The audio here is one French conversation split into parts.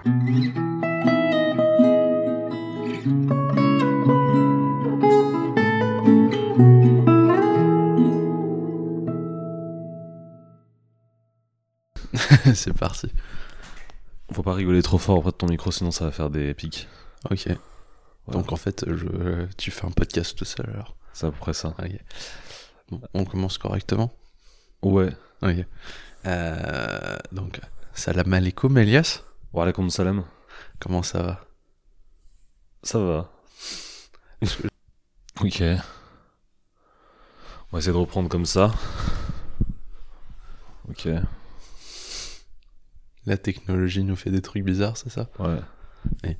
C'est parti. Faut pas rigoler trop fort auprès de ton micro, sinon ça va faire des pics. Ok. Voilà. Donc en fait, tu fais un podcast tout seul alors. C'est à peu près ça. Ok. Bon, on commence correctement. Ouais. Ok. Donc, salam alaikum Elias. Wa alaikum salam. Comment ça va? Ça va. Ok. On va essayer de reprendre comme ça. Ok. La technologie nous fait des trucs bizarres, c'est ça? Ouais.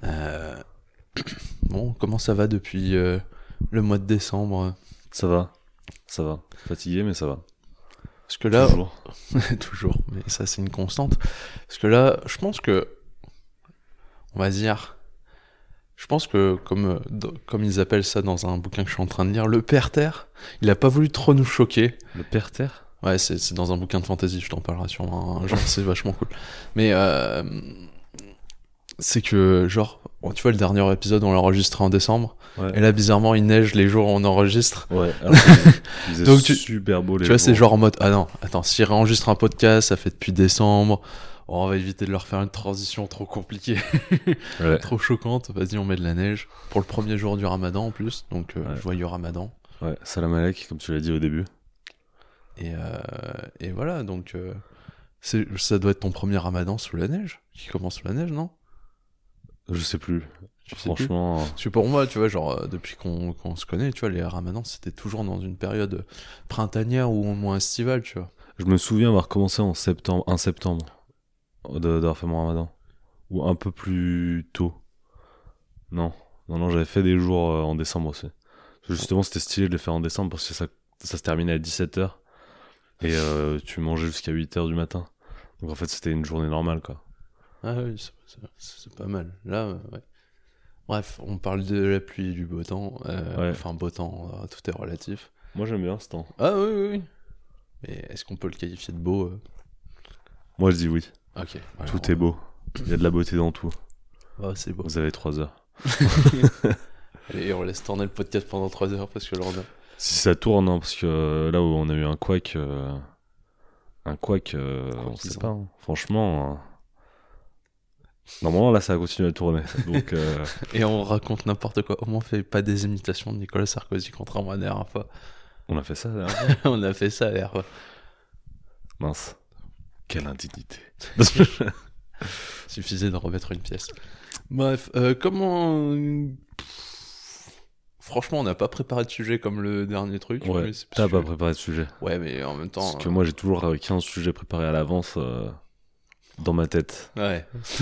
Bon, comment ça va depuis le mois de décembre? Ça va. Ça va. Fatigué, mais ça va. Parce que là... Toujours. Toujours, mais ça c'est une constante. Parce que là, je pense que... On va dire... Je pense que, comme ils appellent ça dans un bouquin que je suis en train de lire, le Père Terre, il a pas voulu trop nous choquer. Le Père Terre? Ouais, c'est dans un bouquin de fantasy, je t'en parlerai sûrement un jour, c'est vachement cool. Mais c'est que, genre, bon, tu vois, le dernier épisode, on l'a enregistré en décembre, Ouais. et là, bizarrement, il neige les jours où on enregistre. Ouais. Alors, il faisait Donc, super beau les Tu vois, jours. c'est genre en mode, ah non, attends, s'il réenregistre un podcast, ça fait depuis décembre, oh, on va éviter de leur faire une transition trop compliquée, Ouais. trop choquante, vas-y, on met de la neige. Pour le premier jour du ramadan en plus, donc Ouais. joyeux ramadan. Ouais. Salam alek, comme tu l'as dit au début. Et voilà, donc ça doit être ton premier ramadan sous la neige, qui commence sous la neige, non? Je sais plus. Tu sais plus? Franchement. Parce que pour moi, tu vois, genre, depuis qu'on se connaît, tu vois, les ramadans, c'était toujours dans une période printanière ou au moins estivale, tu vois. Je me souviens avoir commencé en septembre, 1 septembre, d'avoir fait mon ramadan. Ou un peu plus tôt. Non, j'avais fait des jours en décembre aussi. Parce que justement, c'était stylé de les faire en décembre parce que ça se terminait à 17h. Et tu mangeais jusqu'à 8h du matin. Donc en fait, c'était une journée normale, quoi. Ah oui, c'est pas mal. Là, ouais. Bref, on parle de la pluie et du beau temps. Ouais. Enfin, beau temps, tout est relatif. Moi, j'aime bien ce temps. Ah oui, oui, oui. Mais est-ce qu'on peut le qualifier de beau Moi, je dis oui. Ok. Alors, Tout est beau. Il y a de la beauté dans tout. Ah, c'est beau. Vous avez 3 heures. Allez, on laisse tourner le podcast pendant 3 heures parce que là, on a... Si ça tourne, hein, parce que là où on a eu un couac, on qu'ils sait ont. pas. Hein. Franchement, normalement là ça va continuer à tourner. Donc Et on raconte n'importe quoi. Au moins, on fait pas des imitations de Nicolas Sarkozy, contrairement à la dernière fois. on a fait ça. La dernière fois. On a fait ça la dernière fois. Mince, quelle indignité. Suffisait de remettre une pièce. Bref, comment... Franchement, on n'a pas préparé de sujet comme le dernier truc. Ouais, mais c'est t'as parce pas que- préparé de sujet. Ouais, mais en même temps... Parce que moi j'ai toujours 15 sujets préparés à l'avance dans ma tête. Ouais.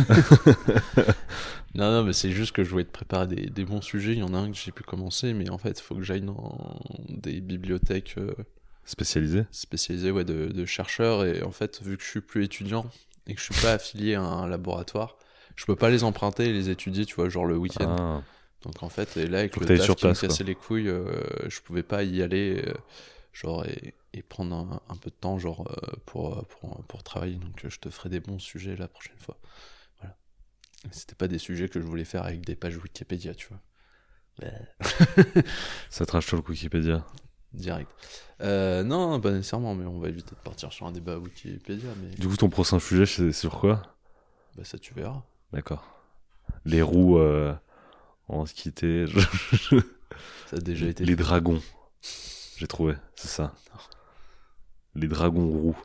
Non, mais c'est juste que je voulais te préparer des bons sujets. Il y en a un que j'ai pu commencer, mais en fait, il faut que j'aille dans des bibliothèques Spécialisé. spécialisées de chercheurs. Et en fait, vu que je suis plus étudiant et que je suis pas affilié à un laboratoire, je peux pas les emprunter et les étudier, tu vois, genre le week-end. Ah, Donc en fait, et là, avec Faut le que t'ailles taf sur qui me place, cassait quoi. les couilles, je pouvais pas y aller, genre, et prendre un peu de temps, genre, pour travailler. Donc je te ferai des bons sujets la prochaine fois. Voilà. C'était pas des sujets que je voulais faire avec des pages Wikipédia, tu vois. ça trash talk Wikipédia. Direct. Non, pas nécessairement, mais on va éviter de partir sur un débat Wikipédia, mais Du coup, ton prochain sujet, c'est sur quoi? bah, ça tu verras. D'accord. Les roues en skité. Ça a déjà été Les fait. dragons. J'ai trouvé, c'est ça. Les dragons roux.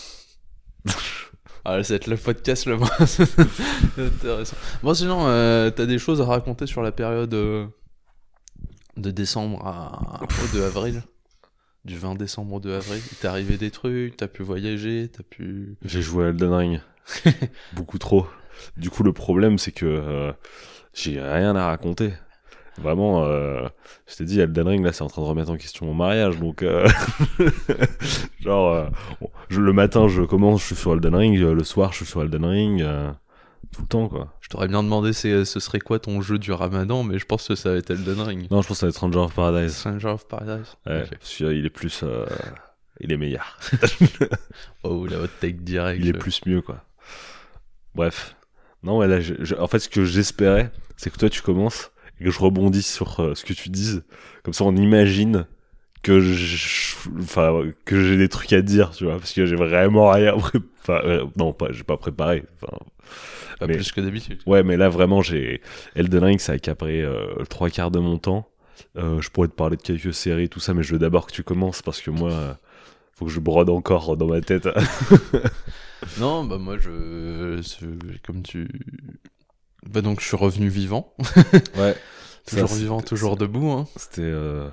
Ah, ça va être le podcast le moins intéressant. Bon, sinon, t'as des choses à raconter sur la période de décembre au 2 avril? Du 20 décembre au 2 avril? Il t'est arrivé des trucs, t'as pu voyager, t'as pu... J'ai joué à Elden Ring. Beaucoup trop. Du coup, le problème, c'est que j'ai rien à raconter. Vraiment, je t'ai dit, Elden Ring, là, c'est en train de remettre en question mon mariage. Donc, genre, le matin, je commence, je suis sur Elden Ring. Le soir, je suis sur Elden Ring. Tout le temps, quoi. Je t'aurais bien demandé ce serait quoi ton jeu du ramadan, mais je pense que ça va être Elden Ring. Non, je pense que ça va être Stranger of Paradise. Stranger of Paradise. Ouais, Ok. celui-là, il est plus... il est meilleur. Oh, la hot take direct. Il est plus mieux, quoi. Bref. Non, ouais, là, en fait, ce que j'espérais, c'est que toi, tu commences et que je rebondisse sur ce que tu dises. Comme ça, on imagine que que j'ai des trucs à dire, tu vois, parce que j'ai vraiment rien préparé. Non, j'ai pas préparé. Enfin, Pas mais, plus que d'habitude. ouais, mais là, vraiment, Elden Ring, ça a accaparé le 3/4 de mon temps. Je pourrais te parler de quelques séries, tout ça, mais je veux d'abord que tu commences parce que moi, faut que je brode encore dans ma tête. Non, bah moi, comme tu... Bah donc, je suis revenu vivant. Ouais. Toujours vivant, toujours debout. Hein. C'était...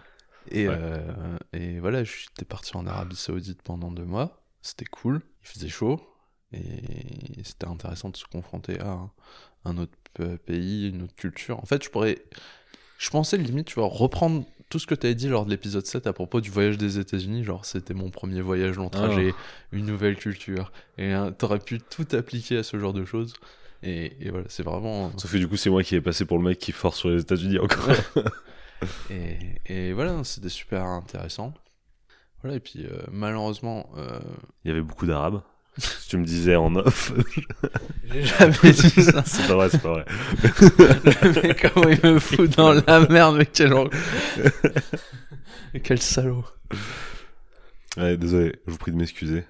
Et voilà, j'étais parti en Arabie Saoudite pendant 2 mois. C'était cool, il faisait chaud. Et c'était intéressant de se confronter à un autre pays, une autre culture. En fait, je pensais limite, tu vois, reprendre tout ce que tu avais dit lors de l'épisode 7 à propos du voyage des États-Unis. Genre, c'était mon premier voyage long trajet, une nouvelle culture. Et t'aurais pu tout appliquer à ce genre de choses. Et voilà, c'est vraiment... Sauf que du coup, c'est moi qui ai passé pour le mec qui force sur les États-Unis encore. et voilà, c'était super intéressant. Voilà, et puis malheureusement... Il y avait beaucoup d'Arabes. Tu me disais en off. J'ai jamais dit ça. C'est pas vrai, c'est pas vrai. Le mec, comment il me fout dans la merde, mais quel salaud. Ouais, désolé, je vous prie de m'excuser.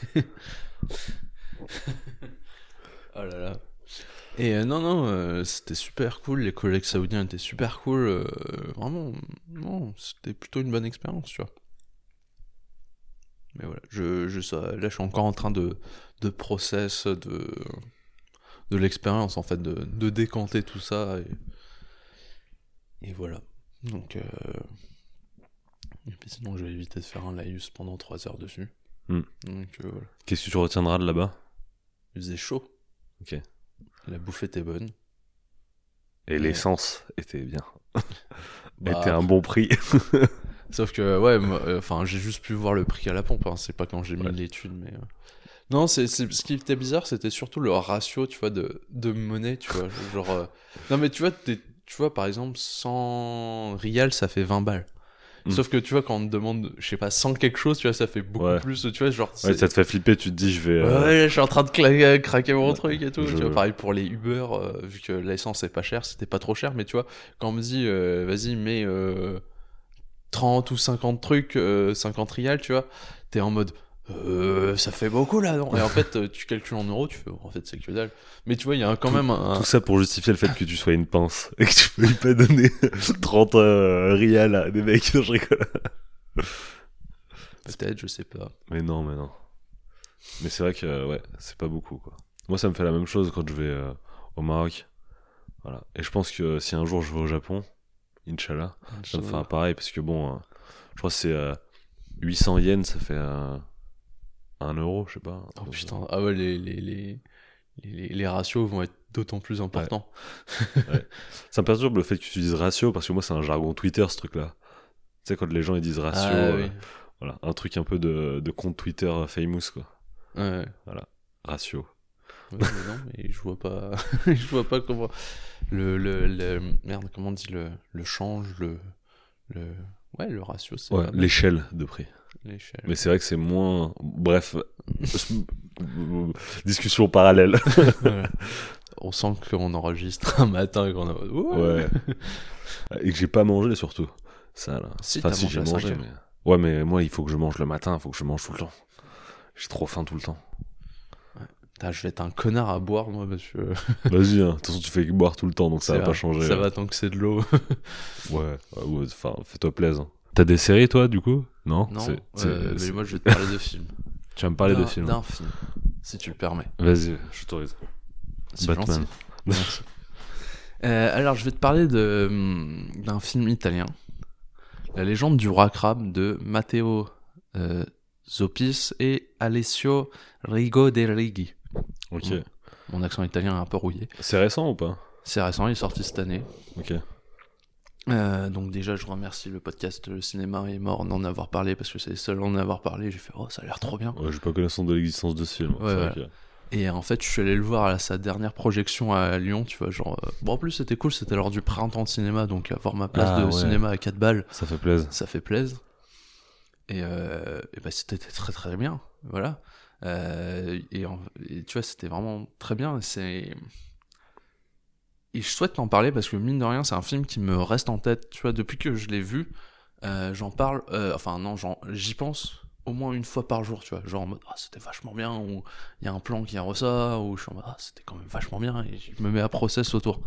Oh là là. Et non, c'était super cool, les collègues saoudiens étaient super cool, vraiment, non, c'était plutôt une bonne expérience, tu vois. Mais voilà, là je suis encore en train de process de l'expérience, en fait, de décanter tout ça, et voilà. Donc, et puis sinon je vais éviter de faire un laïus pendant 3 heures dessus. Donc voilà. Qu'est-ce que tu retiendras de là-bas? Il faisait chaud. Ok. La bouffe était bonne. Et l'essence était bien. Bah, était un bon prix. Sauf que, ouais, enfin, j'ai juste pu voir le prix à la pompe, hein. C'est pas quand j'ai mis l'étude, mais... Non, ce qui était bizarre, c'était surtout le ratio, tu vois, de monnaie, tu vois, genre... Non, mais tu vois, par exemple, 100 rials, ça fait 20 balles. Sauf que, tu vois, quand on te demande, je sais pas, 100 quelque chose, tu vois, ça fait beaucoup plus, tu vois, genre... Ouais, ça te fait flipper, tu te dis, je vais... Ouais, je suis en train de craquer mon truc et tout, tu vois, pareil pour les Uber, vu que l'essence est pas chère, c'était pas trop cher, mais tu vois, quand on me dit, vas-y, mets 30 ou 50 trucs, 50 rials, tu vois, t'es en mode... ça fait beaucoup là, non? Et en fait, tu calcules en euros, tu fais, en fait, c'est que dalle. Mais tu vois, il y a quand même un... Tout ça pour justifier le fait que tu sois une pince et que tu peux pas donner 30 rials à des mecs, je rigole. Peut-être, je sais pas. Mais non. Mais c'est vrai que, ouais, c'est pas beaucoup, quoi. Moi, ça me fait la même chose quand je vais au Maroc. Voilà. Et je pense que si un jour je vais au Japon, Inch'Allah, ça me fera pareil, parce que bon, je crois que c'est 800 yens, ça fait 1 euro, je sais pas. Oh putain, ah ouais, les ratios vont être d'autant plus importants. Ouais. Ça me perturbe le fait que tu dises ratio, parce que moi, c'est un jargon Twitter, ce truc-là. Tu sais, quand les gens ils disent ratio, oui. voilà, un truc un peu de compte Twitter famous, quoi. Ouais. Voilà, ratio. Ouais, mais non, mais je vois pas, je vois pas comment merde, comment on dit le change, ouais, le ratio, c'est ouais, l'échelle de prix. L'échelle. Mais c'est vrai que c'est moins, bref, discussion parallèle. Voilà. On sent qu'on enregistre un matin et qu'on a... Ouais. Et que j'ai pas mangé surtout. Ça là. Si, enfin, t'as mangé j'ai à mangé, 5 heures. mais... Ouais, mais moi, il faut que je mange le matin, il faut que je mange tout le temps. J'ai trop faim tout le temps. Ouais. Je vais être un connard à boire, moi, parce que... Vas-y, hein. De toute façon, tu fais que boire tout le temps, donc ça va pas changer. Ça va tant que c'est de l'eau. Ouais, enfin, fais-toi plaisir. T'as des séries, toi, du coup? Non, mais moi, je vais te parler de films. Tu vas me parler de films? D'un film, si tu le permets. Vas-y, je t'autorise. C'est Batman. gentil. Merci. Alors, je vais te parler d'un film italien. La légende du roi crabe de Matteo Zopis et Alessio Rigo de Righi. Ok. Mon accent italien est un peu rouillé. C'est récent ou pas? C'est récent, il est sorti cette année. Ok. Donc déjà, je remercie le podcast Le Cinéma est mort d'en avoir parlé, parce que c'est le seul à en avoir parlé. J'ai fait, oh, ça a l'air trop bien. Ouais, j'ai pas connaissance de l'existence de ce film. Ouais, ouais. Et en fait, je suis allé le voir à sa dernière projection à Lyon, tu vois, genre... Bon, en plus, c'était cool, c'était lors du printemps de cinéma, donc avoir ma place de cinéma à 4 balles... Ça fait plaisir. Ça fait plaisir. Et bah, c'était très très bien, voilà. Et tu vois, c'était vraiment très bien. je souhaite t'en parler parce que mine de rien, c'est un film qui me reste en tête. Tu vois, depuis que je l'ai vu, j'en parle. Enfin non, j'y pense au moins une fois par jour. Tu vois, genre en mode c'était vachement bien, ou il y a un plan qui ressort, ou je suis en mode c'était quand même vachement bien, et je me mets à process autour.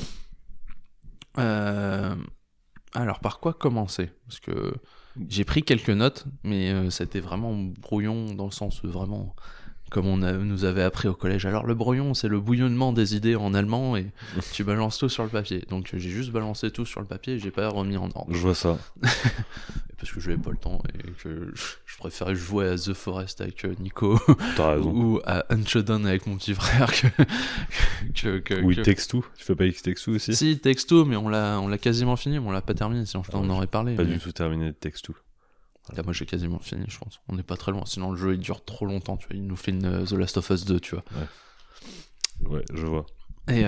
Alors par quoi commencer? Parce que j'ai pris quelques notes, mais c'était vraiment brouillon dans le sens vraiment comme nous avait appris au collège. Alors le brouillon, c'est le bouillonnement des idées en allemand, et tu balances tout sur le papier. Donc j'ai juste balancé tout sur le papier et j'ai pas remis en ordre. Je vois ça. Parce que j'avais pas le temps et que je préférais jouer à The Forest avec Nico T'as raison. ou à Unshot avec mon petit frère Ou It Takes Two. Tu fais pas It Takes Two aussi? Si, It Takes Two, mais on l'a quasiment fini, mais on l'a pas terminé, sinon je t'en aurais parlé. Pas mais... du tout terminé It Takes Two. Là, moi j'ai quasiment fini, je pense. On n'est pas très loin, sinon le jeu il dure trop longtemps, tu vois. Il nous fait une The Last of Us 2, tu vois. Ouais, je vois. Et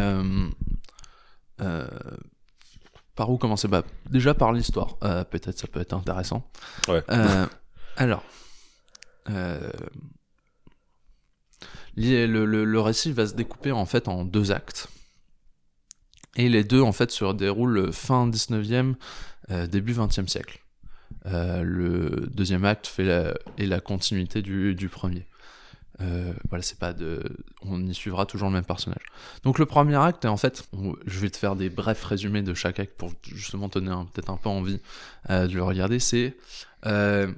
par où commencer? Bah, déjà par l'histoire. Peut-être ça peut être intéressant. Ouais. Alors, le récit va se découper en fait en 2 actes. Et les deux en fait se déroulent fin 19e, début 20e siècle. Le deuxième acte est la continuité du premier. Voilà, c'est pas on y suivra toujours le même personnage. Donc le premier acte, en fait, je vais te faire des brefs résumés de chaque acte pour justement te donner peut-être un peu envie de le regarder. C'est un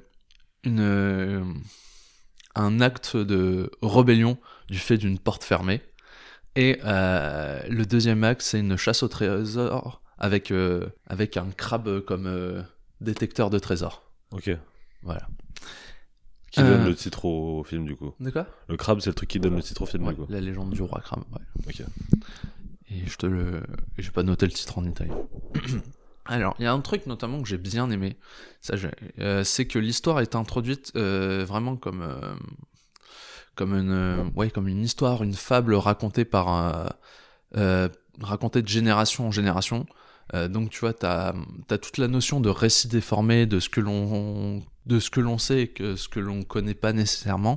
acte de rébellion du fait d'une porte fermée. Et le deuxième acte, c'est une chasse au trésor avec un crabe comme détecteur de trésors. Ok. Voilà. Qui donne le titre au film, du coup. De quoi? Le crabe, c'est le truc qui donne le titre au film, Ouais, du coup. la légende du roi crabe, ouais. Ok. Et j'ai pas noté le titre en italien. Alors, il y a un truc notamment que j'ai bien aimé, c'est que l'histoire est introduite vraiment comme une histoire, une fable racontée racontée de génération en génération. Donc tu vois, t'as toute la notion de récit déformé, de ce que l'on sait et ce que l'on connaît pas nécessairement.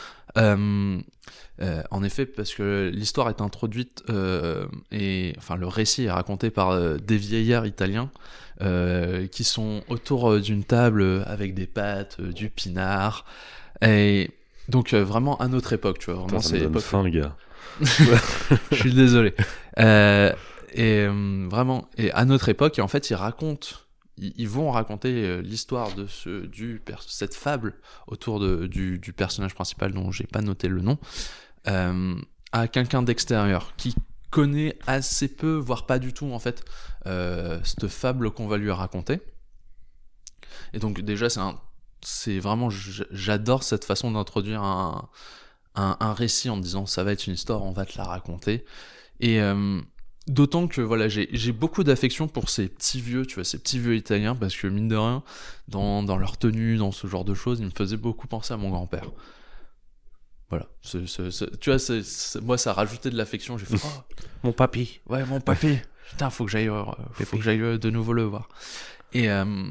En effet, parce que l'histoire est introduite et enfin le récit est raconté par des vieillards italiens qui sont autour d'une table avec des pâtes, du pinard, et donc vraiment à notre époque, tu vois. Vraiment, Putain, ça me donne faim, le gars. Je suis désolé. Vraiment, et à notre époque, et en fait, ils vont raconter l'histoire de cette fable autour du personnage principal dont j'ai pas noté le nom, à quelqu'un d'extérieur qui connaît assez peu, voire pas du tout en fait, cette fable qu'on va lui raconter. Et donc déjà, c'est vraiment, j'adore cette façon d'introduire un récit en disant ça va être une histoire, on va te la raconter. Et d'autant que voilà, j'ai beaucoup d'affection pour ces petits vieux, tu vois, ces petits vieux italiens, parce que mine de rien, dans leur tenue, dans ce genre de choses, ils me faisaient beaucoup penser à mon grand-père. Voilà, tu vois, moi ça a rajouté de l'affection. J'ai fait mon papy. Ouais, mon papy. Putain, faut que j'aille de nouveau le voir. Et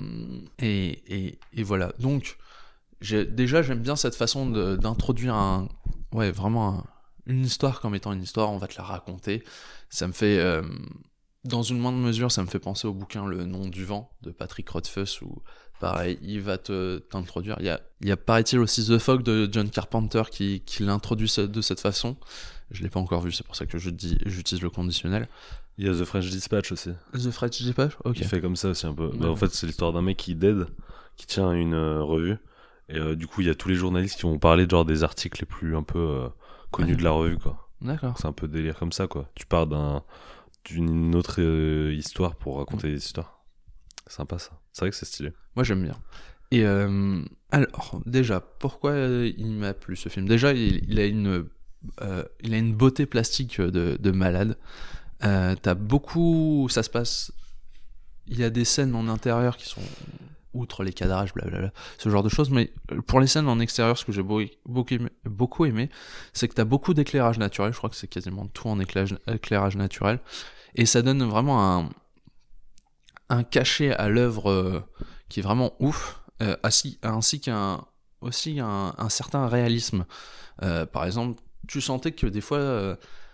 voilà. Donc j'aime bien cette façon d'introduire vraiment une histoire comme étant une histoire. On va te la raconter. Ça me fait, dans une moindre mesure, ça me fait penser au bouquin Le Nom du Vent de Patrick Rothfuss, où pareil, il va t'introduire. Il y a paraît-il aussi The Fog de John Carpenter qui l'introduit de cette façon. Je l'ai pas encore vu, c'est pour ça que j'utilise le conditionnel. Il y a The French Dispatch aussi. The French Dispatch, ok. Il fait comme ça aussi un peu. Ouais. Bah, en fait, c'est l'histoire d'un mec qui tient une revue. Et du coup, il y a tous les journalistes qui vont parler genre des articles les plus un peu connus de la revue, quoi. D'accord. C'est un peu délire comme ça, quoi. Tu pars d'une autre histoire pour raconter des histoires. C'est sympa, ça. C'est vrai que c'est stylé. Moi, j'aime bien. Et alors, déjà, pourquoi il m'a plu ce film? Déjà, il a une beauté plastique de malade. T'as beaucoup... Ça se passe... Il y a des scènes en intérieur qui sont... Outre les cadrages, blablabla, ce genre de choses, mais pour les scènes en extérieur, ce que j'ai beaucoup aimé, c'est que t'as beaucoup d'éclairage naturel. Je crois que c'est quasiment tout en éclairage naturel. Et ça donne vraiment un cachet à l'œuvre qui est vraiment ouf, ainsi qu'un certain réalisme. Par exemple, tu sentais que des fois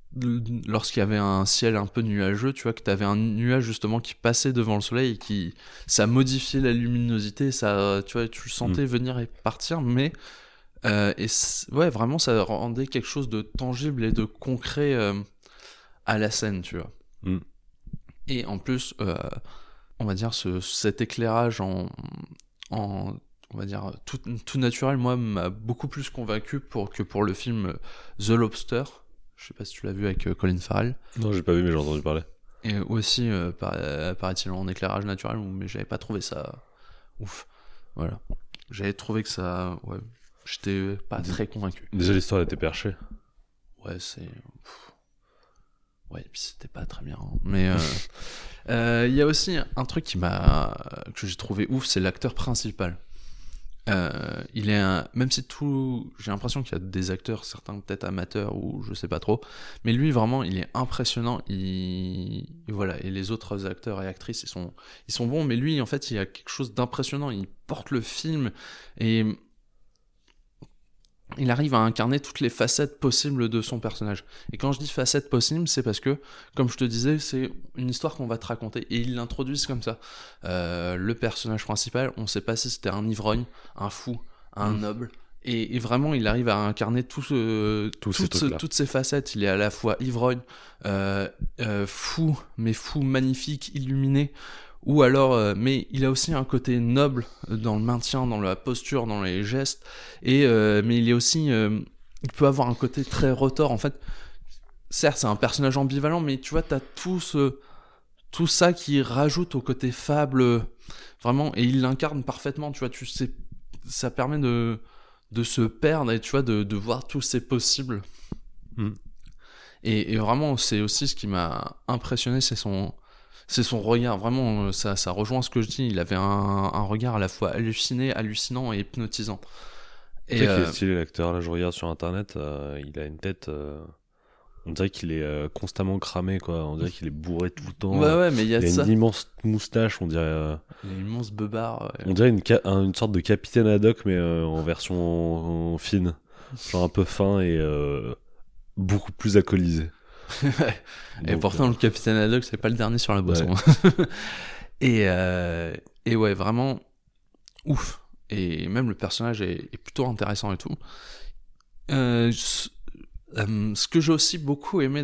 lorsqu'il y avait un ciel un peu nuageux, tu vois, que t'avais un nuage justement qui passait devant le soleil et ça modifiait la luminosité, ça, tu vois, tu le sentais venir et partir, mais ouais, vraiment, ça rendait quelque chose de tangible et de concret à la scène, tu vois. Et en plus, on va dire cet éclairage on va dire tout naturel, moi, m'a beaucoup plus convaincu que pour le film The Lobster. Je sais pas si tu l'as vu avec Colin Farrell. Non, j'ai pas vu, mais j'ai entendu parler. Et aussi, paraît-il, en éclairage naturel, mais j'avais pas trouvé ça ouf. Voilà. J'avais trouvé que ça... Ouais, j'étais pas très convaincu. Déjà, l'histoire était perchée. Ouais, ouais, et puis c'était pas très bien. Mais il y a aussi un truc que j'ai trouvé ouf, c'est l'acteur principal. Il est même si j'ai l'impression qu'il y a des acteurs, certains peut-être amateurs ou je sais pas trop, mais lui vraiment il est impressionnant. Et voilà, et les autres acteurs et actrices ils sont bons, mais lui en fait il a quelque chose d'impressionnant. Il porte le film et il arrive à incarner toutes les facettes possibles de son personnage. Et quand je dis facettes possibles, c'est parce que, comme je te disais, c'est une histoire qu'on va te raconter. Et ils l'introduisent comme ça. Le personnage principal, on sait pas si c'était un ivrogne, un fou, un noble. Et vraiment, il arrive à incarner toutes ces facettes. Il est à la fois ivrogne, fou, mais fou magnifique, illuminé. Ou alors, mais il a aussi un côté noble dans le maintien, dans la posture, dans les gestes, mais il est aussi, il peut avoir un côté très retors. En fait, certes, c'est un personnage ambivalent, mais tu vois, t'as tout ça qui rajoute au côté fable, vraiment, et il l'incarne parfaitement. Tu vois, tu sais, ça permet de se perdre et tu vois, de voir tous ces possibles. Et vraiment, c'est aussi ce qui m'a impressionné, c'est son regard, vraiment, ça rejoint ce que je dis. Il avait un regard à la fois hallucinant et hypnotisant. Tu sais qu'il est stylé l'acteur, là je regarde sur internet, il a une tête... On dirait qu'il est constamment cramé, quoi. On dirait qu'il est bourré tout le temps. Ouais, mais il y a une immense moustache, on dirait... Il a une immense beubare. Ouais. On dirait une sorte de capitaine Haddock, mais en version fine. Genre un peu fin et beaucoup plus alcoolisé. Et pourtant, le capitaine Haddock, c'est pas le dernier sur la boisson. Ouais. Et ouais, vraiment ouf. Et même le personnage est plutôt intéressant et tout. Ce que j'ai aussi beaucoup aimé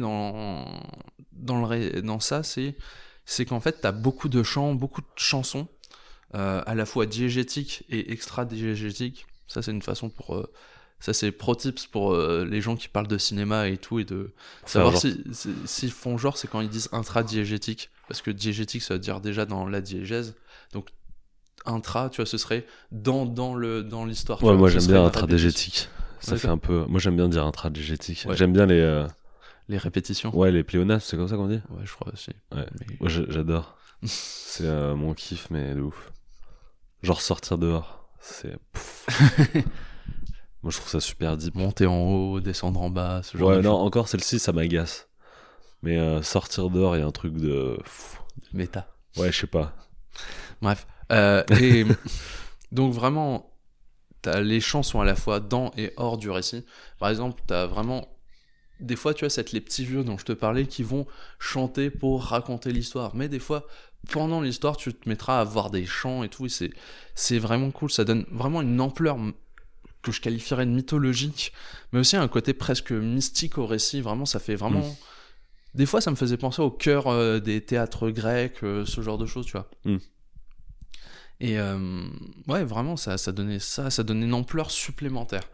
dans ça, c'est qu'en fait, t'as beaucoup de chants, beaucoup de chansons, à la fois diégétiques et extra-diégétiques. Ça, c'est une façon pour... ça, c'est pro tips pour les gens qui parlent de cinéma et tout, et de savoir s'ils font genre, c'est quand ils disent intra-diégétique, parce que diégétique, ça veut dire déjà dans la diégèse. Donc, intra, tu vois, ce serait dans l'histoire. Ouais, moi j'aime bien intra-diégétique. Ça fait un peu... Moi j'aime bien dire intra-diégétique. Ouais. J'aime bien les répétitions. Ouais, les pléonasmes, c'est comme ça qu'on dit. Ouais, je crois aussi. Ouais. Mais... Moi j'adore. C'est mon kiff, mais de ouf. Genre sortir dehors. C'est... Moi je trouve ça super deep. Monter en haut, descendre en bas, ce genre de choses. Ouais, non, encore celle-ci ça m'agace. Mais sortir dehors, il y a un truc de... Méta. Ouais, je sais pas. Bref. Et donc vraiment... les chants sont à la fois dans et hors du récit. Par exemple, t'as vraiment... Des fois, tu vois, c'est les petits vieux dont je te parlais qui vont chanter pour raconter l'histoire. Mais des fois, pendant l'histoire, tu te mettras à voir des chants et tout. Et c'est vraiment cool. Ça donne vraiment une ampleur que je qualifierais de mythologique, mais aussi un côté presque mystique au récit. Vraiment, ça fait vraiment... Des fois, ça me faisait penser au cœur des théâtres grecs, ce genre de choses, tu vois. Et ouais, vraiment, ça donnait une ampleur supplémentaire.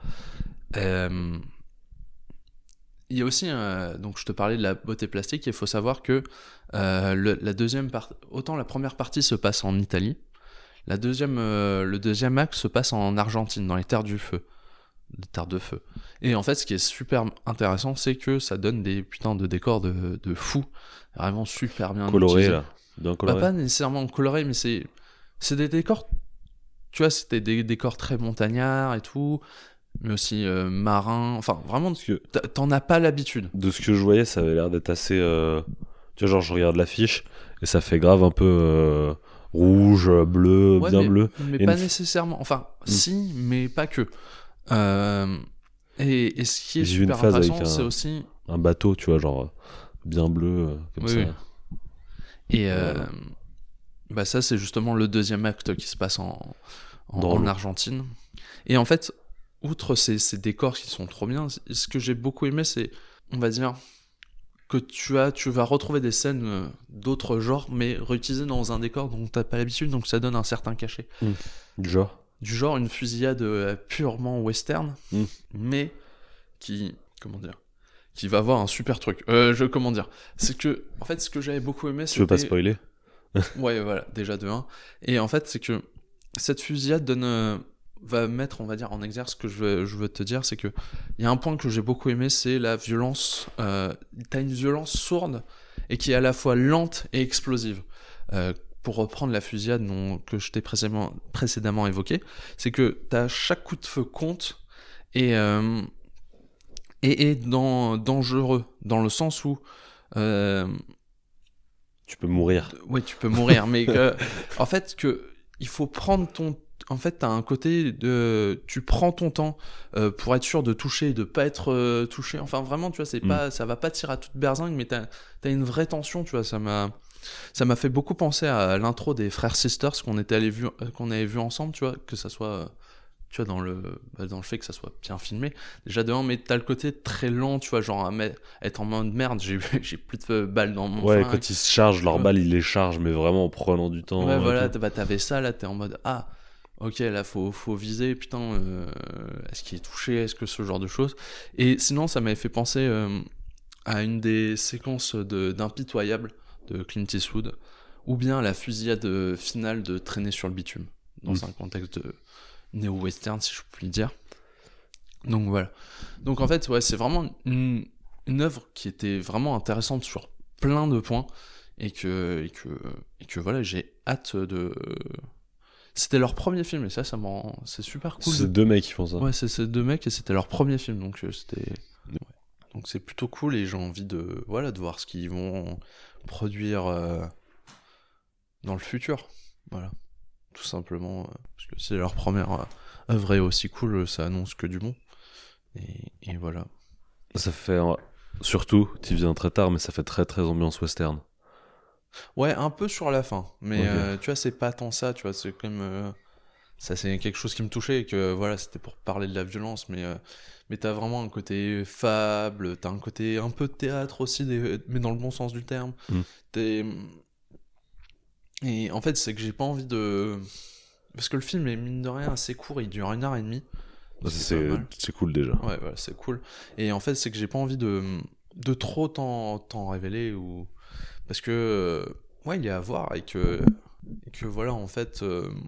Il y a aussi, donc je te parlais de la beauté plastique, il faut savoir que la deuxième partie, autant la première partie se passe en Italie, le deuxième acte se passe en Argentine, dans les terres de feu. Et en fait, ce qui est super intéressant, c'est que ça donne des putains de décors de fou, vraiment super bien coloré, utilisés. Là. Bien coloré. Pas nécessairement coloré, mais c'est des décors, tu vois, c'était des décors très montagnards et tout, mais aussi marins, enfin vraiment, t'en as pas l'habitude. De ce que je voyais, ça avait l'air d'être assez... Tu vois, genre je regarde l'affiche, et ça fait grave un peu rouge, bleu, ouais, bien bleu. Mais pas nécessairement, enfin si, mais pas que. Et ce qui est super intéressant, c'est aussi... un bateau, tu vois, genre bien bleu, comme Oui, ça. oui. Et Voilà. bah ça, c'est justement le deuxième acte qui se passe Dans en l'eau. Argentine. Et en fait, outre ces décors qui sont trop bien, ce que j'ai beaucoup aimé, c'est, on va dire, que tu vas retrouver des scènes d'autres genres, mais réutilisées dans un décor dont t'as pas l'habitude, donc ça donne un certain cachet. Du genre. Du genre une fusillade purement western, Mm. mais qui, comment dire, qui va avoir un super truc. Comment dire, c'est que, en fait, ce que j'avais beaucoup aimé, Tu veux pas c'était, spoiler? ouais, voilà, déjà de 1. Et en fait, c'est que cette fusillade va mettre, on va dire, en exergue ce que je veux te dire, c'est que il y a un point que j'ai beaucoup aimé, c'est la violence. T'as une violence sourde et qui est à la fois lente et explosive. Pour reprendre la fusillade que je t'ai précédemment évoquée, c'est que t'as chaque coup de feu compte et dangereux dans le sens où Tu peux mourir. ouais, tu peux mourir, mais en fait, il faut prendre ton. En fait, t'as un côté de. Tu prends ton temps pour être sûr de toucher et de pas être touché. Enfin, vraiment, tu vois, ça va pas tirer à toute berzingue, mais t'as une vraie tension, tu vois. Ça m'a fait beaucoup penser à l'intro des Frères Sisters qu'on avait vu ensemble, tu vois, que ça soit. Tu vois, dans le fait que ça soit bien filmé. Déjà, devant, mais t'as le côté très lent, tu vois, genre être en mode merde, j'ai plus de balles dans mon Ouais, flingue. quand ils se chargent, leurs Ouais. balles, ils les chargent, mais vraiment en prenant du temps. Ouais, Et voilà, tout. t'avais ça, là, t'es en mode, ah, ok, là, faut viser, putain, est-ce qu'il est touché, est-ce que ce genre de choses. Et sinon, ça m'avait fait penser à une des séquences d'Impitoyable de Clint Eastwood, ou bien à la fusillade finale de Traîner sur le bitume, dans un contexte de néo-western, si je puis le dire. Donc voilà. Donc en fait, ouais, c'est vraiment une œuvre qui était vraiment intéressante sur plein de points, et que voilà, j'ai hâte de. C'était leur premier film, et c'est super cool. C'est deux mecs qui font ça. Ouais, c'est ces deux mecs, et c'était leur premier film, donc c'était. Ouais. Donc c'est plutôt cool, et j'ai envie de voir ce qu'ils vont produire dans le futur. Voilà. Tout simplement, parce que c'est leur première œuvre, et aussi cool, ça annonce que du bon. Et voilà. Ça fait. Surtout, tu viens très tard, mais ça fait très très ambiance western. Ouais, un peu sur la fin, mais Ok. tu vois, c'est pas tant ça, tu vois, c'est comme ça, c'est quelque chose qui me touchait, et que voilà, c'était pour parler de la violence, mais t'as vraiment un côté fable, t'as un côté un peu de théâtre aussi, mais dans le bon sens du terme. Mm. T'es- Et en fait, c'est que j'ai pas envie de. Parce que le film est mine de rien assez court, il dure 1h30. Bah, C'est pas mal. c'est cool déjà. Ouais, voilà, c'est cool. Et en fait, c'est que j'ai pas envie de trop t'en révéler, ou. Parce que, ouais, il y a à voir, et que voilà, en fait,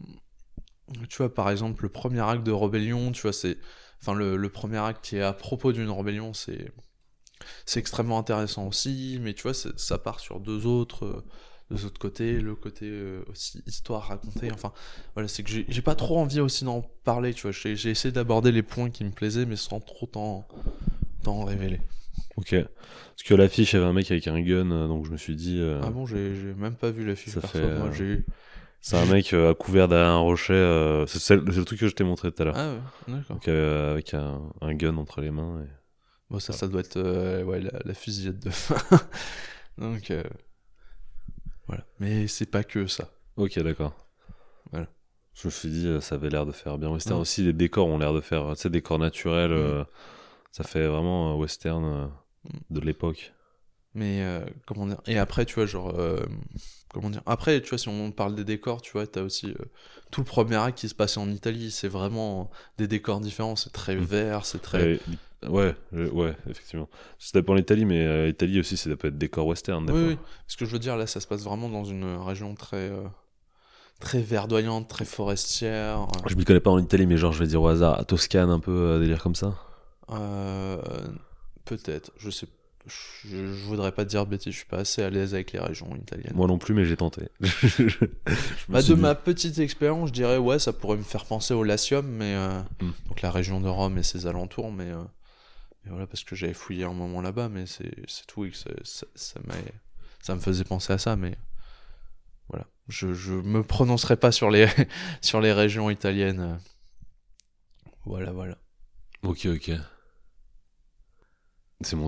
tu vois, par exemple, le premier acte de rébellion, tu vois, c'est. Enfin, le premier acte qui est à propos d'une rébellion, c'est extrêmement intéressant aussi, mais tu vois, ça part sur deux autres côtés, le côté aussi histoire racontée, enfin, voilà, c'est que j'ai pas trop envie aussi d'en parler, tu vois, j'ai essayé d'aborder les points qui me plaisaient, mais sans trop t'en révéler. Ok. Parce que l'affiche, il y avait un mec avec un gun, donc je me suis dit. Ah bon, j'ai même pas vu l'affiche Ça perso, fait, moi j'ai. C'est un mec à couvert derrière un rocher. C'est le truc que je t'ai montré tout à l'heure. Ah ouais, d'accord. Donc, avec un gun entre les mains. Et... Bon, ça doit être ouais, la fusillade de fin. Donc, voilà. Mais c'est pas que ça. Ok, d'accord. Voilà. Je me suis dit, ça avait l'air de faire bien western. Ouais. Aussi, les décors ont l'air de faire, tu sais, décors naturels. Ça fait vraiment western de l'époque. Mais comment dire. Et après, tu vois, genre. Comment dire. Après, tu vois, si on parle des décors, tu vois, t'as aussi tout le premier acte qui se passait en Italie. C'est vraiment des décors différents. C'est très vert, c'est très. Ouais, effectivement. Ça dépend de l'Italie, mais l'Italie aussi, ça peut être décor western. Des Oui, fois. oui. Ce que je veux dire, là, ça se passe vraiment dans une région très verdoyante, très forestière. Je m'y connais pas en Italie, mais genre, je vais dire au hasard, à Toscane, un peu, délire comme ça. Peut-être, je sais. Je voudrais pas te dire de bêtises, je suis pas assez à l'aise avec les régions italiennes. Moi non plus, mais j'ai tenté. De ma petite expérience, je dirais ouais, ça pourrait me faire penser au Latium, mais donc la région de Rome et ses alentours, mais voilà, parce que j'avais fouillé un moment là-bas, mais c'est tout, et que ça me faisait penser à ça, mais voilà, je me prononcerai pas sur les sur les régions italiennes. Voilà. Ok. C'est mon tour.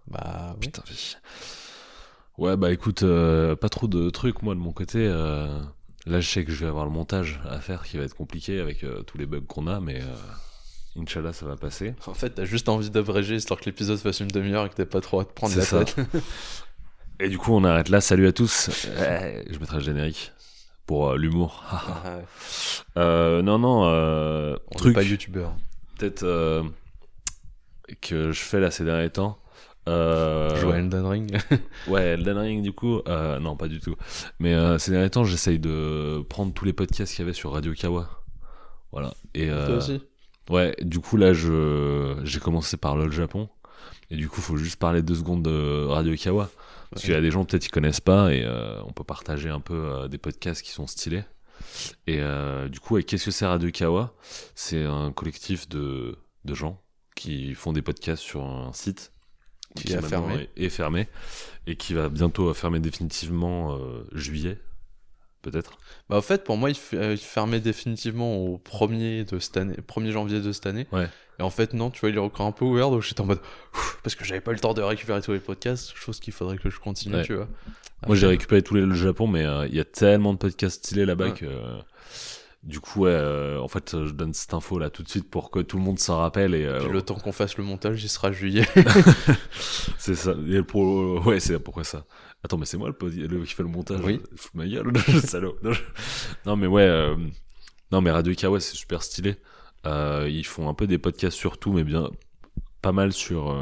Bah, oui. Putain, fais chier. Ouais, bah écoute, pas trop de trucs, moi, de mon côté. Là, je sais que je vais avoir le montage à faire qui va être compliqué avec tous les bugs qu'on a, mais Inch'Allah, ça va passer. En fait, t'as juste envie d'abréger histoire que l'épisode fasse une demi-heure et que t'aies pas trop à te prendre C'est la ça. tête. Et du coup, on arrête là. Salut à tous. Je mettrai le générique pour l'humour. Ah ouais. Non, On est truc pas youtubeur. peut-être que je fais là ces derniers temps. Jouer à Elden Ring. Ouais, Elden Ring du coup, non pas du tout. Mais ces derniers temps, j'essaye de prendre tous les podcasts qu'il y avait sur Radio Kawa. Voilà. Et Toi aussi. ouais, du coup là, j'ai commencé par LOL Japon. Et du coup, faut juste parler 2 secondes de Radio Kawa. Parce qu'il y a des gens peut-être qui connaissent pas et on peut partager un peu des podcasts qui sont stylés. Et du coup, qu'est-ce que c'est Radio Kawa ? C'est un collectif de gens qui font des podcasts sur un site Qui a maintenant fermé. est fermé et qui va bientôt fermer définitivement juillet, peut-être. Bah, en fait, pour moi, il fermait définitivement au 1er de cette année, 1er janvier de cette année. Ouais. Et en fait, non, tu vois, il est encore un peu ouvert, donc j'étais en mode. Parce que j'avais pas eu le temps de récupérer tous les podcasts, chose qu'il faudrait que je continue, Ouais. tu vois. Moi, j'ai récupéré tous les le Japon, mais il y a tellement de podcasts stylés là-bas Ouais. que. Du coup, ouais, en fait, je donne cette info là tout de suite pour que tout le monde s'en rappelle. Et Puis le temps qu'on fasse le montage, il sera juillet. c'est ça. Ouais, c'est à peu près ça. Attends, mais c'est moi qui fait le montage. Oui. Fous ma gueule, le salaud. Non, mais ouais. Non, mais Radio Kawa, c'est super stylé. Ils font un peu des podcasts sur tout, mais bien pas mal sur.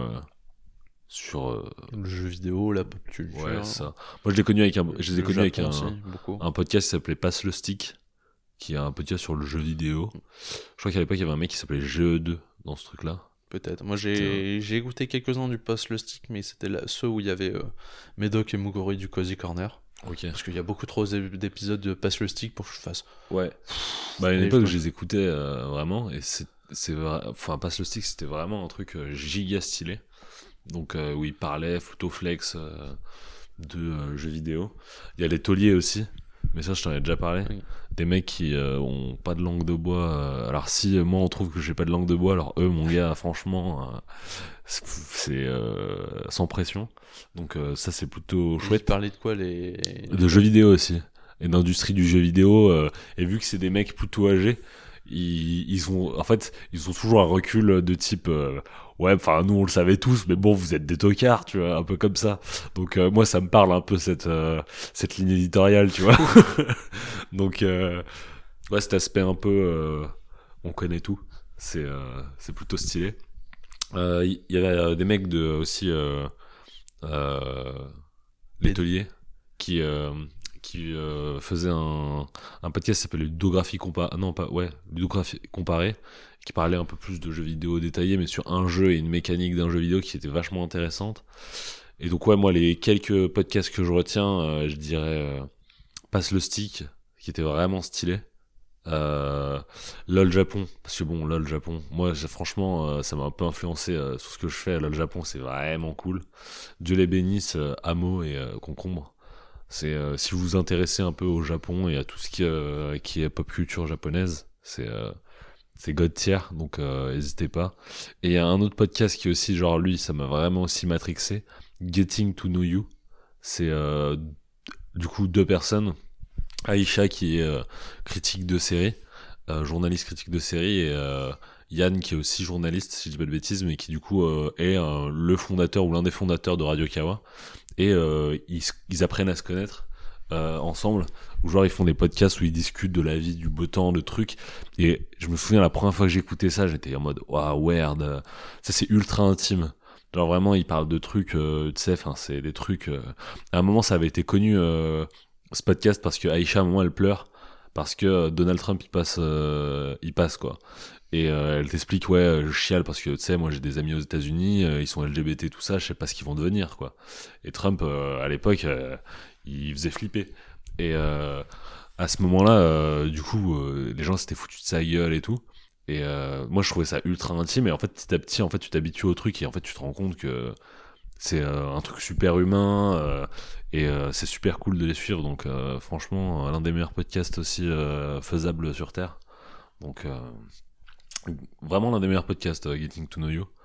Le jeu vidéo, la pop culture. Ouais, ça. Moi, je les ai connus avec Japon aussi, beaucoup. un podcast qui s'appelait Passe le Stick, qui est un podcast sur le jeu vidéo. Je crois qu'à l'époque, il y avait un mec qui s'appelait GE2 dans ce truc-là. Peut-être. Moi, j'ai écouté quelques-uns du Post le Stick, mais c'était ceux où il y avait Médoc et Muguri du Cozy Corner. Ok. Parce qu'il y a beaucoup trop d'épisodes de Pass le Stick pour que je fasse. Ouais. Bah, à une Et époque, je- je les écoutais vraiment, et enfin, Passe le Stick, c'était vraiment un truc giga stylé. Donc, où ils parlaient Flutoflex de jeux vidéo. Il y a les tauliers aussi, mais ça, je t'en ai déjà parlé. Oui. Des mecs qui ont pas de langue de bois. Alors, si moi, on trouve que j'ai pas de langue de bois, alors eux, mon gars, franchement, c'est sans pression. Donc, ça, c'est plutôt Ils chouette. parlaient de quoi les. De jeux vidéo aussi. Et d'industrie du jeu vidéo. Et vu que c'est des mecs plutôt âgés, ils ont toujours un recul de type ouais, enfin nous on le savait tous, mais bon, vous êtes des tocards, tu vois, un peu comme ça. Donc moi ça me parle un peu cette ligne éditoriale, tu vois. Donc ouais, cet aspect un peu on connaît tout, c'est plutôt stylé. Il y avait des mecs de aussi l'ételier qui faisait un podcast qui s'appelle Ludographie comparée, qui parlait un peu plus de jeux vidéo détaillés, mais sur un jeu et une mécanique d'un jeu vidéo qui était vachement intéressante. Et donc ouais, moi les quelques podcasts que je retiens, je dirais Passe le Stick, qui était vraiment stylé. LOL Japon, parce que bon, LOL Japon, moi franchement ça m'a un peu influencé sur ce que je fais. LOL Japon, c'est vraiment cool. Dieu les bénisse, Amo et Concombre. C'est si vous vous intéressez un peu au Japon et à tout ce qui est pop culture japonaise, c'est God tier, donc n'hésitez pas. Et il y a un autre podcast qui est aussi genre lui, ça m'a vraiment aussi matrixé, Getting to Know You. C'est du coup 2 personnes, Aïcha qui est critique de série, journaliste critique de série, et Yann qui est aussi journaliste si je dis pas de bêtises, mais qui du coup est le fondateur ou l'un des fondateurs de Radio Kawa. Et ils apprennent à se connaître ensemble, où genre ils font des podcasts où ils discutent de la vie, du beau temps, de trucs. Et je me souviens la première fois que j'écoutais ça, j'étais en mode waouh, weird, ça c'est ultra intime. Genre vraiment ils parlent de trucs, tu sais, enfin c'est des trucs. À un moment ça avait été connu ce podcast parce que Aïcha à un moment elle pleure parce que Donald Trump il passe quoi. Et elle t'explique, ouais, je chiale parce que, tu sais, moi j'ai des amis aux États-Unis, ils sont LGBT, tout ça, je sais pas ce qu'ils vont devenir, quoi. Et Trump, à l'époque, il faisait flipper. Et à ce moment-là, du coup, les gens s'étaient foutus de sa gueule et tout. Et moi, je trouvais ça ultra intime. Et en fait, petit à petit, en fait, tu t'habitues au truc et en fait, tu te rends compte que c'est un truc super humain et c'est super cool de les suivre. Donc, franchement, l'un des meilleurs podcasts aussi faisables sur Terre. Donc, vraiment l'un des meilleurs podcasts, Getting to Know You.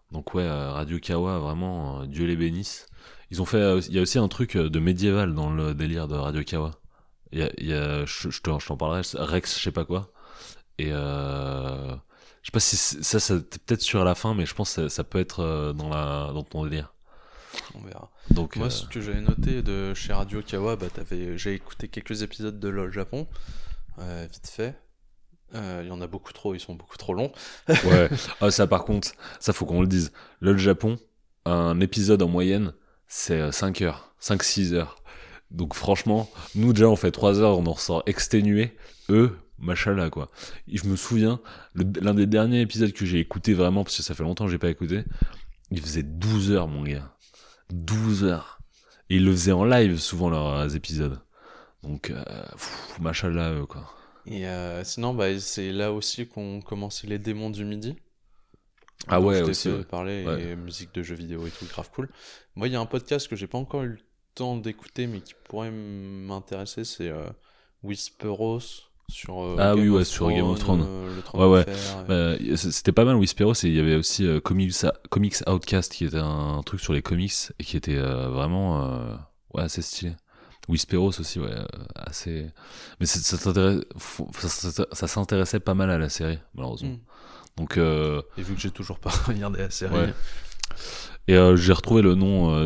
Donc ouais, Radio Kawa, vraiment, Dieu les bénisse. Ils ont fait, il y a aussi un truc de médiéval dans le délire de Radio Kawa. Je t'en parlerai, Rex, je sais pas quoi. Et je sais pas si ça peut-être sur la fin, mais je pense que ça peut être dans ton délire. On verra. Donc Moi, ce que j'avais noté de chez Radio Kawa, j'ai écouté quelques épisodes de LOL Japon, vite fait. Il y en a beaucoup trop, ils sont beaucoup trop longs. ouais. Ah, ça par contre, ça faut qu'on le dise. Le Japon, un épisode en moyenne, c'est 5 heures, 5-6 heures. Donc franchement, nous déjà on fait 3 heures, on en ressort exténué. Eux, machallah quoi. Et je me souviens, l'un des derniers épisodes que j'ai écouté vraiment, parce que ça fait longtemps que j'ai pas écouté, il faisait 12 heures mon gars. 12 heures. Et ils le faisaient en live souvent leurs épisodes. Donc, machallah eux quoi. Et sinon, c'est là aussi qu'ont commencé les démons du midi. Ah dont ouais, je t'ai aussi. fait Ouais. parler, Ouais. et musique de jeux vidéo et tout, grave cool. Moi, il y a un podcast que j'ai pas encore eu le temps d'écouter, mais qui pourrait m'intéresser, c'est Whisperos sur Ah Game oui, ouais, of sur Game of Thrones. le Trône Ouais, ouais. de Fer, C'était pas mal Whisperos et il y avait aussi Comics Outcast qui était un truc sur les comics et qui était vraiment ouais, assez stylé. Whisperos aussi, ouais, assez. Mais ça s'intéressait pas mal à la série, malheureusement. Mm. Donc, Et vu que j'ai toujours pas regardé la série, ouais. Et j'ai retrouvé le nom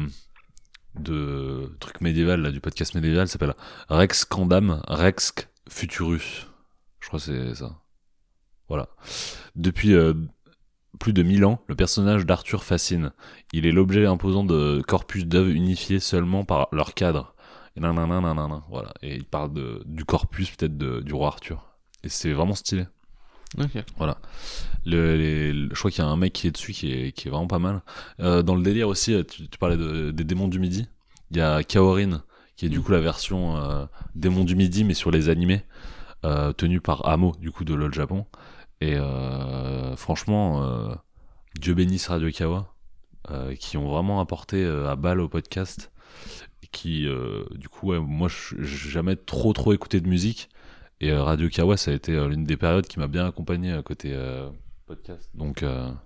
de truc médiéval, là, du podcast médiéval, ça s'appelle Rex Kandam, Rex Futurus. Je crois que c'est ça. Voilà. Depuis plus de 1000 ans, le personnage d'Arthur fascine. Il est l'objet imposant de corpus d'œuvres unifiés seulement par leur cadre. Et nanana, voilà. Et il parle du corpus, peut-être, du roi Arthur. Et c'est vraiment stylé. Ok. Voilà. Je crois qu'il y a un mec qui est dessus qui est vraiment pas mal. Dans le délire aussi, tu parlais des démons du midi. Il y a Kaorin, qui est du coup la version démons du midi, mais sur les animés, tenue par Amo, du coup, de LOL Japon. Et franchement, Dieu bénisse Radio Kawa, qui ont vraiment apporté à balle au podcast. Qui, du coup, ouais, moi, j'ai jamais trop écouté de musique. Et Radio Kawa, ça a été l'une des périodes qui m'a bien accompagné à côté podcast. Donc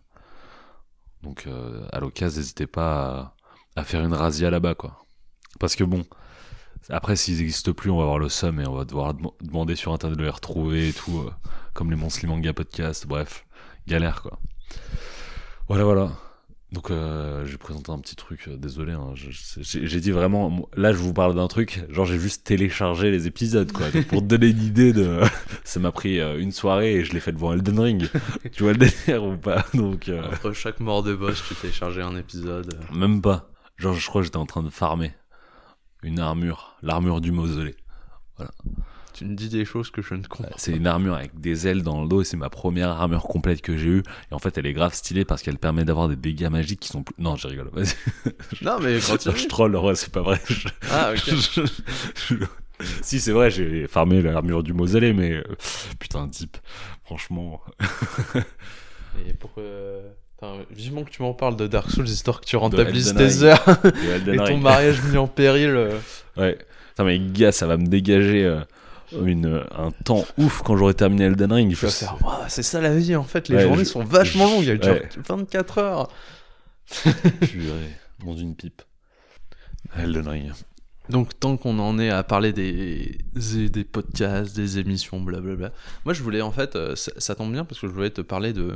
à l'occasion, n'hésitez pas à faire une razzia là-bas, quoi. Parce que bon, après, s'ils n'existent plus, on va avoir le seum et on va devoir demander sur internet de les retrouver et tout, comme les Monthly Manga Podcast, bref, galère, quoi. Voilà. Donc j'ai présenté un petit truc, désolé, hein, j'ai dit vraiment, là je vous parle d'un truc, genre j'ai juste téléchargé les épisodes quoi, donc pour te donner une idée de, ça m'a pris une soirée et je l'ai fait devant Elden Ring, tu vois le délire ou pas, donc Entre chaque mort de boss, tu t'es chargé un épisode. même pas, genre je crois que j'étais en train de farmer une armure, l'armure du mausolée, voilà. Tu me dis des choses que je ne comprends pas. C'est une armure avec des ailes dans le dos et c'est ma première armure complète que j'ai eue. Et en fait, elle est grave stylée parce qu'elle permet d'avoir des dégâts magiques qui sont plus... Non, je rigole. Vas-y. Non, mais continue. Je troll, ouais, c'est pas vrai. Ah, ok. Si, c'est vrai, j'ai farmé l'armure du mausolée, mais... putain, type, franchement... Et pourquoi... vivement que tu m'en parles de Dark Souls, histoire que tu De rentabilises Elden tes Ring. heures et ton mariage mis en péril. Ouais. Putain, mais gars, ça va me dégager... un temps ouf quand j'aurai terminé Elden Ring. Tu vas faire, wow, c'est ça la vie en fait, les Ouais, journées sont vachement longues, elles durent ouais. 24 heures. Purée, dans une pipe. Elden Ring. Donc tant qu'on en est à parler des podcasts, des émissions, blablabla, moi je voulais en fait, ça tombe bien parce que je voulais te parler de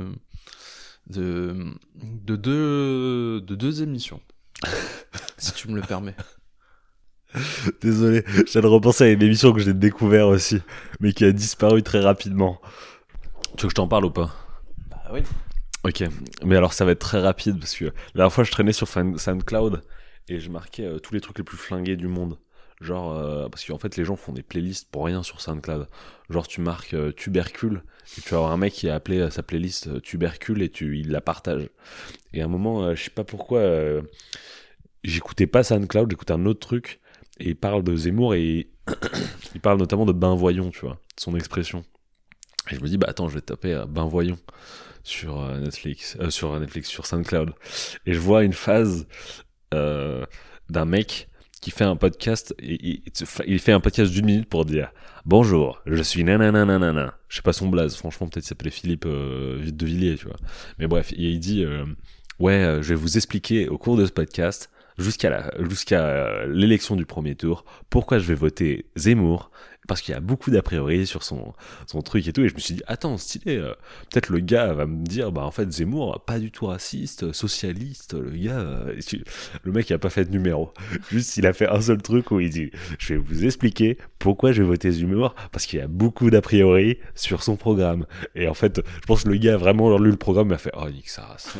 deux émissions, si tu me le permets. Désolé, je viens de repenser à une émission que j'ai découvert aussi, mais qui a disparu très rapidement. Tu veux que je t'en parle ou pas? Bah oui. Ok, mais alors ça va être très rapide parce que la dernière fois je traînais sur SoundCloud et je marquais tous les trucs les plus flingués du monde. Genre, parce qu'en fait les gens font des playlists pour rien sur SoundCloud. Genre tu marques tubercule et tu vas avoir un mec qui a appelé sa playlist tubercule et il la partage. Et à un moment, je sais pas pourquoi, j'écoutais pas SoundCloud, j'écoutais un autre truc. Et il parle de Zemmour et il parle notamment de Ben Voyons, tu vois, son expression. Et je me dis, bah attends, je vais taper Ben Voyons sur sur SoundCloud. Et je vois une phase d'un mec qui fait un podcast, il fait un podcast d'1 minute pour dire bonjour, je suis nanana. Je sais pas son blaze, franchement, peut-être il s'appelait Philippe de Villiers, tu vois. Mais bref, il dit je vais vous expliquer au cours de ce podcast, jusqu'à l'élection du premier tour, pourquoi je vais voter Zemmour. Parce qu'il y a beaucoup d'a priori sur son truc et tout, et je me suis dit attends, stylé, peut-être le gars va me dire en fait Zemmour pas du tout raciste, socialiste, le gars le mec il a pas fait de numéro, juste il a fait un seul truc où il dit je vais vous expliquer pourquoi j'ai voté Zemmour, parce qu'il y a beaucoup d'a priori sur son programme. Et en fait je pense que le gars a vraiment lu le programme, il a fait oh nique sa race.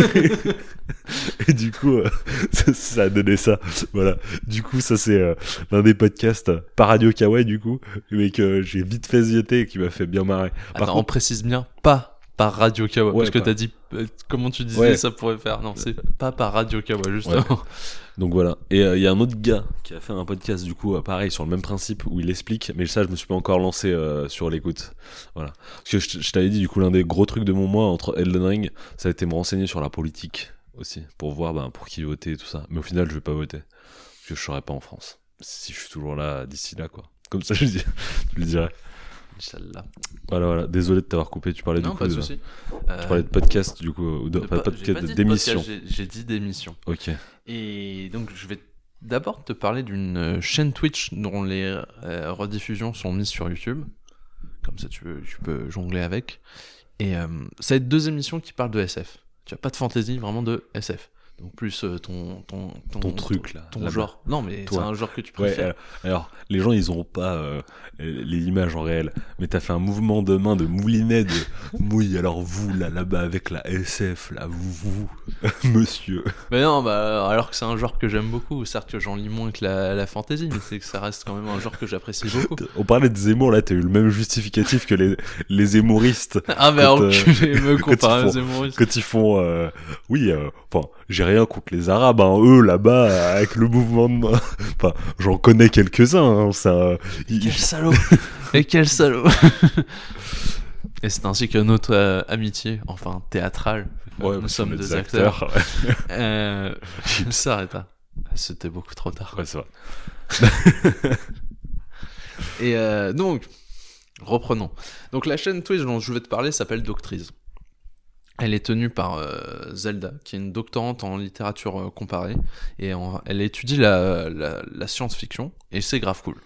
Et du coup ça a donné ça, voilà. Du coup ça c'est l'un des podcasts par Radio Kawaii du coup, mais que j'ai vite fait zioter et qui m'a fait bien marrer. Attends, on précise bien, pas par Radio Kawa, Ouais, parce que pas. t'as dit, comment tu disais, Ouais. ça pourrait faire. Non, c'est pas par Radio Kawa, justement. Donc voilà. Et il y a un autre gars qui a fait un podcast du coup pareil sur le même principe où il explique, mais ça je me suis pas encore lancé sur l'écoute. Voilà. Parce que je t'avais dit du coup l'un des gros trucs de mon mois entre Elden Ring, ça a été me renseigner sur la politique aussi, pour voir pour qui voter et tout ça. Mais au final je vais pas voter, parce que je serai pas en France. Si je suis toujours là d'ici là quoi. Comme ça je le dirais. Inch'Allah. Voilà. Désolé de t'avoir coupé. Tu parlais Non, du coup pas de soucis. tu parlais de podcast du coup, ou J'ai pas podcast dit d'émission. podcast, j'ai dit d'émission. Ok. Et donc, je vais d'abord te parler d'une chaîne Twitch dont les rediffusions sont mises sur YouTube. Comme ça, tu peux jongler avec. Et ça va être 2 émissions qui parlent de SF. Tu as pas de fantasy, vraiment de SF. Donc plus ton truc là. ton là-bas. genre. Non, mais Toi. c'est un genre que tu Ouais, préfères. alors, les gens ils auront pas les images en réel, mais t'as fait un mouvement de main de moulinet de oui, alors vous là-bas avec la SF, là, vous, monsieur. Mais non, alors que c'est un genre que j'aime beaucoup. Certes que j'en lis moins que la fantasy, mais c'est que ça reste quand même un genre que j'apprécie beaucoup. On parlait de Zemmour, là, t'as eu le même justificatif que les Zemmouristes. Ah, mais Quand, enculé, me quand comparer ils aux font- humoristes. Quand ils font, enfin, j'ai rien contre les Arabes, hein, eux là-bas, avec le mouvement de main. Enfin, j'en connais quelques-uns, hein, ça. Quel salaud. Et quel salaud. Et c'est ainsi que notre amitié, enfin théâtrale, Ouais, nous parce sommes qu'on est des acteurs, ouais. s'arrêta. C'était beaucoup trop tard. Ouais, c'est vrai. Et donc, reprenons. Donc la chaîne Twitch dont je vais te parler s'appelle Doctrice. Elle est tenue par Zelda, qui est une doctorante en littérature comparée, et elle étudie la science-fiction, et c'est grave cool.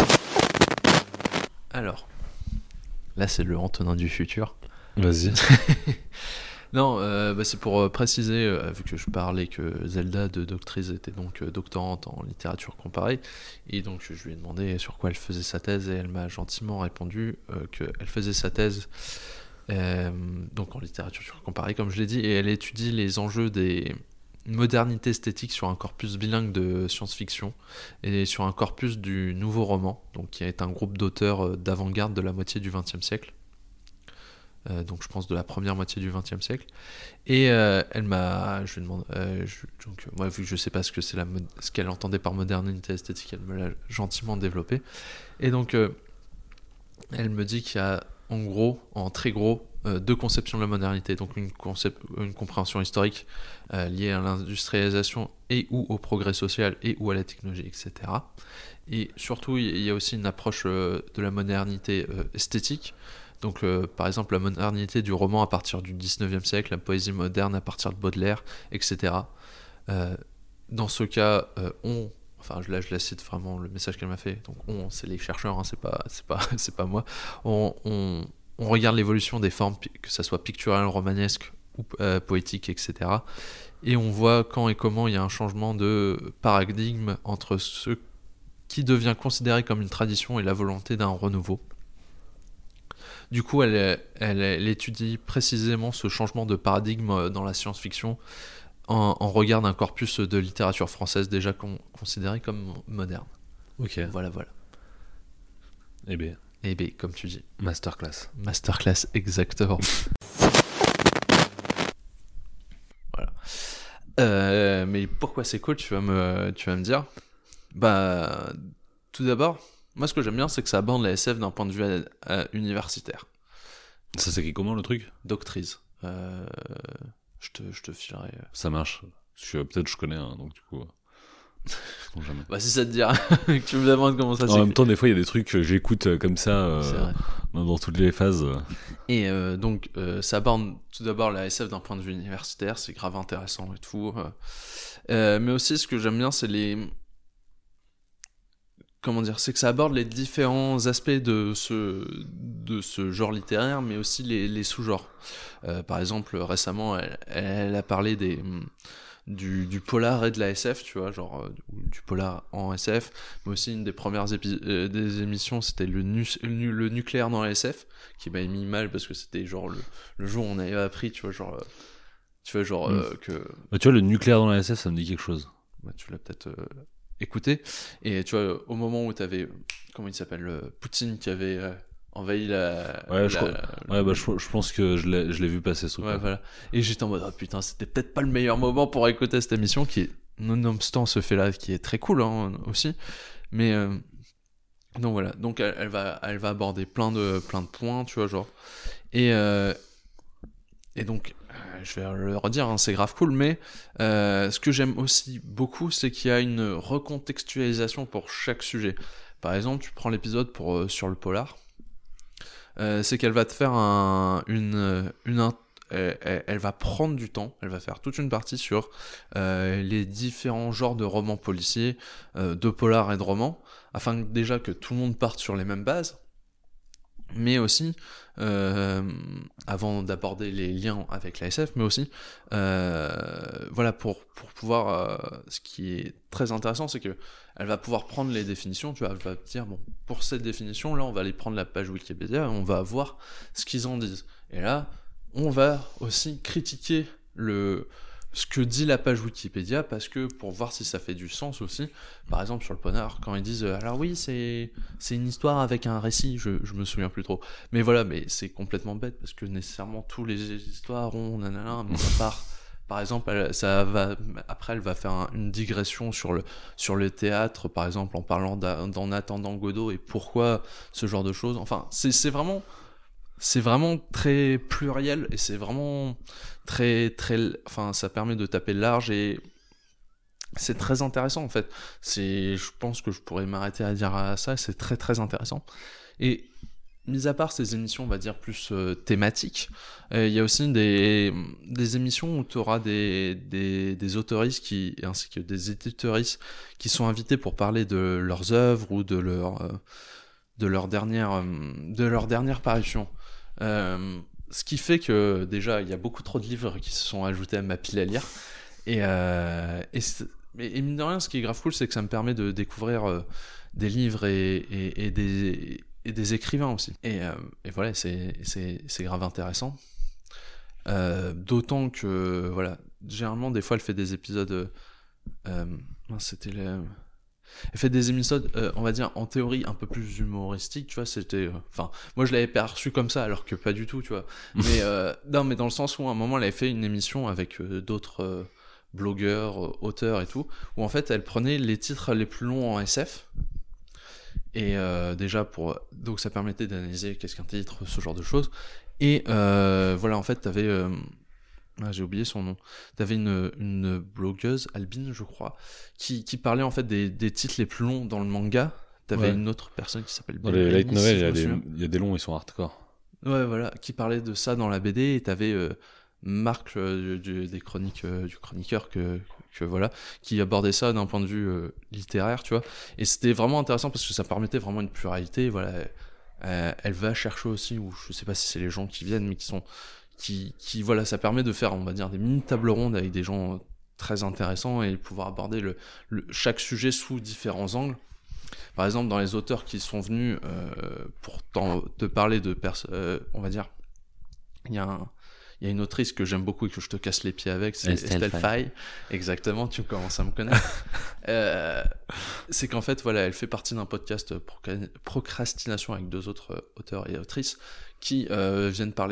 Alors, là c'est le Antonin du futur. Vas-y. Non, c'est pour préciser, vu que je parlais que Zelda de Doctrice était donc doctorante en littérature comparée, et donc je lui ai demandé sur quoi elle faisait sa thèse, et elle m'a gentiment répondu qu'elle faisait sa thèse donc en littérature comparée, comme je l'ai dit, et elle étudie les enjeux des modernités esthétiques sur un corpus bilingue de science-fiction, et sur un corpus du nouveau roman, donc qui est un groupe d'auteurs d'avant-garde de la moitié du XXe siècle. Donc je pense de la première moitié du XXe siècle. Et elle m'a, je lui demande, donc moi vu que je sais pas ce que c'est ce qu'elle entendait par modernité esthétique, elle me l'a gentiment développé. Et donc elle me dit qu'il y a en gros, en très gros, 2 conceptions de la modernité. Donc une compréhension historique liée à l'industrialisation et ou au progrès social et ou à la technologie, etc. Et surtout il y a aussi une approche de la modernité esthétique. Donc par exemple la modernité du roman à partir du 19e siècle, la poésie moderne à partir de Baudelaire, etc. Dans ce cas, enfin là je la cite vraiment le message qu'elle m'a fait, donc c'est les chercheurs, hein, c'est pas moi, on regarde l'évolution des formes, que ça soit picturale, romanesque ou poétique, etc. Et on voit quand et comment il y a un changement de paradigme entre ce qui devient considéré comme une tradition et la volonté d'un renouveau. Du coup, elle étudie précisément ce changement de paradigme dans la science-fiction en regard d'un corpus de littérature française déjà considéré comme moderne. Ok. Voilà. Eh bien, Et bien, comme tu dis. masterclass. Masterclass, exactement. Voilà. Mais pourquoi c'est cool, tu vas me dire. Bah, tout d'abord, moi ce que j'aime bien, c'est que ça aborde la SF d'un point de vue universitaire. Ça s'écrit comment le truc? Doctrice. Je te filerai. Ça marche. Peut-être je connais un, donc du coup. Non, jamais. Bah, si ça te dit rien, que tu me demandes comment ça En s'écrit. même temps, des fois, il y a des trucs que j'écoute comme ça C'est vrai. dans toutes les phases. Et donc, ça aborde tout d'abord la SF d'un point de vue universitaire, c'est grave intéressant et tout. Mais aussi, ce que j'aime bien, c'est comment dire, c'est que ça aborde les différents aspects de ce genre littéraire, mais aussi les sous-genres. Par exemple, récemment, elle a parlé du polar et de la SF, tu vois, genre du polar en SF, mais aussi une des premières des émissions, c'était le nucléaire dans la SF, qui m'a mis mal parce que c'était genre le jour où on avait appris, tu vois, genre que... Bah, tu vois, le nucléaire dans la SF, ça me dit quelque chose. Bah, tu l'as peut-être écouté, et tu vois, au moment où t'avais, comment il s'appelle, Poutine qui avait envahi Ouais, je pense que je l'ai vu passer ce truc. Ouais, voilà. Et j'étais en mode, oh putain, c'était peut-être pas le meilleur moment pour écouter cette émission qui est, nonobstant ce fait-là, qui est très cool hein, aussi. Mais donc voilà, donc elle va aborder plein de points, tu vois, genre. Et donc, je vais le redire, hein, c'est grave cool, mais ce que j'aime aussi beaucoup, c'est qu'il y a une recontextualisation pour chaque sujet. Par exemple, tu prends l'épisode sur le polar. C'est qu'elle va te faire elle va prendre du temps, elle va faire toute une partie sur les différents genres de romans policiers, de polar et de romans, afin déjà que tout le monde parte sur les mêmes bases, mais aussi, avant d'aborder les liens avec la SF, mais aussi, voilà, pour pouvoir, ce qui est très intéressant, c'est que elle va pouvoir prendre les définitions, tu vois, elle va te dire, bon, pour cette définition, là, on va aller prendre la page Wikipédia, et on va voir ce qu'ils en disent. Et là, on va aussi critiquer ce que dit la page Wikipédia, parce que pour voir si ça fait du sens aussi, par exemple sur le polar, quand ils disent alors oui c'est une histoire avec un récit, je me souviens plus trop, mais voilà, mais c'est complètement bête parce que nécessairement tous les histoires ont nanana, mais à part par exemple après elle va faire une digression sur le théâtre par exemple en parlant d'en attendant Godot et pourquoi ce genre de choses, enfin c'est vraiment très pluriel et c'est vraiment très enfin ça permet de taper large et c'est très intéressant en fait. Je pense que je pourrais m'arrêter à dire à ça, c'est très très intéressant. Et mis à part ces émissions, on va dire plus thématiques, il y a aussi des émissions où tu auras des autoristes ainsi que des éditeuristes qui sont invités pour parler de leurs œuvres ou de leur dernière parution. Ce qui fait que déjà il y a beaucoup trop de livres qui se sont ajoutés à ma pile à lire et mine de rien ce qui est grave cool c'est que ça me permet de découvrir des livres et des écrivains aussi et voilà c'est grave intéressant, d'autant que voilà généralement des fois elle fait des épisodes elle fait des épisodes, on va dire, en théorie, un peu plus humoristiques, tu vois, c'était... Enfin, moi, je l'avais perçu comme ça, alors que pas du tout, tu vois. Mais, non, mais dans le sens où, à un moment, elle avait fait une émission avec d'autres blogueurs, auteurs et tout, où, en fait, elle prenait les titres les plus longs en SF, et déjà, donc, ça permettait d'analyser qu'est-ce qu'un titre, ce genre de choses, et voilà, en fait, t'avais... j'ai oublié son nom. T'avais une blogueuse, Albine, je crois, qui parlait en fait des titres les plus longs dans le manga. T'avais une autre personne qui s'appelle dans les light novels, il y a des longs, ils sont hardcore. Ouais, voilà, qui parlait de ça dans la BD, et t'avais Marc des chroniques du chroniqueur que voilà, qui abordait ça d'un point de vue littéraire, tu vois. Et c'était vraiment intéressant parce que ça permettait vraiment une pluralité, voilà. Elle va chercher aussi, ou je sais pas si c'est les gens qui viennent, mais qui voilà, ça permet de faire, on va dire, des mini tables rondes avec des gens très intéressants et pouvoir aborder chaque sujet sous différents angles. Par exemple, dans les auteurs qui sont venus pour te parler de on va dire, il y a une autrice que j'aime beaucoup et que je te casse les pieds avec, c'est Estelle Faye. Exactement, tu commences à me connaître. C'est qu'en fait, voilà, elle fait partie d'un podcast Procrastination avec deux autres auteurs et autrices qui viennent parler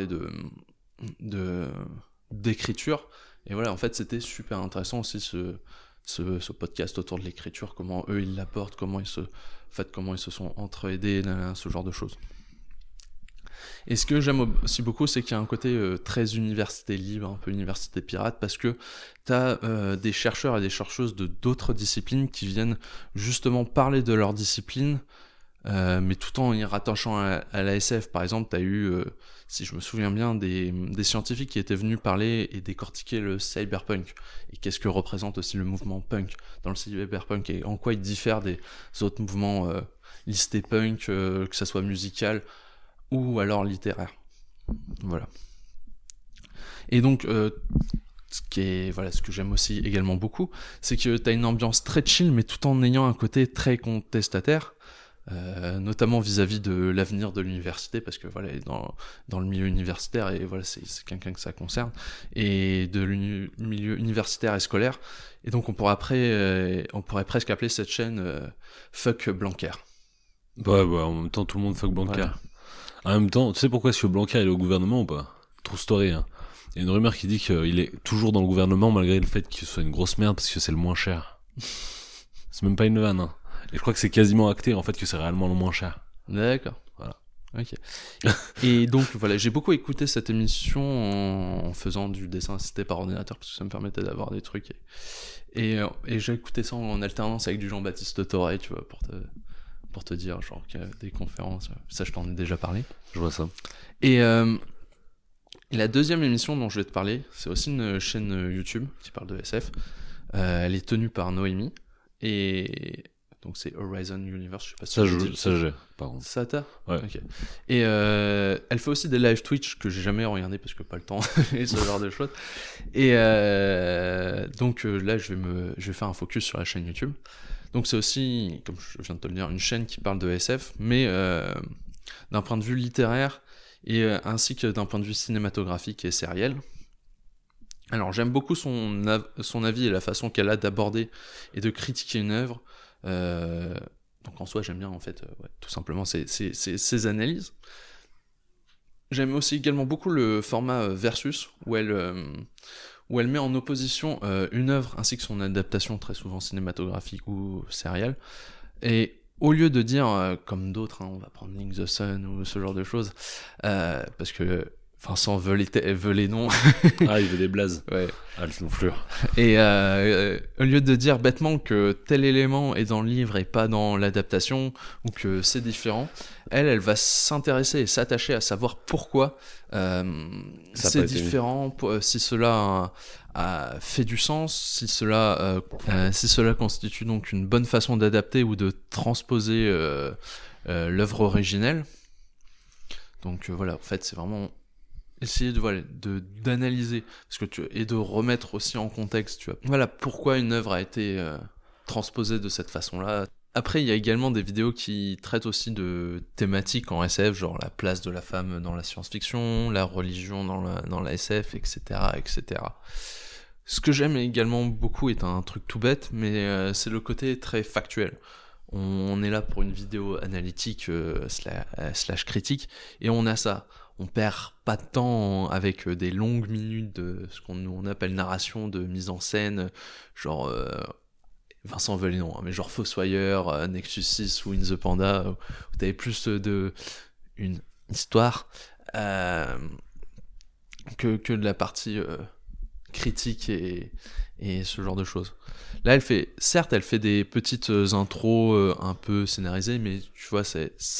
d'écriture, et voilà, en fait c'était super intéressant aussi ce podcast autour de l'écriture, comment eux ils l'apportent, comment ils se sont entre-aidés, ce genre de choses. Et ce que j'aime aussi beaucoup, c'est qu'il y a un côté très université libre, un peu université pirate, parce que t'as des chercheurs et des chercheuses de d'autres disciplines qui viennent justement parler de leur discipline, mais tout en y rattachant à la SF. Par exemple, t'as eu, si je me souviens bien, des scientifiques qui étaient venus parler et décortiquer le cyberpunk, et qu'est-ce que représente aussi le mouvement punk dans le cyberpunk, et en quoi il diffère des autres mouvements listés punk, que ça soit musical ou alors littéraire. Voilà. Et donc, ce que j'aime aussi également beaucoup, c'est que t'as une ambiance très chill, mais tout en ayant un côté très contestataire, notamment vis-à-vis de l'avenir de l'université, parce que voilà, dans le milieu universitaire, et voilà, c'est quelqu'un que ça concerne, et de milieu universitaire et scolaire. Et donc on pourrait presque appeler cette chaîne Fuck Blanquer. Ouais, en même temps, tout le monde fuck Blanquer. Voilà. En même temps, tu sais pourquoi est-ce que Blanquer il est au gouvernement ou pas? True story, hein. Il y a une rumeur qui dit qu'il est toujours dans le gouvernement malgré le fait qu'il soit une grosse merde parce que c'est le moins cher. C'est même pas une vanne, hein. Et je crois que c'est quasiment acté en fait que c'est réellement le moins cher. D'accord. Voilà. Ok. Et donc voilà, j'ai beaucoup écouté cette émission en faisant du dessin assisté par ordinateur parce que ça me permettait d'avoir des trucs. Et j'ai écouté ça en alternance avec du Jean-Baptiste Toré, tu vois, pour te dire, genre, qu'il y a des conférences. Ça, je t'en ai déjà parlé. Je vois ça. Et la deuxième émission dont je vais te parler, c'est aussi une chaîne YouTube qui parle de SF. Elle est tenue par Noémie. Et donc c'est Horizon Universe, je sais pas si ça j'ai, par contre. Ça t'a? Ouais. Ok. Et elle fait aussi des live Twitch que j'ai jamais regardé parce que pas le temps et ce genre de choses. Et donc là je vais faire un focus sur la chaîne YouTube. Donc c'est aussi, comme je viens de te le dire, une chaîne qui parle de SF, mais d'un point de vue littéraire et ainsi que d'un point de vue cinématographique et sériel. Alors j'aime beaucoup son avis et la façon qu'elle a d'aborder et de critiquer une œuvre. Donc en soi j'aime bien en fait tout simplement ses analyses. J'aime aussi également beaucoup le format versus où elle met en opposition une œuvre ainsi que son adaptation très souvent cinématographique ou sérielle, et au lieu de dire comme d'autres, on va prendre Link the Sun ou ce genre de choses, parce que Vincent veut les noms. Ah, il veut des blazes. Ouais. Ah, le fleur. Et au lieu de dire bêtement que tel élément est dans le livre et pas dans l'adaptation, ou que c'est différent, elle va s'intéresser et s'attacher à savoir pourquoi c'est différent, si cela a fait du sens, si cela constitue donc une bonne façon d'adapter ou de transposer l'œuvre originelle. Donc voilà, en fait c'est vraiment essayer d'analyser parce que et de remettre aussi en contexte, tu vois. Voilà pourquoi une œuvre a été transposée de cette façon-là. Après, il y a également des vidéos qui traitent aussi de thématiques en SF, genre la place de la femme dans la science-fiction, la religion dans la SF, etc., etc. Ce que j'aime également beaucoup est un truc tout bête, mais c'est le côté très factuel. On est là pour une vidéo analytique slash critique, et on a ça. On perd pas de temps avec des longues minutes de ce qu'on appelle narration, de mise en scène, genre Vincent veut les noms, hein, mais genre Fossoyeur, Nexus 6 ou In the Panda, où t'avais plus une histoire que de la partie critique et ce genre de choses. Là, elle fait des petites intros un peu scénarisées, mais tu vois,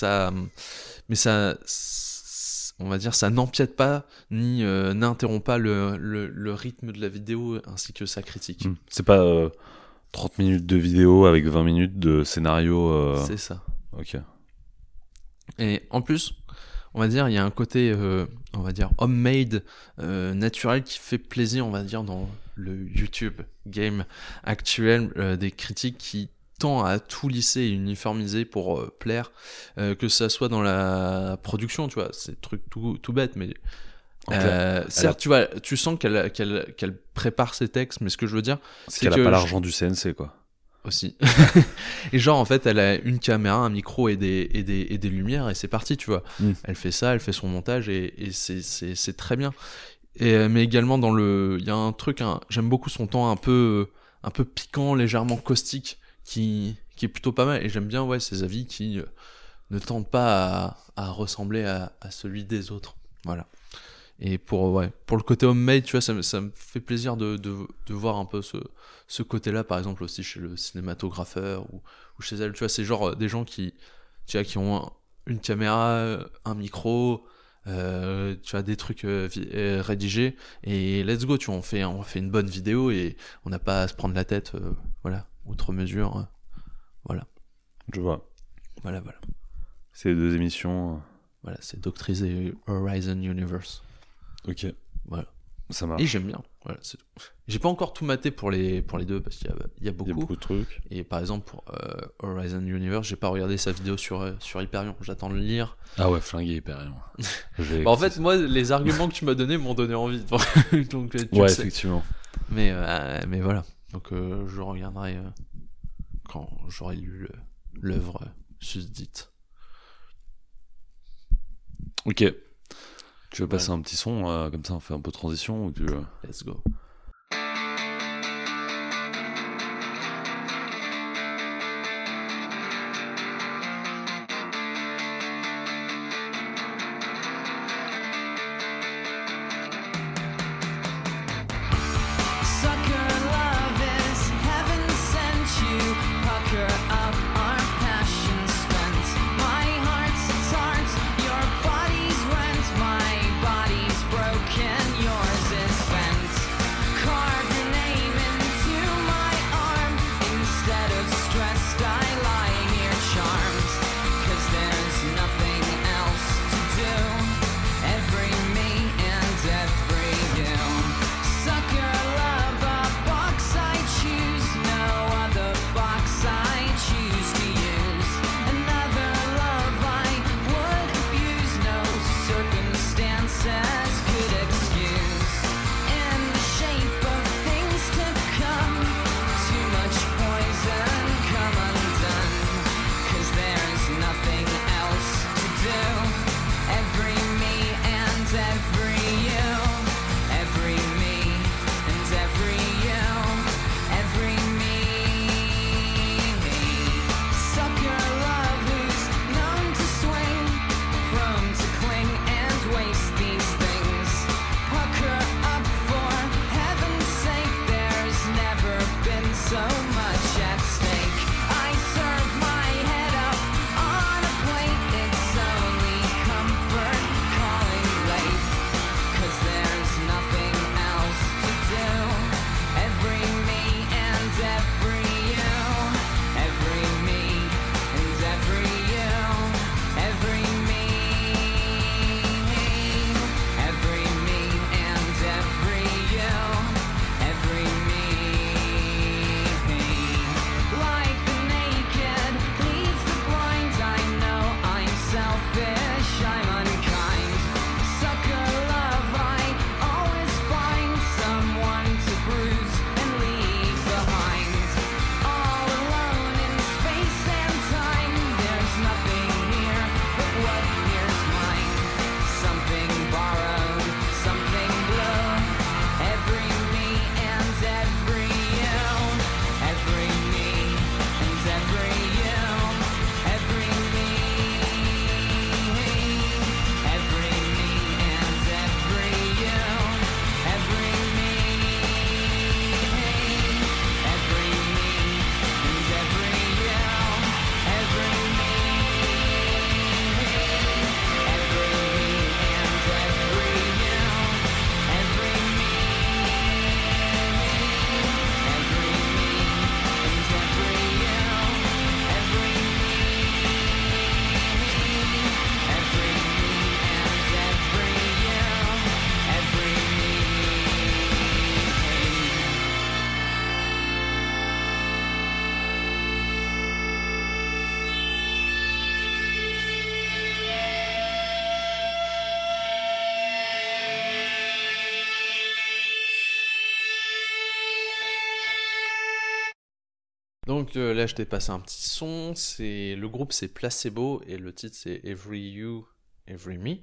on va dire, ça n'empiète pas ni n'interrompt pas le rythme de la vidéo ainsi que sa critique. C'est pas 30 minutes de vidéo avec 20 minutes de scénario. C'est ça. Ok. Et en plus, on va dire, il y a un côté, on va dire, homemade, naturel qui fait plaisir, on va dire, dans le YouTube game actuel des critiques qui tend à tout lisser et uniformiser pour plaire, que ça soit dans la production, tu vois, c'est truc tout bête, mais certes, tu vois, tu sens qu'elle prépare ses textes, mais ce que je veux dire, c'est qu'elle a pas l'argent du CNC, quoi. Aussi. Et genre, en fait, elle a une caméra, un micro et des lumières, et c'est parti, tu vois. Elle fait ça, elle fait son montage, et c'est très bien. Mais également il y a un truc, j'aime beaucoup son ton un peu piquant, légèrement caustique, qui est plutôt pas mal, et j'aime bien ses avis qui ne tente pas à ressembler à celui des autres. Voilà. Et pour le côté homemade, tu vois, ça me fait plaisir de voir un peu ce côté-là, par exemple aussi chez le cinématographeur ou chez elle. Tu vois, c'est genre des gens tu vois, qui ont une caméra, un micro, tu vois, des trucs rédigés, et let's go, tu vois, on fait une bonne vidéo et on n'a pas à se prendre la tête, voilà, outre mesure, voilà. Je vois. Voilà. C'est 2 émissions. Voilà, c'est Doctrice et Horizon Universe. Ok. Voilà. Ça marche. Et j'aime bien. Voilà, c'est tout. J'ai pas encore tout maté pour les deux parce qu'il y a beaucoup. Il y a beaucoup de trucs. Et par exemple, pour Horizon Universe, j'ai pas regardé sa vidéo sur Hyperion. J'attends de le lire. Ah ouais, flingué Hyperion. En fait, moi, les arguments que tu m'as donnés m'ont donné envie. Donc, tu ouais, le sais. effectivement. Mais voilà. Donc, je regarderai quand j'aurai lu l'œuvre susdite. Ok. Tu veux passer un petit son, comme ça on fait un peu de transition ou tu veux... Let's go. Donc là, je t'ai passé un petit son. Le groupe, c'est Placebo et le titre, c'est Every You, Every Me.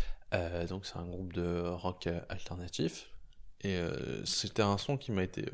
Donc c'est un groupe de rock alternatif. Et c'était un son qui m'a été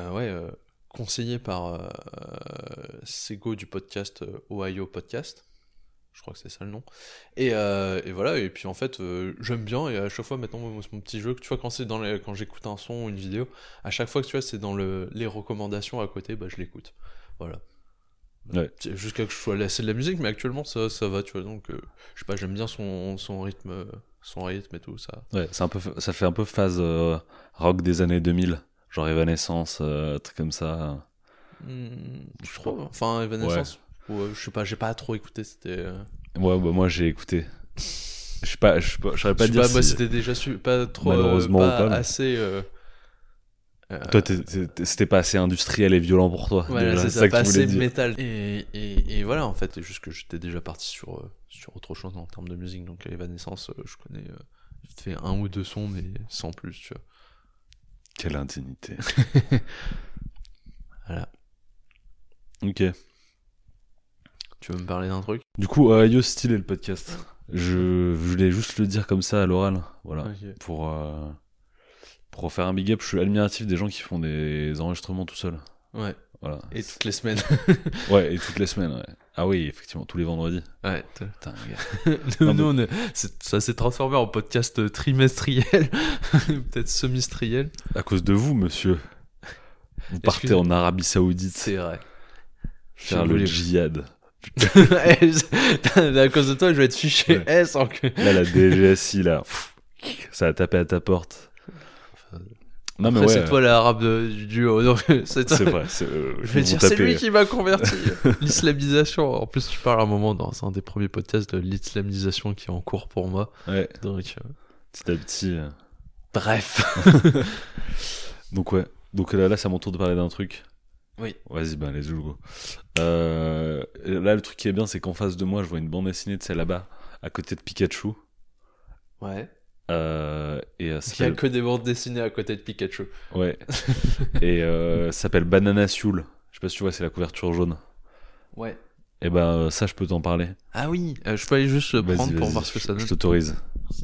conseillé par Sego du podcast Ohio Podcast. Je crois que c'est ça le nom. Et voilà, et puis en fait, j'aime bien, et à chaque fois, maintenant, moi, c'est mon petit jeu, tu vois, quand j'écoute un son ou une vidéo, à chaque fois que tu vois, c'est dans les recommandations à côté, bah je l'écoute. Voilà. Ouais. Jusqu'à que je sois lassé de la musique, mais actuellement, ça va, tu vois, donc, je sais pas, j'aime bien son rythme et tout, ça. Ouais, ça fait un peu phase rock des années 2000, genre Evanescence, truc comme ça. Je crois, enfin, Evanescence, ouais, je sais pas, j'ai pas trop écouté, c'était... Ouais, bah moi j'ai écouté. Je saurais pas Je sais dire pas, moi si c'était déjà pas trop, malheureusement pas ou pas. Mais... assez... Toi, c'était pas assez industriel et violent pour toi. Voilà, Déjà, c'est c'est ça, ça que pas tu voulais assez dire. métal. Et voilà, en fait, c'est juste que j'étais déjà parti sur autre chose en termes de musique. Donc Evanescence, je connais vite fait un ou deux sons, mais sans plus, tu vois. Quelle indignité. Voilà. Ok. Tu veux me parler d'un truc? Du coup, Yo Style et le podcast. Je voulais juste le dire comme ça à l'oral. Voilà. Ok. Pour faire un big up, je suis admiratif des gens qui font des enregistrements tout seuls. Ouais. Voilà. Et toutes les semaines. Ouais, et toutes les semaines, ouais. Ah oui, effectivement, tous les vendredis. Ouais. Putain, gars. Nous, ça s'est transformé en podcast trimestriel, peut-être semestriel. À cause de vous, monsieur. Vous partez Excusez- en Arabie Saoudite C'est vrai. faire Je le voulais- djihad. À cause de toi, je vais être fiché Ouais. S en que. Là, la DGSI, là, ça a tapé à ta porte. Non, mais Après, ouais, c'est toi l'arabe du duo, donc c'est toi. c'est vrai. Je ils vais vont dire, c'est taper. lui qui m'a converti. L'islamisation. En plus, tu parles à un moment dans un des premiers podcasts de l'islamisation qui est en cours pour moi. Ouais, Donc, petit à petit. bref. Donc, ouais. Donc là, c'est à mon tour de parler d'un truc. Oui. Vas-y, ben, let's go. Là, le truc qui est bien, c'est qu'en face de moi, je vois une bande dessinée de celle là-bas, à côté de Pikachu. Ouais. Et Il y a s'appelle... que des bandes dessinées à côté de Pikachu. Ouais. Et ça s'appelle Banana Soul. Je sais pas si tu vois, c'est la couverture jaune. Ouais. Et ben, ça, je peux t'en parler. Ah oui, je peux aller juste le Vas-y, prendre pour vas-y, voir ce que ça je donne. t'autorise.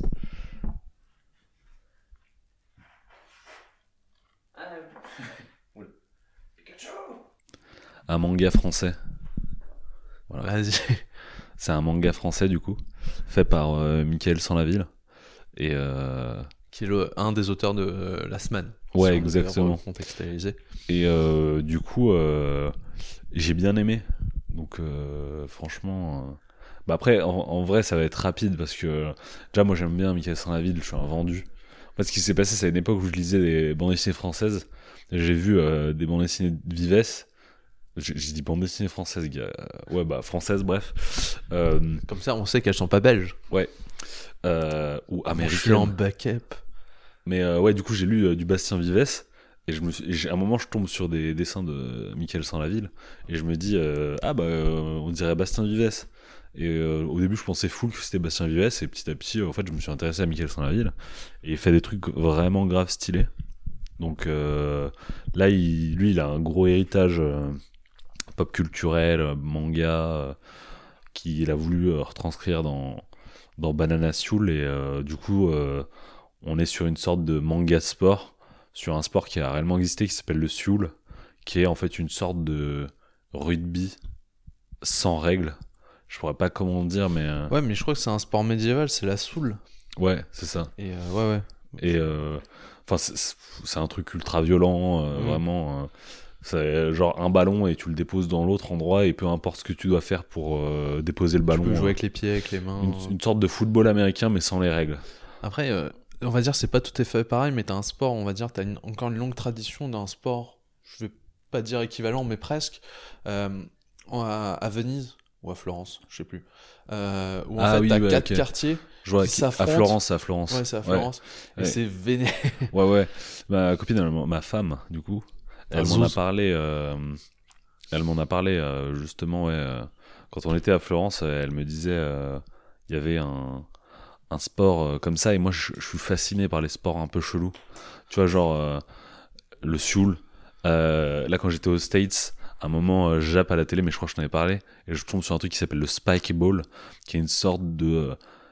Un manga français. Voilà. Vas-y. C'est un manga français, du coup, fait par Michael Sanlaville. Et Qui est un des auteurs de La Semaine. Ouais, Si on exactement. devait recontextualiser. Et du coup, j'ai bien aimé. Donc, franchement. Bah après, en vrai, ça va être rapide parce que déjà, moi, j'aime bien Michael Sanlaville. Je suis un vendu. En fait, ce qui s'est passé, c'est à une époque où je lisais des bandes dessinées françaises. Et j'ai vu des bandes dessinées de Vives. J'ai dit bandes dessinées françaises, gars. Ouais, bah, françaises, bref. Comme ça, on sait qu'elles sont pas belges. Ou Je suis en américaines. backup. Mais ouais, du coup, j'ai lu du Bastien Vives. Et à un moment, je tombe sur des dessins de Michael Sanlaville. Et je me dis, on dirait Bastien Vives. Et au début, je pensais full que c'était Bastien Vives. Et petit à petit, en fait, je me suis intéressé à Michael Sanlaville. Et il fait des trucs vraiment grave stylés. Donc là, lui, il a un gros héritage pop culturel, manga, qu'il a voulu retranscrire dans Banana Soul. Et du coup, on est sur une sorte de manga sport, sur un sport qui a réellement existé, qui s'appelle le Sioul, qui est en fait une sorte de rugby sans règles. Je pourrais pas comment dire, mais Ouais, mais je crois que c'est un sport médiéval, c'est la soule. ouais, c'est ça. Et ouais. Et enfin, c'est un truc ultra violent, vraiment. C'est genre un ballon et tu le déposes dans l'autre endroit et peu importe ce que tu dois faire pour déposer le ballon. Tu peux jouer avec les pieds, avec les mains. Une sorte de football américain mais sans les règles. Après, on va dire c'est pas tout à fait pareil, mais t'as un sport, on va dire, encore une longue tradition d'un sport, je vais pas dire équivalent, mais presque, à Venise, ou à Florence, je sais plus, où en fait oui, t'as ouais, 4 ok. quartiers Je vois qui s'affrontent. à Florence. Ouais, c'est à Florence. Et Ouais. c'est vénère. Ouais. Ma copine, ma femme, du coup, elle m'en a Zouz. parlé. Elle m'en a parlé justement, ouais. Quand on était à Florence, elle me disait il y avait un sport comme ça et moi je suis fasciné par les sports un peu chelous. Tu vois, genre le Sioul. Là, quand j'étais aux States, à un moment, je zappe à la télé, mais je crois que je t'en ai parlé, et je tombe sur un truc qui s'appelle le Spike Ball, qui est une sorte de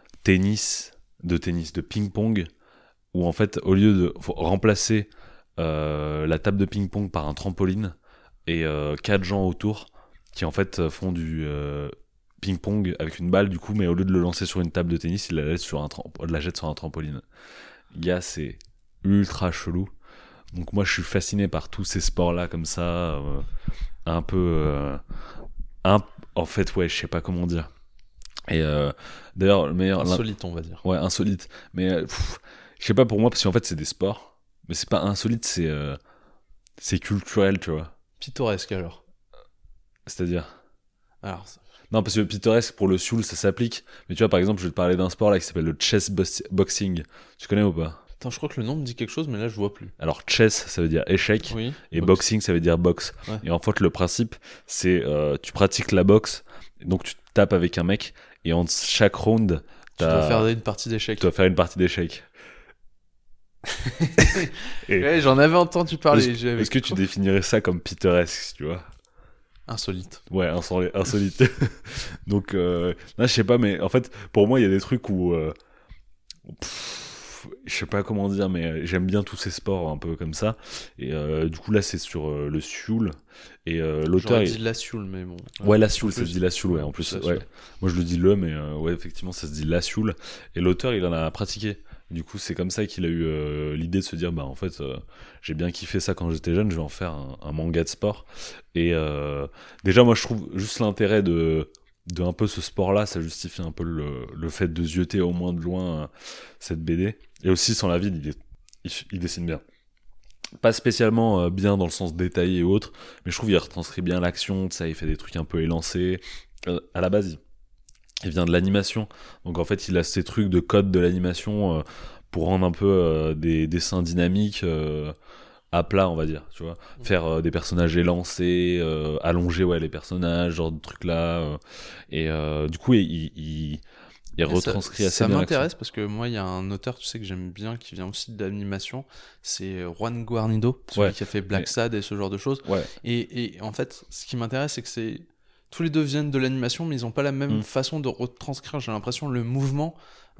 de ping-pong, où en fait, au lieu de remplacer la table de ping-pong par un trampoline et 4 gens autour qui en fait font ping-pong avec une balle du coup, mais au lieu de le lancer sur une table de tennis, il la jette sur un trampoline. Gars, c'est ultra chelou. Donc moi je suis fasciné par tous ces sports là comme ça, un peu en fait ouais, je sais pas comment dire. Et d'ailleurs le meilleur insolite on va dire. Ouais, insolite, mais je sais pas pour moi parce qu'en fait c'est des sports, mais c'est pas insolite, c'est culturel, tu vois. Pittoresque alors. C'est-à-dire alors non, parce que pittoresque pour le Sioule ça s'applique, mais tu vois par exemple je vais te parler d'un sport là qui s'appelle le chess boxing. Tu connais ou pas? Attends, je crois que le nom me dit quelque chose, mais là je vois plus. Alors chess ça veut dire échec, oui, et boxing ça veut dire boxe. Ouais. Et en fait le principe c'est tu pratiques la boxe, donc tu tapes avec un mec et en chaque round tu dois faire une partie d'échecs. Tu dois faire une partie d'échecs. Ouais, j'en avais entendu parler. Est-ce que tu définirais ça comme pittoresque, tu vois? Insolite. Ouais, insolite. Donc, là, je sais pas, mais en fait, pour moi, il y a des trucs où... je sais pas comment dire, mais j'aime bien tous ces sports un peu comme ça. Et du coup, là, c'est sur le Sioule. Et l'auteur... J'aurais dit la Sioule, mais bon. Ouais, la Sioule, ça se dit la Sioule, ouais, en plus. Ouais. Moi, je le dis mais ouais, effectivement, ça se dit la Sioule. Et l'auteur, il en a pratiqué. Du coup, c'est comme ça qu'il a eu l'idée de se dire, bah en fait, j'ai bien kiffé ça quand j'étais jeune, je vais en faire un manga de sport. Et déjà, moi, je trouve juste l'intérêt de un peu ce sport-là, ça justifie un peu le fait de zioter au moins de loin cette BD. Et aussi, sans la vide, il dessine bien. Pas spécialement bien dans le sens détaillé et autres, mais je trouve qu'il retranscrit bien l'action, ça, il fait des trucs un peu élancés. À la base, il vient de l'animation, donc en fait il a ces trucs de code de l'animation pour rendre un peu des dessins dynamiques à plat, on va dire, tu vois, faire des personnages élancés, allonger les personnages, genre de trucs là, et du coup il retranscrit assez bien. Ça m'intéresse parce que moi il y a un auteur, tu sais, que j'aime bien, qui vient aussi de l'animation, c'est Juan Guarnido, celui qui a fait Black Sad et ce genre de choses. Et en fait ce qui m'intéresse, c'est que tous les deux viennent de l'animation, mais ils n'ont pas la même façon de retranscrire, j'ai l'impression, le mouvement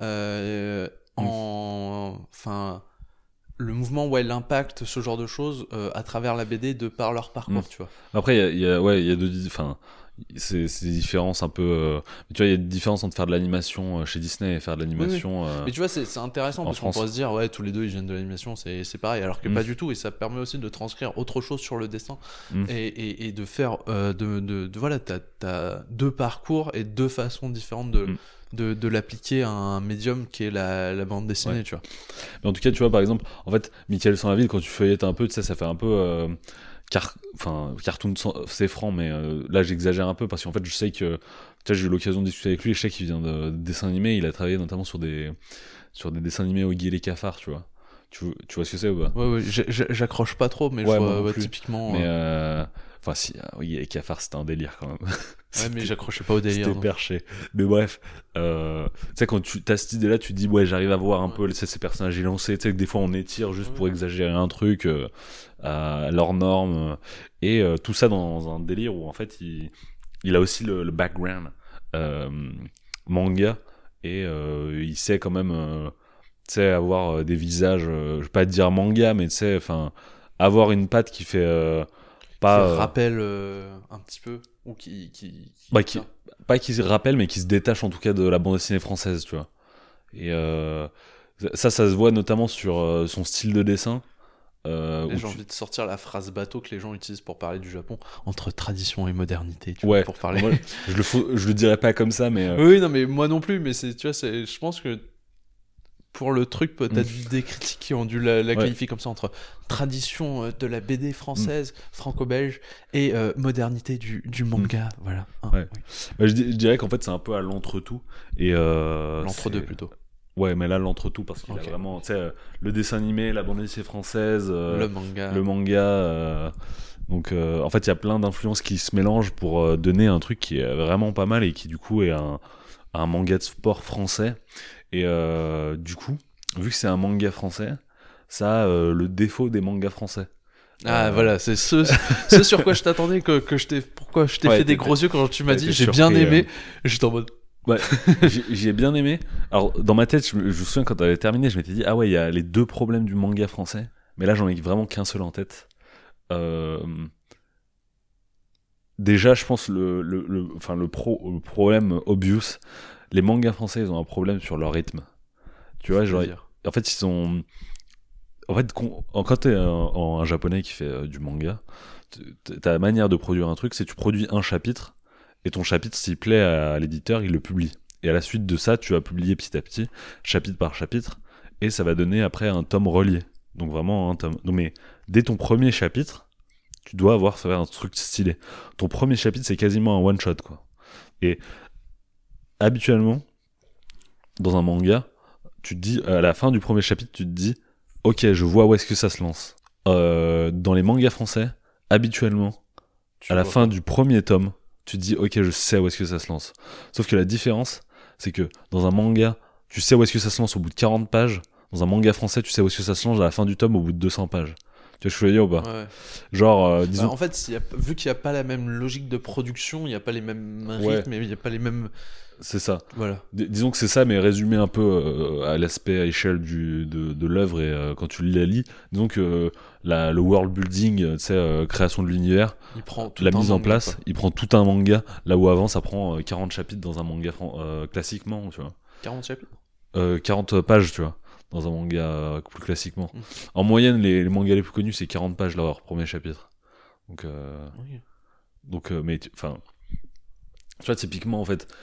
enfin le mouvement, l'impact, ce genre de choses à travers la BD de par leur parcours, tu vois. Après il y a deux, enfin c'est des différences un peu tu vois, il y a une différence entre faire de l'animation chez Disney et faire de l'animation mais tu vois, c'est intéressant parce qu'on pourrait se dire tous les deux ils viennent de l'animation, c'est pareil, alors que pas du tout, et ça permet aussi de transcrire autre chose sur le dessin et de faire voilà, t'as deux parcours et deux façons différentes de l'appliquer à un médium qui est la bande dessinée, tu vois. Mais en tout cas, tu vois, par exemple, en fait, Michael sans la ville, quand tu feuillettes un peu, tu sais, ça fait un peu cartoon, c'est franc, mais là j'exagère un peu parce qu'en fait je sais que j'ai eu l'occasion de discuter avec lui, et je sais qu'il vient de dessins animés, il a travaillé notamment sur des dessins animés Oggy et les cafards, tu vois. Tu vois ce que c'est ou pas? Ouais, j'accroche pas trop, mais je vois typiquement. Mais enfin si, Oggy et les cafards c'était un délire quand même. Ouais, mais j'accrochais pas au délire. C'était perché. Mais bref, tu sais, quand tu as cette idée-là, tu te dis, j'arrive à voir un peu ces personnages élancés. Tu sais, que des fois on étire juste pour exagérer un truc à leurs normes. Et tout ça dans un délire où en fait il a aussi le background manga. Et il sait quand même, tu sais, avoir des visages, je vais pas te dire manga, mais tu sais, enfin, avoir une patte qui fait. Qui rappelle un petit peu, ou pas qui se rappelle, mais qui se détache en tout cas de la bande dessinée française, tu vois. Et ça se voit notamment sur son style de dessin. J'ai envie de sortir la phrase bateau que les gens utilisent pour parler du Japon, entre tradition et modernité, tu vois, pour parler. Moi, je le dirais pas comme ça, mais oui, non, mais moi non plus, mais tu vois, je pense que pour le truc, peut-être des critiques qui ont dû la qualifier comme ça, entre tradition de la BD française, franco-belge, et modernité du manga, voilà. Je dirais qu'en fait c'est un peu à l'entre-tout. Et l'entre-deux plutôt. Ouais, mais là l'entre-tout, parce qu'il a vraiment, tu sais, le dessin animé, la bande dessinée française, le manga. Donc en fait il y a plein d'influences qui se mélangent pour donner un truc qui est vraiment pas mal et qui du coup est un manga de sport français. Et du coup, vu que c'est un manga français, ça a le défaut des mangas français. Voilà, c'est ce sur quoi je t'attendais, pourquoi je t'ai fait des gros yeux quand tu m'as dit j'ai bien aimé. J'étais en mode. Ouais, j'ai bien aimé. Alors dans ma tête, je me souviens quand t'avais terminé, je m'étais dit il y a les deux problèmes du manga français. Mais là j'en ai vraiment qu'un seul en tête. déjà, je pense le problème obvious, les mangas français, ils ont un problème sur leur rythme. Tu vois, genre, C'est-à-dire. en fait, ils sont. En fait, quand t'es un japonais qui fait du manga, ta manière de produire un truc, c'est tu produis un chapitre, et ton chapitre, s'il plaît à l'éditeur, il le publie. Et à la suite de ça, tu vas publier petit à petit, chapitre par chapitre, et ça va donner après un tome relié. Donc vraiment un tome. Donc, mais dès ton premier chapitre, tu dois avoir fait un truc stylé. Ton premier chapitre, c'est quasiment un one shot, quoi. Et habituellement, dans un manga, tu te dis, à la fin du premier chapitre, tu te dis, ok, je vois où est-ce que ça se lance. Dans les mangas français, habituellement, Tu à la vois fin pas. du premier tome, tu te dis, ok, je sais où est-ce que ça se lance. Sauf que la différence, c'est que dans un manga, tu sais où est-ce que ça se lance au bout de 40 pages. Dans un manga français, tu sais où est-ce que ça se lance à la fin du tome au bout de 200 pages. Tu vois ce que je veux dire ou pas? Ouais. Genre, Bah, disons. en fait, vu qu'il n'y a pas la même logique de production, il n'y a pas les mêmes Ouais. rythmes, il n'y a pas les mêmes. C'est ça. Voilà. Disons que c'est ça, mais résumé un peu à l'aspect à échelle de l'œuvre et quand tu la lis. Disons que le world building, tu sais, création de l'univers, Il prend tout la un mise en manga, place, quoi. il prend tout un manga, là où avant ça prend 40 chapitres dans un manga classiquement, tu vois. 40 chapitres. 40 pages, tu vois, dans un manga plus classiquement. Mm. En moyenne, les mangas les plus connus, c'est 40 pages leur premier chapitre. Oui. Mais enfin, tu vois, typiquement, en fait,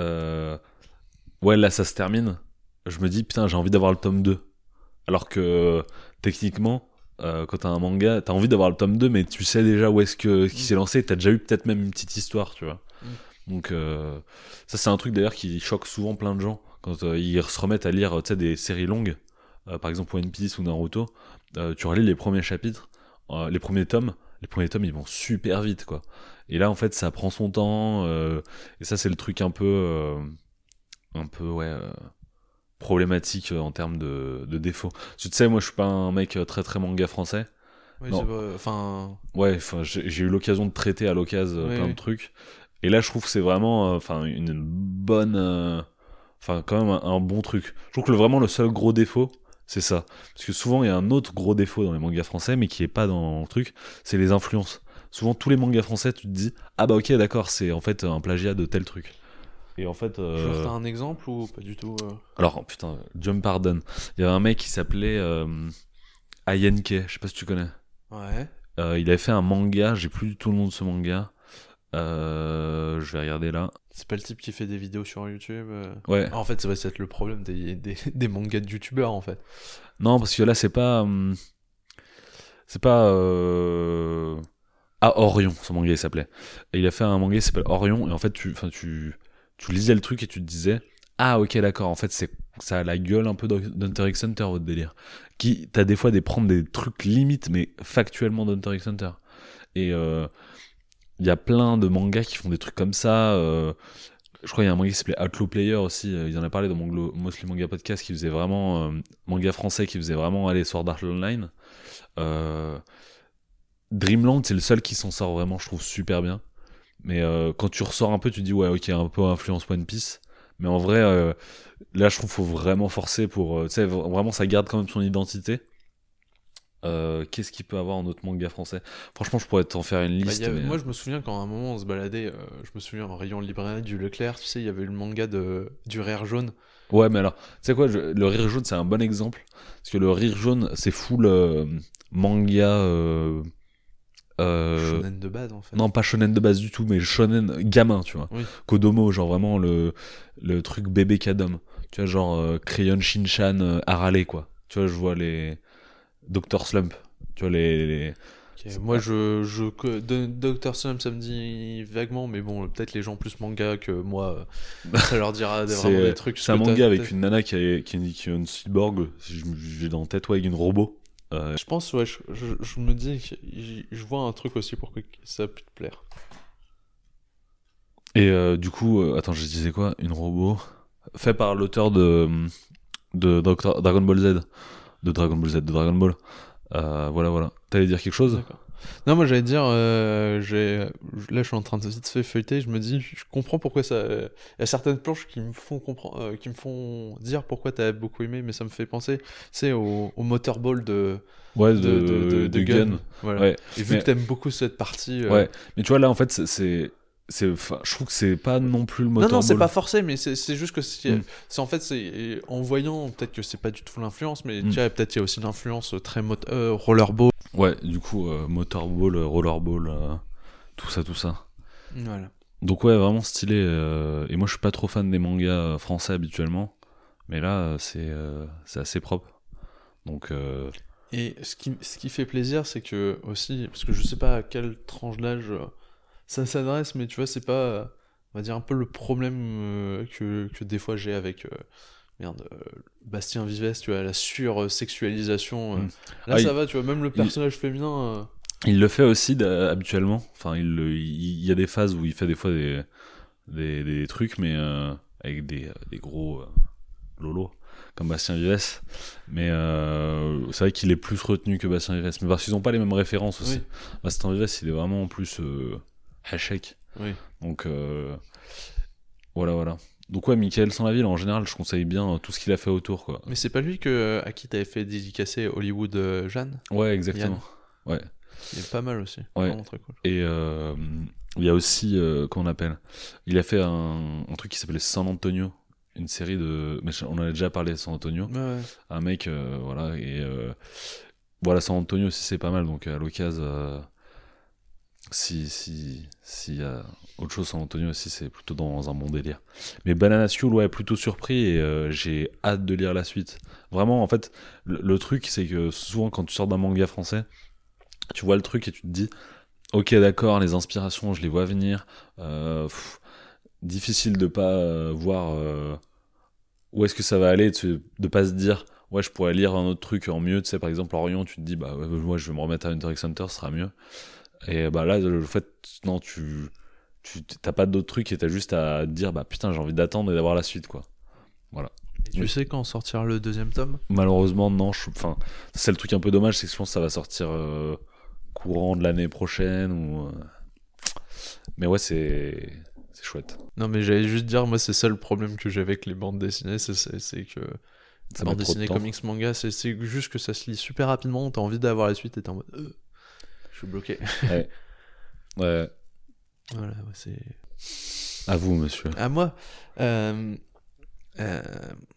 ouais, là ça se termine. Je me dis, putain, j'ai envie d'avoir le tome 2. Alors que techniquement, quand t'as un manga, t'as envie d'avoir le tome 2, mais tu sais déjà où est-ce qu'il s'est lancé. T'as déjà eu peut-être même une petite histoire, tu vois. Donc, ça, c'est un truc d'ailleurs qui choque souvent plein de gens quand ils se remettent à lire des séries longues. Par exemple, One Piece ou Naruto. Tu relis les premiers chapitres, les premiers tomes. Les premiers tomes, ils vont super vite, quoi. Et là, en fait, ça prend son temps. Et ça, c'est le truc un peu, ouais, problématique en termes de défauts. Tu sais, moi, je suis pas un mec très très manga français. Oui, Non. c'est pas. Enfin. Ouais, enfin, j'ai eu l'occasion de traiter à l'occasion Oui, plein oui. de trucs. Et là, je trouve que c'est vraiment, une bonne, quand même un bon truc. Je trouve que vraiment le seul gros défaut, c'est ça. Parce que souvent, il y a un autre gros défaut dans les mangas français, mais qui est pas dans le truc, c'est les influences. Souvent, tous les mangas français, tu te dis, ah bah ok, d'accord, c'est en fait un plagiat de tel truc. Et en fait, Genre, t'as un exemple ou pas du tout alors putain, Jump Pardon. Il y avait un mec qui s'appelait Ayenke, je sais pas si tu connais. Ouais. Il avait fait un manga, j'ai plus du tout le nom de ce manga. Je vais regarder là. C'est pas le type qui fait des vidéos sur YouTube. Ouais. Ah, en fait, ça va être le problème des mangas de youtubeurs, en fait. Non, parce que là, c'est pas. C'est pas. Ah, Orion, son manga il s'appelait. Et il a fait un manga qui s'appelle Orion, et en fait, tu lisais le truc et tu te disais, ah, ok, d'accord, en fait, ça a la gueule un peu d'Hunter x Hunter, votre délire. T'as des fois prendre des trucs limites, mais factuellement d'Hunter x Hunter. Et il y a plein de mangas qui font des trucs comme ça. Je crois qu'il y a un manga qui s'appelait Outlaw Player aussi. Il en a parlé dans mon Mostly Manga Podcast qui faisait vraiment manga français qui faisait vraiment aller Sword Art Online. Dreamland, c'est le seul qui s'en sort vraiment, je trouve super bien. Mais quand tu ressors un peu, tu dis ouais, ok, un peu influence One Piece. Mais en vrai, là, je trouve qu'il faut vraiment forcer pour. Tu sais, vraiment, ça garde quand même son identité. Qu'est-ce qu'il peut avoir en autre manga français? Franchement, je pourrais t'en faire une liste. Mais... Moi, je me souviens quand à un moment on se baladait, je me souviens en rayon librairie du Leclerc, tu sais, il y avait le manga du Rire Jaune. Ouais, mais alors, tu sais quoi, le Rire Jaune, c'est un bon exemple. Parce que le Rire Jaune, c'est full manga. Shonen de base, en fait. Non, pas shonen de base du tout, mais shonen gamin, tu vois. Oui. Kodomo, genre vraiment le truc bébé Kadom. Tu vois, genre Crayon Shinchan Harale, quoi. Tu vois, je vois les Dr. Slump. Tu vois, les... Okay. Moi, Dr. Slump, ça me dit vaguement, mais bon, peut-être les gens plus manga que moi, ça leur dira vraiment des trucs. C'est un manga avec une nana qui a une cyborg, si j'ai dans la tête, ouais, avec une robot. Je pense, ouais, je me dis que je vois un truc aussi pour que ça puisse te plaire. Et du coup, attends, je disais quoi? Une robot fait par l'auteur de Dragon Ball Z. De Dragon Ball. Voilà. T'allais dire quelque chose? D'accord. Non, moi j'allais dire, là je suis en train de vite fait feuilleter, je me dis, je comprends pourquoi ça. Il y a certaines planches qui me font comprendre, qui me font dire pourquoi t'as beaucoup aimé, mais ça me fait penser, tu sais, au Motorball Ouais, de de Gun. Gun. Voilà. Ouais. Et vu Mais- que t'aimes beaucoup cette partie. Ouais, mais tu vois, là, en fait, enfin, je trouve que c'est pas non plus le Non, non, c'est Motorball. pas forcé, mais c'est juste que Mm. c'est en fait, c'est en voyant, peut-être que c'est pas du tout l'influence, mais Mm. tu vois, peut-être il y a aussi l'influence très rollerball. Ouais, du coup, Motorball, Rollerball, tout ça, tout ça. Voilà. Donc ouais, vraiment stylé. Et moi, je suis pas trop fan des mangas français habituellement, mais là, c'est assez propre. Donc, Et ce qui fait plaisir, c'est que aussi, parce que je sais pas à quelle tranche d'âge ça s'adresse, mais tu vois, c'est pas, on va dire, un peu le problème que des fois j'ai avec Bastien Vives, tu vois, la sur-sexualisation. Mm. Là, Ah, ça va, tu vois, même le personnage féminin. il le fait aussi habituellement. Enfin, il y a des phases où il fait des fois des trucs, mais avec des gros lolos comme Bastien Vives. Mais c'est vrai qu'il est plus retenu que Bastien Vives. Mais parce qu'ils ont pas les mêmes références aussi. Oui. Bastien Vives, il est vraiment en plus hachek. Oui. Donc voilà. Donc ouais, Michael sans la ville, en général, je conseille bien tout ce qu'il a fait autour, quoi. Mais c'est pas lui à qui t'avais fait dédicacer Hollywood Jeanne, Ouais, exactement. Ouais. qui est pas mal aussi. Ouais. Vraiment très cool. Et il y a aussi, qu'on appelle, il a fait un truc qui s'appelait San Antonio, une série de, mais on en a déjà parlé de San Antonio, Ouais. un mec, voilà, et voilà, San Antonio aussi c'est pas mal, donc à l'occasion, si y a autre chose San Antonio aussi, c'est plutôt dans un bon délire. Mais Banana School, ouais, plutôt surpris, et j'ai hâte de lire la suite. Vraiment, en fait, le truc, c'est que souvent quand tu sors d'un manga français, tu vois le truc et tu te dis, ok, d'accord, les inspirations, je les vois venir. Difficile de pas voir où est-ce que ça va aller, de pas se dire, ouais, je pourrais lire un autre truc en mieux. Tu sais, par exemple, Orion, tu te dis, bah, ouais, moi, je vais me remettre à Hunter x Hunter, ce sera mieux. Et bah là, le fait, non, t'as pas d'autres trucs et t'as juste à te dire, bah putain, j'ai envie d'attendre et d'avoir la suite, quoi. Voilà. Et tu sais quand sortira le deuxième tome? Malheureusement, non. Enfin, c'est le truc un peu dommage, c'est que je pense que ça va sortir courant de l'année prochaine ou. Mais ouais, c'est chouette. Non, mais j'allais juste dire, moi, c'est ça le problème que j'ai avec les bandes dessinées, c'est que Ça bandes met trop de dessinées, temps. comics, manga, c'est juste que ça se lit super rapidement, t'as envie d'avoir la suite et t'es en mode je suis bloqué. Ouais. Ouais. Voilà, ouais, c'est. À vous, monsieur. À moi. Euh,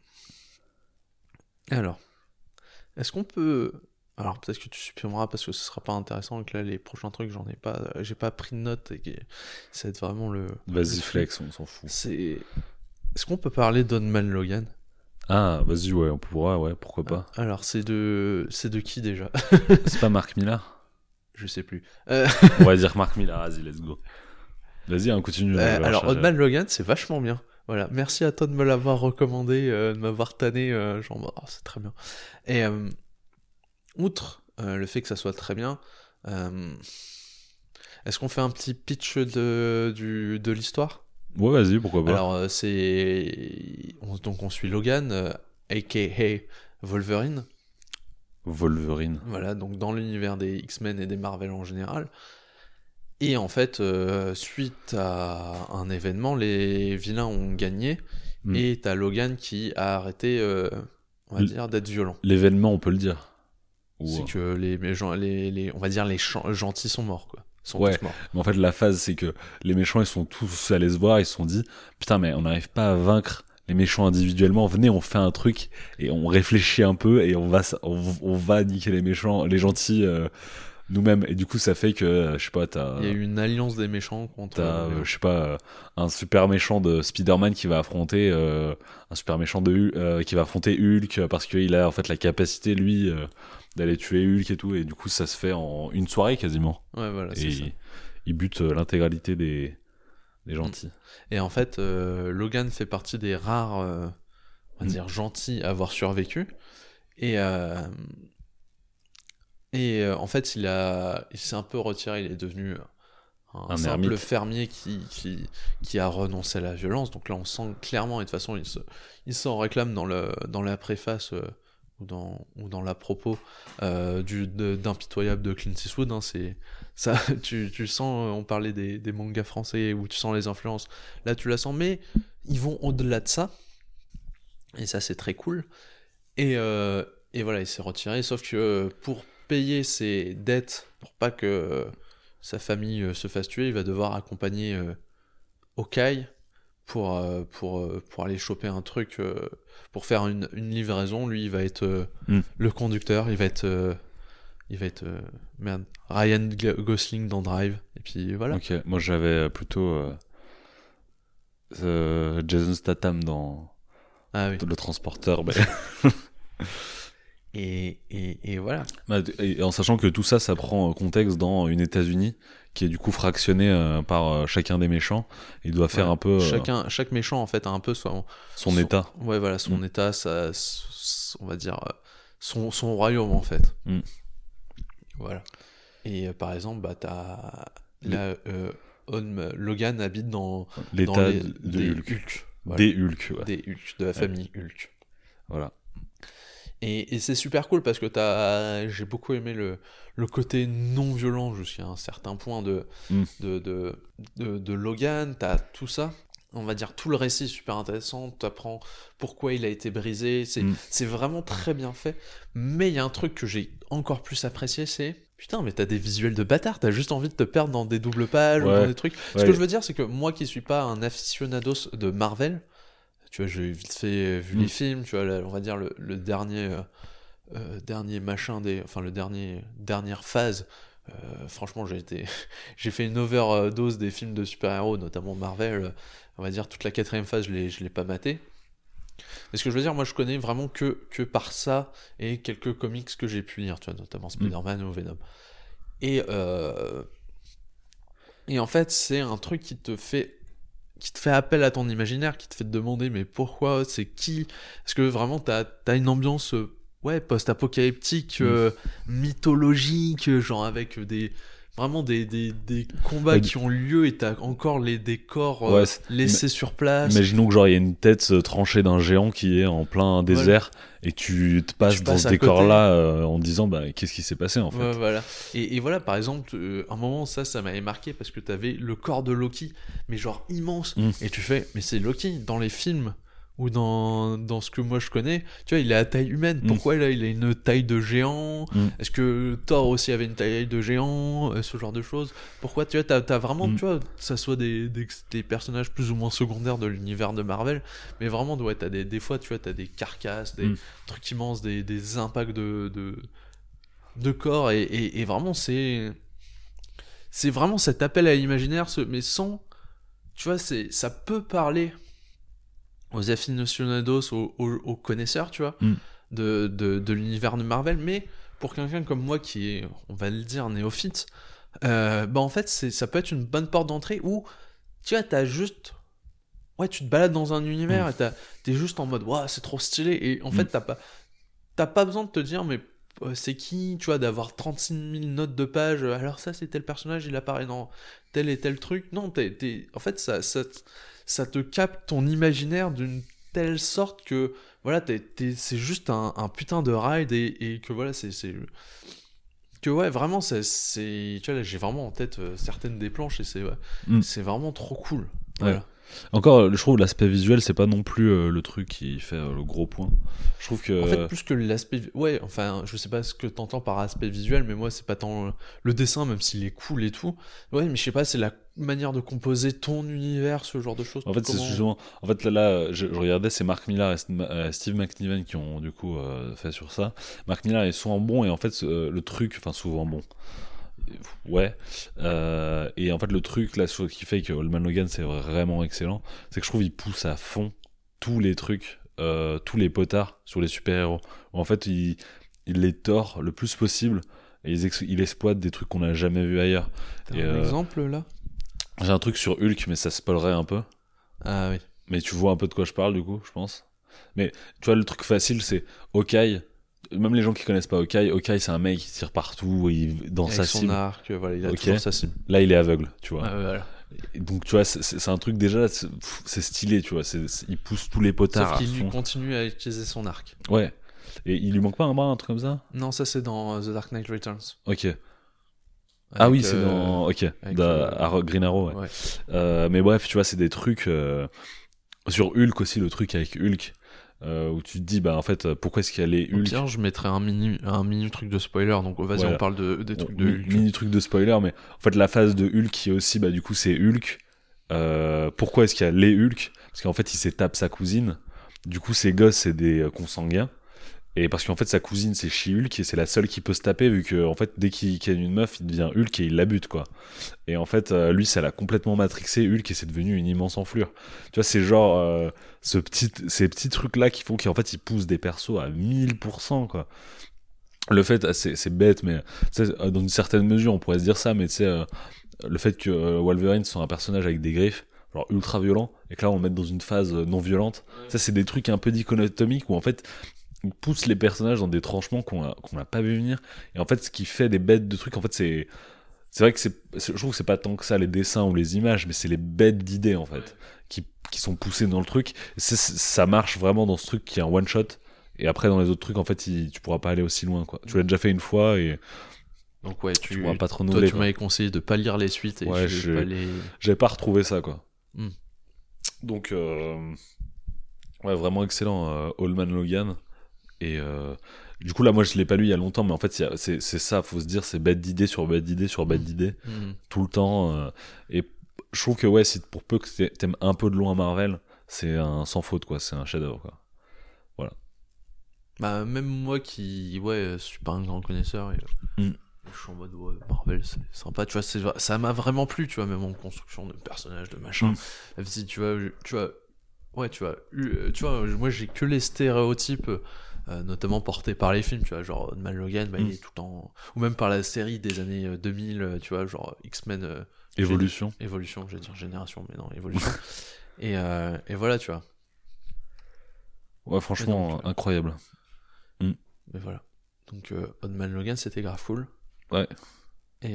Alors, est-ce qu'on peut. Alors, peut-être que tu supprimeras parce que ce sera pas intéressant et que là, les prochains trucs, j'en ai pas. J'ai pas pris de notes et que ça va être vraiment le. Vas-y, le flex, on s'en fout. C'est. Est-ce qu'on peut parler d'Unman Logan? Ah, vas-y, ouais, on pourra, ouais, pourquoi pas. Alors, c'est de qui déjà? C'est pas Marc Millar? Je sais plus. On va dire Marc Millar, vas-y, let's go. Vas-y, on continue. Alors, Oddman Logan, c'est vachement bien. Voilà, merci à toi de me l'avoir recommandé, de m'avoir tanné. Genre, oh, c'est très bien. Et outre le fait que ça soit très bien, est-ce qu'on fait un petit pitch de l'histoire? Ouais, vas-y, pourquoi pas. Alors, donc on suit Logan, aka Wolverine. Wolverine. Voilà, donc dans l'univers des X-Men et des Marvel en général. Et en fait, suite à un événement, les vilains ont gagné, et t'as Logan qui a arrêté, on va dire, d'être violent. L'événement, on peut le dire. C'est que on va dire les gentils sont morts, quoi. Ils sont Ouais. tous morts. Mais en fait, la phase, c'est que les méchants, ils sont tous allés se voir, ils se sont dit, putain, mais on n'arrive pas à vaincre les méchants individuellement, venez, on fait un truc, et on réfléchit un peu, et on va niquer les méchants, les gentils, nous-mêmes. Et du coup, ça fait que, je sais pas, Il y a eu une alliance des méchants contre. je sais pas, un super méchant de Spider-Man qui va affronter un super méchant qui va affronter Hulk parce qu'il a en fait la capacité lui d'aller tuer Hulk et tout, et du coup ça se fait en une soirée quasiment. Ouais, voilà, c'est ça. Il bute l'intégralité des gentils. Et en fait, Logan fait partie des rares, on va dire, gentils à avoir survécu. Et en fait, il s'est un peu retiré, il est devenu un simple ermite. fermier qui a renoncé à la violence. Donc là, on sent clairement, et de toute façon, il s'en réclame dans la préface ou dans l'à propos d'Impitoyable de Clint Eastwood, hein, c'est ça. Tu sens, on parlait des mangas français où tu sens les influences. Là, tu la sens, mais ils vont au-delà de ça. Et ça, c'est très cool. Et voilà, il s'est retiré. Sauf que pour payer ses dettes, pour pas que sa famille se fasse tuer, il va devoir accompagner Hawkeye pour aller choper un truc, pour faire une livraison. Lui, il va être le conducteur. Il va être Ryan Gosling dans Drive. Et puis voilà. Ok, moi j'avais plutôt Jason Statham dans le transporteur. Et voilà. Et en sachant que tout ça, ça prend contexte dans une États-Unis qui est du coup fractionné par chacun des méchants. Il doit faire un peu. Chaque méchant en fait a un peu son état. Ouais, voilà, son état, on va dire son royaume en fait. Voilà. Et par exemple, t'as là, Logan habite dans l'état des Hulk. Voilà. Des Hulk, ouais. Des Hulk, de la famille Hulk. Voilà. Et c'est super cool parce que j'ai beaucoup aimé le côté non violent jusqu'à un certain point de Logan. T'as tout ça, on va dire tout le récit super intéressant. T'apprends pourquoi il a été brisé. C'est vraiment très bien fait. Mais il y a un truc que j'ai encore plus apprécié, c'est putain, mais t'as des visuels de bâtard. T'as juste envie de te perdre dans des doubles pages ou dans des trucs. Ce que je veux dire, c'est que moi qui suis pas un aficionados de Marvel, tu vois, j'ai vite fait vu les films, tu vois, là, on va dire le dernier machin dernière phase. Franchement, j'ai fait une overdose des films de super-héros, notamment Marvel. On va dire toute la 4ème phase, je l'ai pas maté. Mais ce que je veux dire, moi, je connais vraiment que par ça et quelques comics que j'ai pu lire, tu vois, notamment Spider-Man ou Venom. Et en fait, c'est un truc qui te fait appel à ton imaginaire, qui te fait te demander mais pourquoi, c'est qui. Parce que vraiment t'as une ambiance post-apocalyptique, mythologique, genre avec vraiment des combats qui ont lieu et t'as encore les décors laissés sur place. Imaginons que genre il y a une tête tranchée d'un géant qui est en plein désert et tu te passes dans ce décor là en disant qu'est-ce qui s'est passé en fait. Voilà. Et voilà, par exemple, un moment ça m'avait marqué parce que t'avais le corps de Loki mais genre immense et tu fais mais c'est Loki dans les films ou dans ce que moi je connais, tu vois, il est à taille humaine. Pourquoi là il a une taille de géant? Est-ce que Thor aussi avait une taille de géant? Ce genre de choses. Pourquoi, tu vois, t'as vraiment, tu vois, que ça soit des personnages plus ou moins secondaires de l'univers de Marvel, mais vraiment, ouais, t'as des fois, tu vois, t'as des carcasses, des trucs immenses, des impacts de corps, et vraiment, c'est vraiment cet appel à l'imaginaire, mais sans, tu vois, ça peut parler aux aficionados, aux connaisseurs, tu vois, de l'univers de Marvel, mais pour quelqu'un comme moi qui est, on va le dire, néophyte, en fait, ça peut être une bonne porte d'entrée où, tu vois, t'as juste... Ouais, tu te balades dans un univers et t'es juste en mode, waouh, c'est trop stylé, et en fait, t'as pas besoin de te dire, mais c'est qui, tu vois, d'avoir 36 000 notes de page, alors ça, c'est tel personnage, il apparaît dans tel et tel truc. Non, en fait, ça te capte ton imaginaire d'une telle sorte que voilà, c'est juste un putain de ride et que voilà, c'est que ouais, vraiment, tu vois, là, j'ai vraiment en tête certaines des planches et c'est vraiment trop cool. Voilà. Ouais. Encore, je trouve l'aspect visuel, c'est pas non plus le truc qui fait le gros point. Je trouve que. En fait, plus que l'aspect. Ouais, enfin, je sais pas ce que t'entends par aspect visuel, mais moi, c'est pas tant le dessin, même s'il est cool et tout. Ouais, mais je sais pas, c'est la manière de composer ton univers, ce genre de choses. En fait, c'est justement. En fait, là je regardais, c'est Mark Millar et Steve McNiven qui ont du coup fait sur ça. Mark Millar est souvent bon, et en fait, le truc. Enfin, souvent bon. Ouais, et en fait le truc là qui fait que Old Man Logan c'est vraiment excellent, c'est que je trouve il pousse à fond tous les trucs, tous les potards sur les super-héros. En fait il les tord le plus possible et il exploite des trucs qu'on n'a jamais vu ailleurs. T'as un exemple là? J'ai un truc sur Hulk, mais ça spoilerait un peu. Ah oui. Mais tu vois un peu de quoi je parle du coup, je pense. Mais tu vois, le truc facile c'est Hawkeye. Même les gens qui connaissent pas Hawkeye, c'est un mec qui tire partout, dans avec sa son cible. Arc, voilà, il a toujours sa cible. Là, il est aveugle, tu vois. Voilà. Et donc, tu vois, c'est un truc déjà, c'est stylé, tu vois. Il pousse tous les potards. Sauf qu'il lui continue à utiliser son arc. Ouais. Et il lui manque pas un bras, un truc comme ça? Non, ça c'est dans The Dark Knight Returns. Ok. Ah Avec, oui, c'est dans. Ok. avec, Green Arrow, ouais. ouais. Mais bref, tu vois, c'est des trucs. Sur Hulk aussi, le truc avec Hulk. Où tu te dis, bah en fait, pourquoi est-ce qu'il y a les Au Hulk? pire, je mettrais un mini truc de spoiler, donc vas-y, Voilà. on parle des trucs de Bon, Hulk. mini truc de spoiler, mais en fait, la phase de Hulk qui est aussi, bah du coup, c'est Hulk. Pourquoi est-ce qu'il y a les Hulk? Parce qu'en fait, il s'est tapé sa cousine. Du coup, ses gosses, c'est des consanguins. Et parce qu'en fait, sa cousine, c'est She-Hulk et c'est la seule qui peut se taper, vu que en fait, dès qu'il y a une meuf, il devient Hulk et il la bute, quoi. Et en fait, lui, ça l'a complètement matrixé, Hulk, et c'est devenu une immense enflure. Tu vois, c'est genre ces petits trucs-là qui font qu'en fait, ils poussent des persos à 1000%, quoi. Le fait, c'est bête, mais tu sais, dans une certaine mesure, on pourrait se dire ça, mais tu sais, le fait que Wolverine soit un personnage avec des griffes, genre ultra violent, et que là, on le mette dans une phase non violente, ça, c'est des trucs un peu dichotomiques où en fait, il pousse les personnages dans des tranchements qu'on n'a pas vu venir. Et en fait, ce qui fait des bêtes de trucs, en fait, c'est vrai que je trouve que c'est pas tant que ça les dessins ou les images, mais c'est les bêtes d'idées, en fait, qui sont poussées dans le truc. Ça marche vraiment dans ce truc qui est un one shot. Et après, dans les autres trucs, en fait, tu pourras pas aller aussi loin, quoi. Tu l'as déjà fait une fois et Donc ouais, tu pourras pas te toi, renouveler. tu m'avais conseillé de pas lire les suites et Ouais, je vais pas les... j'avais pas retrouvé ça, quoi. Hmm. Donc, ouais, vraiment excellent, Old Man Logan. Et du coup, là, moi, je l'ai pas lu il y a longtemps, mais en fait, c'est ça, faut se dire, c'est bête d'idée sur bête d'idée sur bête d'idée, tout le temps. Et je trouve que, ouais, si pour peu que t'aimes un peu de loin Marvel, c'est un sans faute, quoi. C'est un chef-d'œuvre, quoi. Voilà. Bah, même moi qui, ouais, suis pas un grand connaisseur, et, je suis en mode, ouais, Marvel, c'est sympa, tu vois, ça m'a vraiment plu, tu vois, même en construction de personnages, de machin. Même si, tu vois, ouais, tu vois, moi j'ai que les stéréotypes, notamment portés par les films, tu vois, genre Old Man Logan, bah, il est tout en... Ou même par la série des années 2000, tu vois, genre X-Men... Évolution, je vais dire Génération, mais non, Évolution. et voilà, tu vois. Ouais, franchement, donc, incroyable. Mais voilà. Donc, Old Man Logan, c'était grave cool. Ouais. Et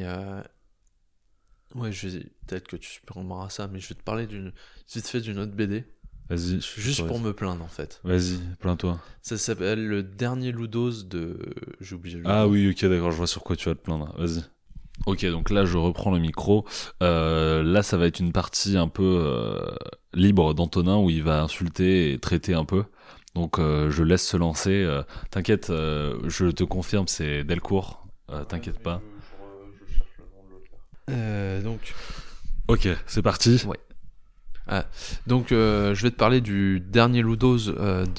ouais, peut-être que tu supprimeras ça, mais je vais te parler vite fait d'une autre BD. Vas-y. Juste pour me plaindre, en fait. Vas-y, plains-toi. Ça s'appelle Le Dernier Loudos de... J'ai oublié le nom. Ah oui, ok, d'accord, je vois sur quoi tu vas te plaindre. Vas-y. Ok, donc là, je reprends le micro. Là, ça va être une partie un peu libre d'Antonin, où il va insulter et traiter un peu. Donc, je laisse se lancer. T'inquiète, je te confirme, c'est Delcourt. T'inquiète pas. Je cherche le nom de l'auteur. Donc... Ok, c'est parti. Ouais. Donc, je vais te parler du Dernier Loudos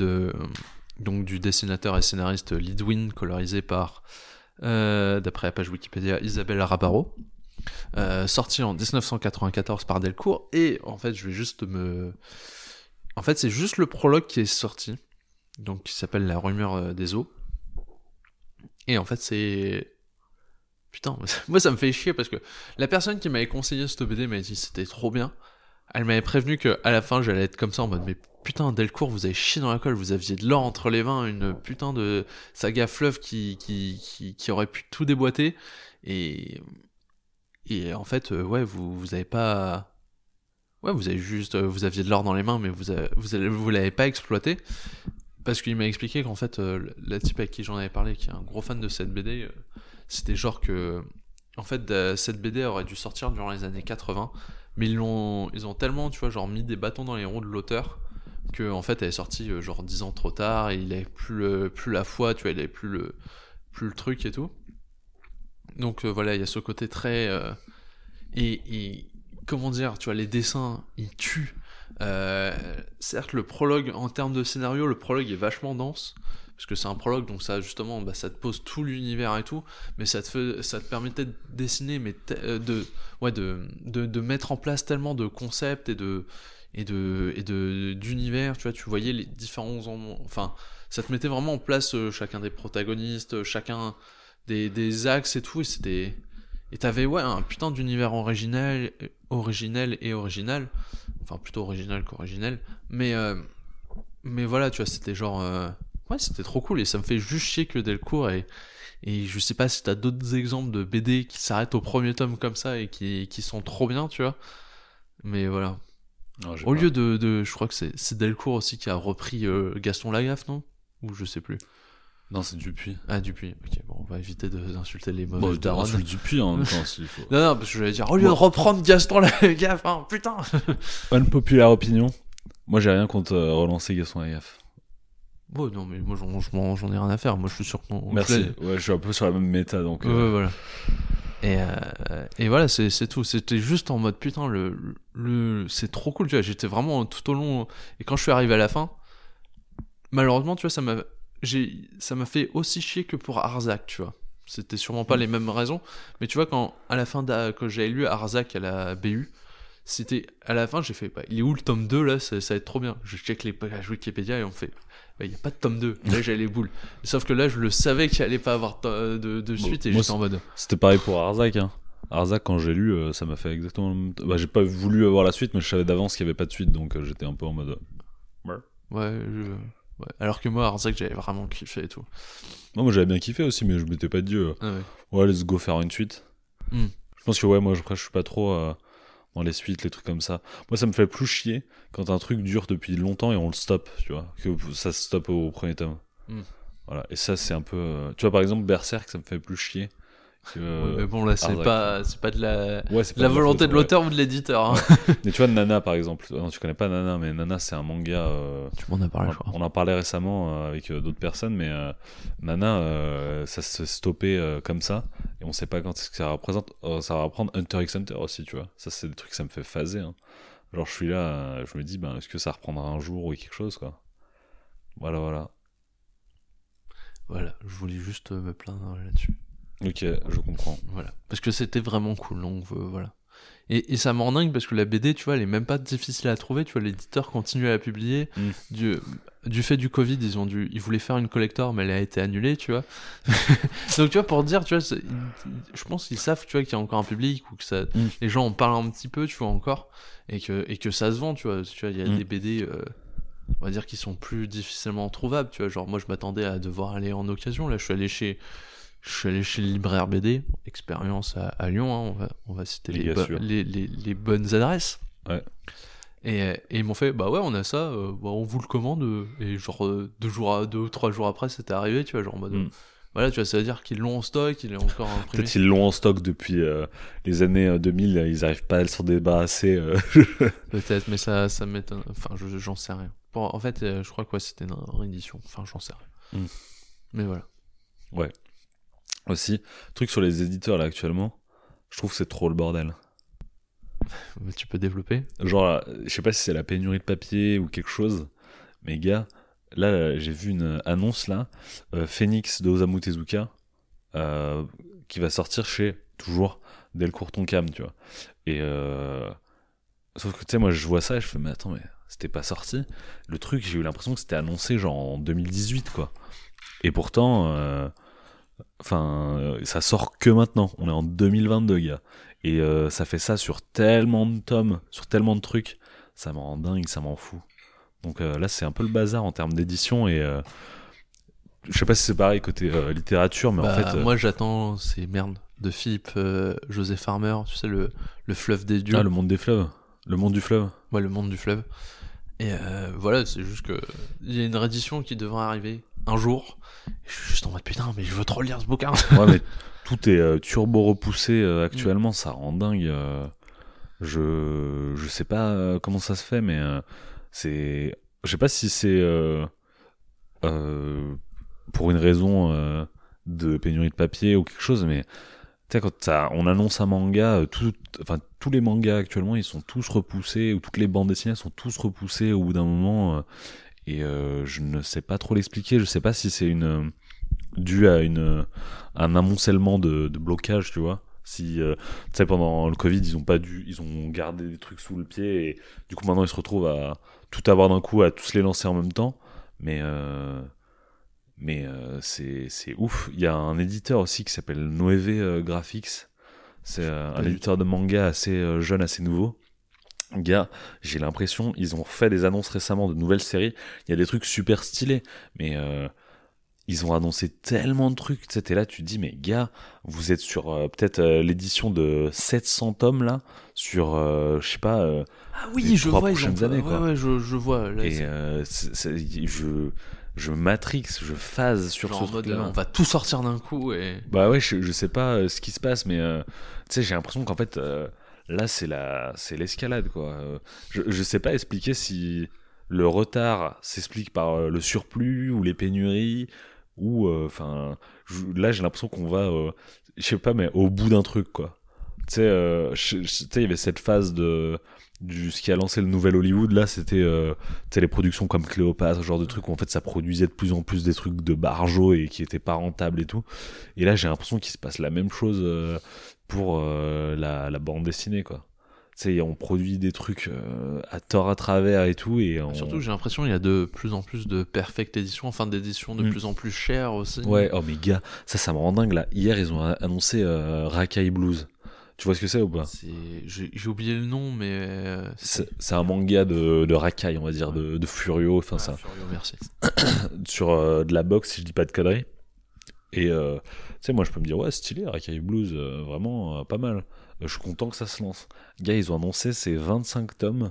donc du dessinateur et scénariste Lidwin, colorisé par, d'après la page Wikipédia, Isabelle Rabaro, sorti en 1994 par Delcourt. Et en fait, en fait, c'est juste le prologue qui est sorti, donc qui s'appelle La rumeur des eaux. Et en fait, c'est... Putain, moi ça me fait chier parce que la personne qui m'avait conseillé cette BD m'a dit que c'était trop bien. Elle m'avait prévenu qu'à la fin j'allais être comme ça en mode mais putain Delcourt vous avez chié dans la colle, vous aviez de l'or entre les mains, une putain de saga fleuve qui aurait pu tout déboîter et en fait ouais vous avez pas, ouais vous avez juste vous aviez de l'or dans les mains mais vous l'avez pas exploité, parce qu'il m'a expliqué qu'en fait la type avec qui j'en avais parlé, qui est un gros fan de cette BD, c'était genre que en fait cette BD aurait dû sortir durant les années 80, mais ils ont tellement, tu vois, genre mis des bâtons dans les roues de l'auteur que en fait elle est sortie genre 10 ans trop tard et il avait plus la foi, tu vois, il avait plus le truc et tout. Donc voilà, il y a ce côté très et comment dire, tu vois, les dessins ils tuent. Certes, le prologue en termes de scénario, le prologue est vachement dense parce que c'est un prologue, donc ça justement ça te pose tout l'univers et tout, mais ça te permettait de dessiner, mais de mettre en place tellement de concepts et d'univers, tu vois, tu voyais les différents, enfin ça te mettait vraiment en place chacun des protagonistes, chacun des axes et tout, et t'avais un putain d'univers originel et original, enfin plutôt original qu'originel, mais voilà, tu vois, c'était genre ouais, c'était trop cool, et ça me fait juste chier que Delcourt et je sais pas si t'as d'autres exemples de BD qui s'arrêtent au premier tome comme ça et qui sont trop bien, tu vois, mais voilà. Non, Au lieu de je crois que c'est Delcourt aussi qui a repris Gaston Lagaffe, non, ou je sais plus. Non, c'est Dupuis. Ah, Dupuis. Ok, bon, on va éviter d'insulter les Bon, mauvaises daronnes. c'est Dupuis en même temps, s'il faut. Non, parce que je vais dire, au lieu de reprendre Gaston Lagaffe, hein, putain. Unpopular opinion. Moi, j'ai rien contre relancer Gaston Lagaffe. Bon, non, mais moi, j'en ai rien à faire. Moi, je suis sûr qu'on... Merci. Ouais, je suis un peu sur la même méta, donc... Ouais, voilà. Et voilà, c'est tout. C'était juste en mode, putain, c'est trop cool, tu vois. J'étais vraiment tout au long... Et quand je suis arrivé à la fin, malheureusement, tu vois, ça m'a fait aussi chier que pour Arzac, tu vois. C'était sûrement pas les mêmes raisons, mais tu vois, à la fin, quand j'avais lu Arzac à la BU, c'était à la fin, j'ai fait, bah, il est où le tome 2 là, ça va être trop bien. Je check les pages Wikipédia et on fait, bah, il n'y a pas de tome 2. Là, j'avais les boules. Sauf que là, je le savais qu'il allait pas avoir de suite et j'étais en mode. C'était pareil pour Arzac, hein. Arzac, quand j'ai lu, ça m'a fait exactement le même. Bah, j'ai pas voulu avoir la suite, mais je savais d'avance qu'il y avait pas de suite, donc j'étais un peu en mode. Ouais. Alors que moi, Arzac, j'avais vraiment kiffé et tout. Non, moi j'avais bien kiffé aussi, mais je m'étais pas dit, ouais, let's go faire une suite. Je pense que, ouais, moi après, je suis pas trop dans les suites, les trucs comme ça. Moi, ça me fait plus chier quand un truc dure depuis longtemps et on le stoppe, tu vois, que ça se stoppe au premier tome. Voilà, et ça, c'est un peu. Tu vois, par exemple, Berserk, ça me fait plus chier. Ouais, mais bon, là, c'est pas de la volonté de l'auteur ou de l'éditeur. Hein. Mais tu vois, Nana, par exemple. Non, tu connais pas Nana, mais Nana, c'est un manga. Tu m'en as parlé, je crois. On en parlait récemment avec d'autres personnes, mais Nana, ça se stoppait comme ça, et on sait pas quand est-ce que ça représente. Ça va reprendre Hunter x Hunter aussi, tu vois. Ça, c'est des trucs que ça me fait phaser. Hein. Genre, je suis là, je me dis, ben, est-ce que ça reprendra un jour ou quelque chose, quoi. Voilà. Voilà, je voulais juste me plaindre là-dessus. Ok, je comprends. Voilà, parce que c'était vraiment cool, donc voilà. Et ça m'endingue parce que la BD, tu vois, elle est même pas difficile à trouver, tu vois, l'éditeur continue à la publier. Du fait du Covid, ils voulaient faire une collector, mais elle a été annulée, tu vois. Donc, tu vois, pour dire, tu vois, je pense qu'ils savent, tu vois, qu'il y a encore un public, ou que les gens en parlent un petit peu, tu vois, encore, et que ça se vend, tu vois, il y a des BD, on va dire, qui sont plus difficilement trouvables, tu vois, genre, moi, je m'attendais à devoir aller en occasion, là, je suis allé chez le libraire BD, expérience à Lyon, hein, on va citer les bonnes adresses. Ouais. Et ils m'ont fait, bah ouais, on a ça, on vous le commande. Et genre 2 ou 3 jours après, c'était arrivé, tu vois, genre en mode. Voilà, tu vois, ça veut dire qu'ils l'ont en stock, il est encore imprimé. Peut-être qu'ils l'ont en stock depuis les années 2000, ils arrivent pas à s'en débarrasser. Peut-être, mais ça m'étonne. Enfin, j'en sais rien. Bon, en fait, je crois que c'était une réédition. Enfin, j'en sais rien. Mais voilà. Ouais. Aussi, truc sur les éditeurs là actuellement, je trouve que c'est trop le bordel. Tu peux développer ? Genre, je sais pas si c'est la pénurie de papier ou quelque chose, mais gars, là j'ai vu une annonce là, Phoenix de Osamu Tezuka, qui va sortir chez, toujours, Delcourt Tonkam, tu vois. Et sauf que tu sais, moi je vois ça et je fais, mais attends, mais c'était pas sorti. Le truc, j'ai eu l'impression que c'était annoncé genre en 2018, quoi. Et pourtant... ça sort que maintenant. On est en 2022, gars. Et ça fait ça sur tellement de tomes, sur tellement de trucs. Ça me rend dingue, ça m'en fout. Donc là, c'est un peu le bazar en termes d'édition. Et je sais pas si c'est pareil côté littérature, mais en fait. Moi, j'attends ces merdes de Philippe José Farmer. Tu sais, le fleuve des dieux. Ah, le monde des fleuves. Le monde du fleuve. Ouais, le monde du fleuve. Et voilà, c'est juste que il y a une réédition qui devrait arriver un jour. Et je suis juste en mode putain, mais je veux trop lire ce bouquin. Ouais, mais tout est turbo repoussé actuellement, ça rend dingue. Je sais pas comment ça se fait, mais c'est. Je sais pas si c'est pour une raison de pénurie de papier ou quelque chose, mais tu sais, quand on annonce un manga, tous les mangas actuellement, ils sont tous repoussés, ou toutes les bandes dessinées sont tous repoussées au bout d'un moment. Et je ne sais pas trop l'expliquer. Je sais pas si c'est dû à un amoncellement de blocage, tu vois. Si tu sais, pendant le Covid, ils ont gardé des trucs sous le pied, et du coup maintenant ils se retrouvent à tout avoir d'un coup, à tous les lancer en même temps. Mais c'est ouf. Il y a un éditeur aussi qui s'appelle Noévé Graphics. C'est un éditeur de manga assez jeune, assez nouveau. Gars, j'ai l'impression, ils ont fait des annonces récemment de nouvelles séries. Il y a des trucs super stylés, mais ils ont annoncé tellement de trucs. Tu sais, t'es là, tu te dis, mais gars, vous êtes sur peut-être l'édition de 700 tomes là, sur, je sais pas, ah oui, je vois, prochaines années, quoi. Ouais, je vois. Là, et je matrix, je phase sur Genre ce en mode, truc-là. on va tout sortir d'un coup et. Bah ouais, je sais pas ce qui se passe, mais tu sais, j'ai l'impression qu'en fait, là, c'est l'escalade, quoi. Je sais pas expliquer si le retard s'explique par le surplus ou les pénuries, ou enfin, là, j'ai l'impression qu'on va, je sais pas, mais au bout d'un truc, quoi. Tu sais, tu sais, il y avait cette phase ce qui a lancé le nouvel Hollywood, là, c'était tu sais, les productions comme Cléopâtre, ce genre de trucs où en fait ça produisait de plus en plus des trucs de barjots et qui étaient pas rentables et tout. Et là, j'ai l'impression qu'il se passe la même chose pour la bande dessinée, quoi. Tu sais, on produit des trucs à tort à travers et tout, et Surtout, j'ai l'impression qu'il y a de plus en plus de perfect éditions, enfin d'éditions de plus en plus chères aussi. Ouais, oh mais gars, ça me rend dingue là. Hier, ils ont annoncé Rakai Blues. Tu vois ce que c'est ou pas? J'ai oublié le nom, mais. C'est un manga de racaille, on va dire, de Furio, enfin ça. Furio, merci. Sur de la boxe, si je dis pas de conneries. Et tu sais, moi je peux me dire, ouais, stylé, Rakai Blues, vraiment pas mal. Je suis content que ça se lance. Gars, ils ont annoncé ces 25 tomes,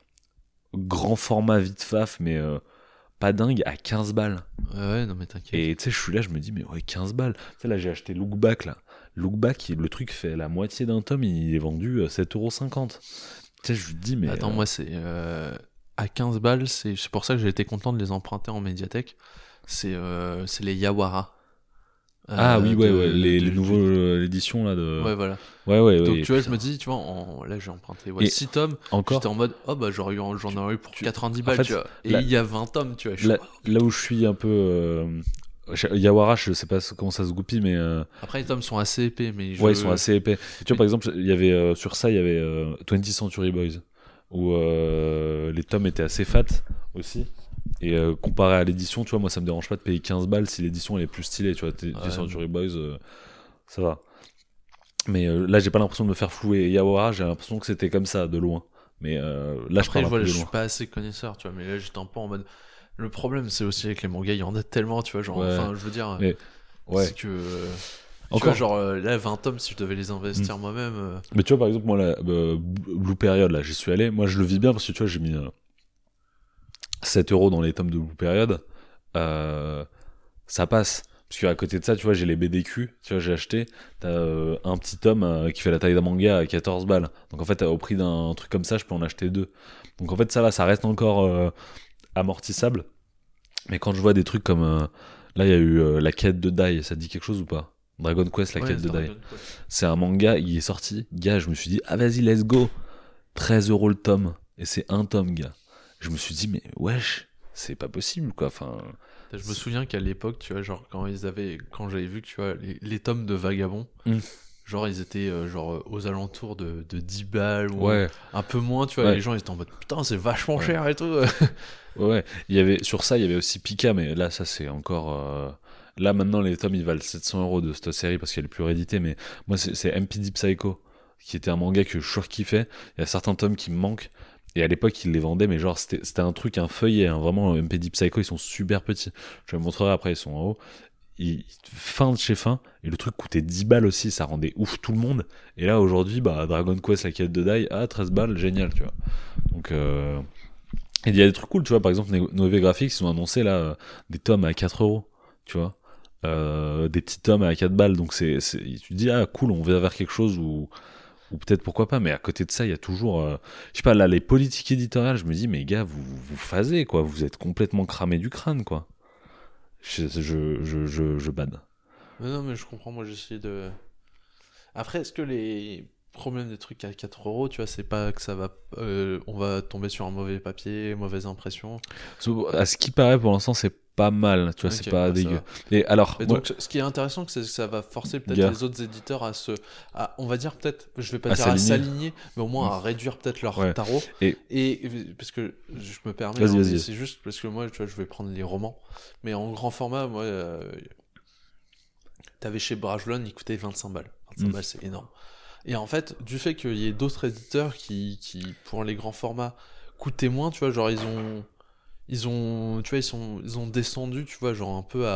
grand format vite faf, mais pas dingue, à 15 balles. Ouais, non mais t'inquiète. Et tu sais, je suis là, je me dis, mais ouais, 15 balles. Tu sais, là, j'ai acheté Look Back, là. Look Back, le truc fait la moitié d'un tome, il est vendu 7,50€. Tu sais, je me dis, mais. Attends, moi, c'est. À 15 balles, c'est pour ça que j'ai été content de les emprunter en médiathèque. C'est les Yawara. Ah oui, ouais, les nouveaux éditions, là, de. Ouais, voilà. Ouais. Donc, tu vois, je me dis, tu vois, là, j'ai emprunté 6 tomes. Encore. J'étais en mode, oh, bah, j'en aurais eu pour 90 balles, en fait, tu vois. Et il y a 20 tomes, tu vois. Là où je suis un peu. Yawara, je sais pas comment ça se goupille, mais. Après, les tomes sont assez épais, mais. Ouais, ils sont assez épais. Et tu vois, par exemple, il y avait, sur ça, il y avait 20th Century Boys, où les tomes étaient assez fat aussi. Et comparé à l'édition, tu vois, moi ça me dérange pas de payer 15 balles si l'édition elle est plus stylée, tu vois. 20th Century Boys, ça va. Mais là, j'ai pas l'impression de me faire flouer. Et Yawara, j'ai l'impression que c'était comme ça, de loin. Mais là, après, je je suis pas assez connaisseur, tu vois, mais là, j'étais un peu en mode. Le problème, c'est aussi avec les mangas, il y en a tellement, tu vois, genre, enfin, je veux dire, mais, ouais. c'est que, tu vois, genre, là, 20 tomes, si je devais les investir moi-même. Mais tu vois, par exemple, moi, la Blue Period, là, j'y suis allé, moi, je le vis bien parce que, tu vois, j'ai mis 7€ dans les tomes de Blue Period, ça passe. Parce qu'à côté de ça, tu vois, j'ai les BDQ, tu vois, j'ai acheté, t'as un petit tome qui fait la taille d'un manga à 14 balles. Donc en fait, au prix d'un truc comme ça, je peux en acheter 2. Donc en fait, ça va, ça reste encore amortissable. Mais quand je vois des trucs comme là, il y a eu la quête de Dai, ça te dit quelque chose ou pas? Dragon Quest, la quête de Dai. C'est un manga, il est sorti, gars, je me suis dit, ah vas-y, let's go. 13€ le tome. Et c'est un tome, gars. Je me suis dit, mais wesh, c'est pas possible, quoi. Enfin. Je me souviens qu'à l'époque, tu vois, genre, quand j'avais vu que, tu vois, les tomes de Vagabond, genre, ils étaient genre aux alentours de 10 balles ou un peu moins, tu vois, les gens ils étaient en mode putain, c'est vachement cher et tout. Ouais, sur ça, il y avait aussi Pika, mais là, ça, c'est encore. Là, maintenant, les tomes, ils valent 700€ de cette série parce qu'elle est plus rééditée, mais moi, c'est MPD Psycho, qui était un manga que je surkiffais. Il y a certains tomes qui me manquent. Et à l'époque, ils les vendaient, mais genre, c'était un truc, un feuillet, hein, vraiment, MPD Psycho, ils sont super petits. Je te montrerai après, ils sont en haut. Fin de chez fin, et le truc coûtait 10 balles aussi, ça rendait ouf tout le monde. Et là, aujourd'hui, bah, Dragon Quest, la quête de Dai, 13 balles, génial, tu vois. Donc, il y a des trucs cool, tu vois, par exemple, Nové Graphics, ils ont annoncé, là, des tomes à 4€, tu vois. Des petits tomes à 4 balles, donc tu te dis, ah, cool, on va vers quelque chose où peut-être pourquoi pas, mais à côté de ça, il y a toujours, je sais pas, là, les politiques éditoriales, je me dis, mais gars, vous phasez, quoi, vous êtes complètement cramé du crâne, quoi. Je bade. Mais non, mais je comprends, moi, j'essaie de... Après, est-ce que les problèmes des trucs à 4€, tu vois, c'est pas que ça va... on va tomber sur un mauvais papier, mauvaise impression. À ce qui paraît, pour l'instant, c'est pas mal, tu vois, c'est pas dégueu. Et alors, donc, ce qui est intéressant, c'est que ça va forcer peut-être les autres éditeurs on va dire peut-être, je vais pas dire à s'aligner, mais au moins à réduire peut-être leur tarot. Et parce que je me permets, vas-y. C'est juste parce que moi, tu vois, je vais prendre les romans, mais en grand format, moi, t'avais chez Brajlon, il coûtait 25 balles. 25 balles, c'est énorme. Et en fait, du fait qu'il y ait d'autres éditeurs qui, pour les grands formats, coûtaient moins, tu vois, genre ils ont descendu, tu vois, genre un peu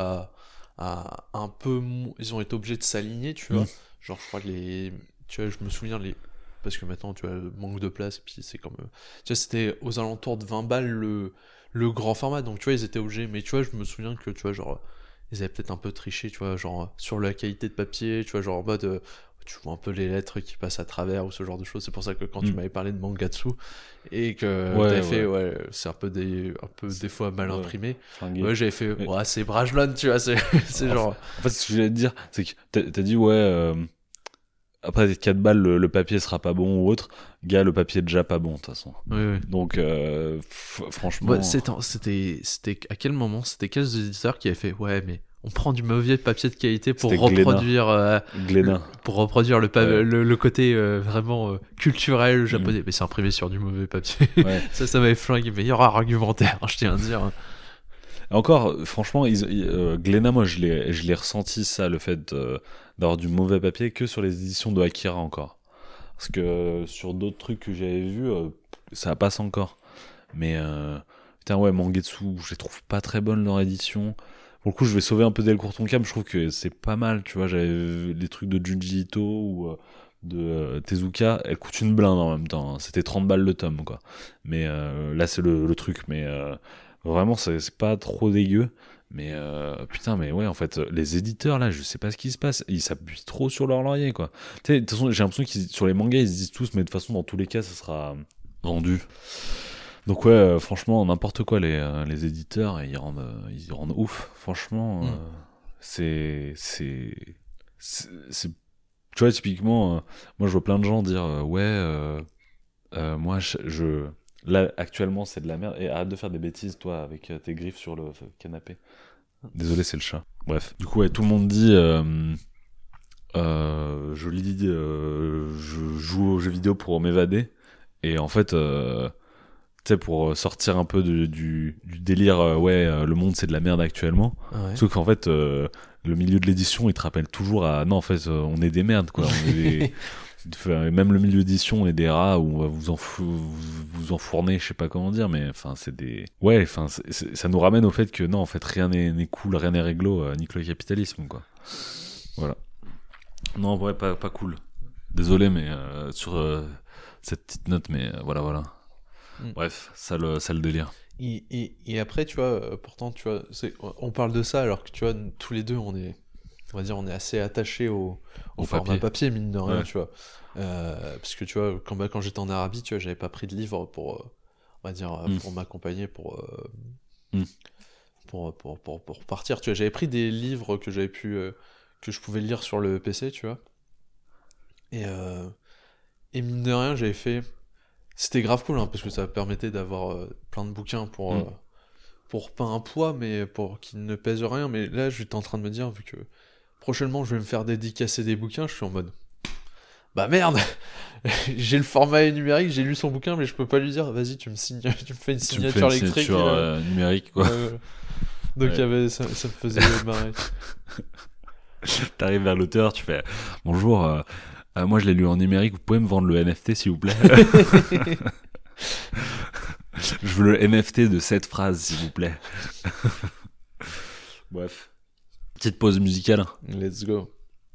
ils ont été obligés de s'aligner, tu vois. Genre, je crois que tu vois, je me souviens parce que maintenant, tu vois, manque de place, et puis c'est comme, tu vois, c'était aux alentours de 20 balles le grand format, donc tu vois, ils étaient obligés. Mais tu vois, je me souviens que tu vois, genre, ils avaient peut-être un peu triché, tu vois, genre, sur la qualité de papier, tu vois, genre en mode. Tu vois un peu les lettres qui passent à travers ou ce genre de choses. C'est pour ça que quand tu m'avais parlé de Mangatsu et que t'avais fait, c'est un peu des fois mal imprimé. Flingué. Ouais, j'avais fait, ouais, c'est Brajlon, tu vois, c'est genre. En fait, ce que je voulais te dire, c'est que t'as dit, ouais, après 4 balles, le papier sera pas bon ou autre. Gars, le papier est déjà pas bon, de toute façon. Oui. Donc, franchement. Ouais, c'était à quel moment, c'était quels éditeurs qui avaient fait, ouais, mais on prend du mauvais papier de qualité pour reproduire Glénat. Pour reproduire le côté vraiment culturel japonais, mais c'est imprimé sur du mauvais papier. Ouais. ça m'avait flingué, meilleur argumentaire, je tiens à dire. Encore, franchement, Glénat, moi, je l'ai ressenti, ça, le fait d'avoir du mauvais papier, que sur les éditions de Akira encore. Parce que sur d'autres trucs que j'avais vus, ça passe encore. Mais putain, ouais, Mangetsu, je les trouve pas très bonnes leur édition. Pour le coup, je vais sauver un peu Delcourt Tonkam, je trouve que c'est pas mal, tu vois. J'avais les trucs de Junji Ito ou de Tezuka, elles coûtent une blinde en même temps. Hein. C'était 30 balles le tome, quoi. Mais là, c'est le truc. Mais vraiment, c'est pas trop dégueu. Mais putain, mais ouais, en fait, les éditeurs, là, je sais pas ce qui se passe. Ils s'appuient trop sur leur laurier, quoi. Tu sais, de toute façon, j'ai l'impression qu'ils sur les mangas, ils se disent tous, mais de toute façon, dans tous les cas, ça sera vendu. Donc ouais, franchement, n'importe quoi, les éditeurs, ils rendent ouf. Franchement, c'est tu vois, typiquement, moi je vois plein de gens dire moi là actuellement c'est de la merde, et arrête de faire des bêtises toi avec tes griffes sur le canapé. Désolé, c'est le chat. Bref, du coup ouais, tout le monde dit je joue aux jeux vidéo pour m'évader, et en fait tu sais, pour sortir un peu du délire, le monde c'est de la merde actuellement. Ouais. Sauf qu'en fait, le milieu de l'édition, il te rappelle toujours non, en fait, on est des merdes, quoi. On est même le milieu d'édition, on est des rats où on va vous enfourner, je sais pas comment dire, mais enfin, c'est des. Ouais, enfin, ça nous ramène au fait que non, en fait, rien n'est cool, rien n'est réglo, nique le capitalisme, quoi. Voilà. Non, ouais, pas cool. Désolé, mais sur cette petite note, mais voilà. Bref, ça le délire. Et après, tu vois, pourtant, tu vois, on parle de ça alors que tu vois, tous les deux, on est assez attachés au format papier, mine de rien, ouais. Tu vois. Parce que tu vois, quand j'étais en Arabie, tu vois, j'avais pas pris de livre pour, on va dire, pour m'accompagner, pour partir. Tu vois, j'avais pris des livres que j'avais pu, que je pouvais lire sur le PC, tu vois. Et mine de rien, j'avais fait. C'était grave cool, hein, parce que ça permettait d'avoir plein de bouquins pour pas un poids, mais pour qu'ils ne pèsent rien. Mais là, j'étais en train de me dire, vu que prochainement, je vais me faire dédicacer des bouquins, je suis en mode, bah merde, j'ai le format numérique, j'ai lu son bouquin, mais je peux pas lui dire, vas-y, tu me fais une signature électrique. Numérique, quoi. Donc ça me faisait marrer. T'arrives vers l'auteur, tu fais, bonjour, moi je l'ai lu en numérique, vous pouvez me vendre le NFT s'il vous plaît? Je veux le NFT de cette phrase s'il vous plaît. Bref. Petite pause musicale. Let's go.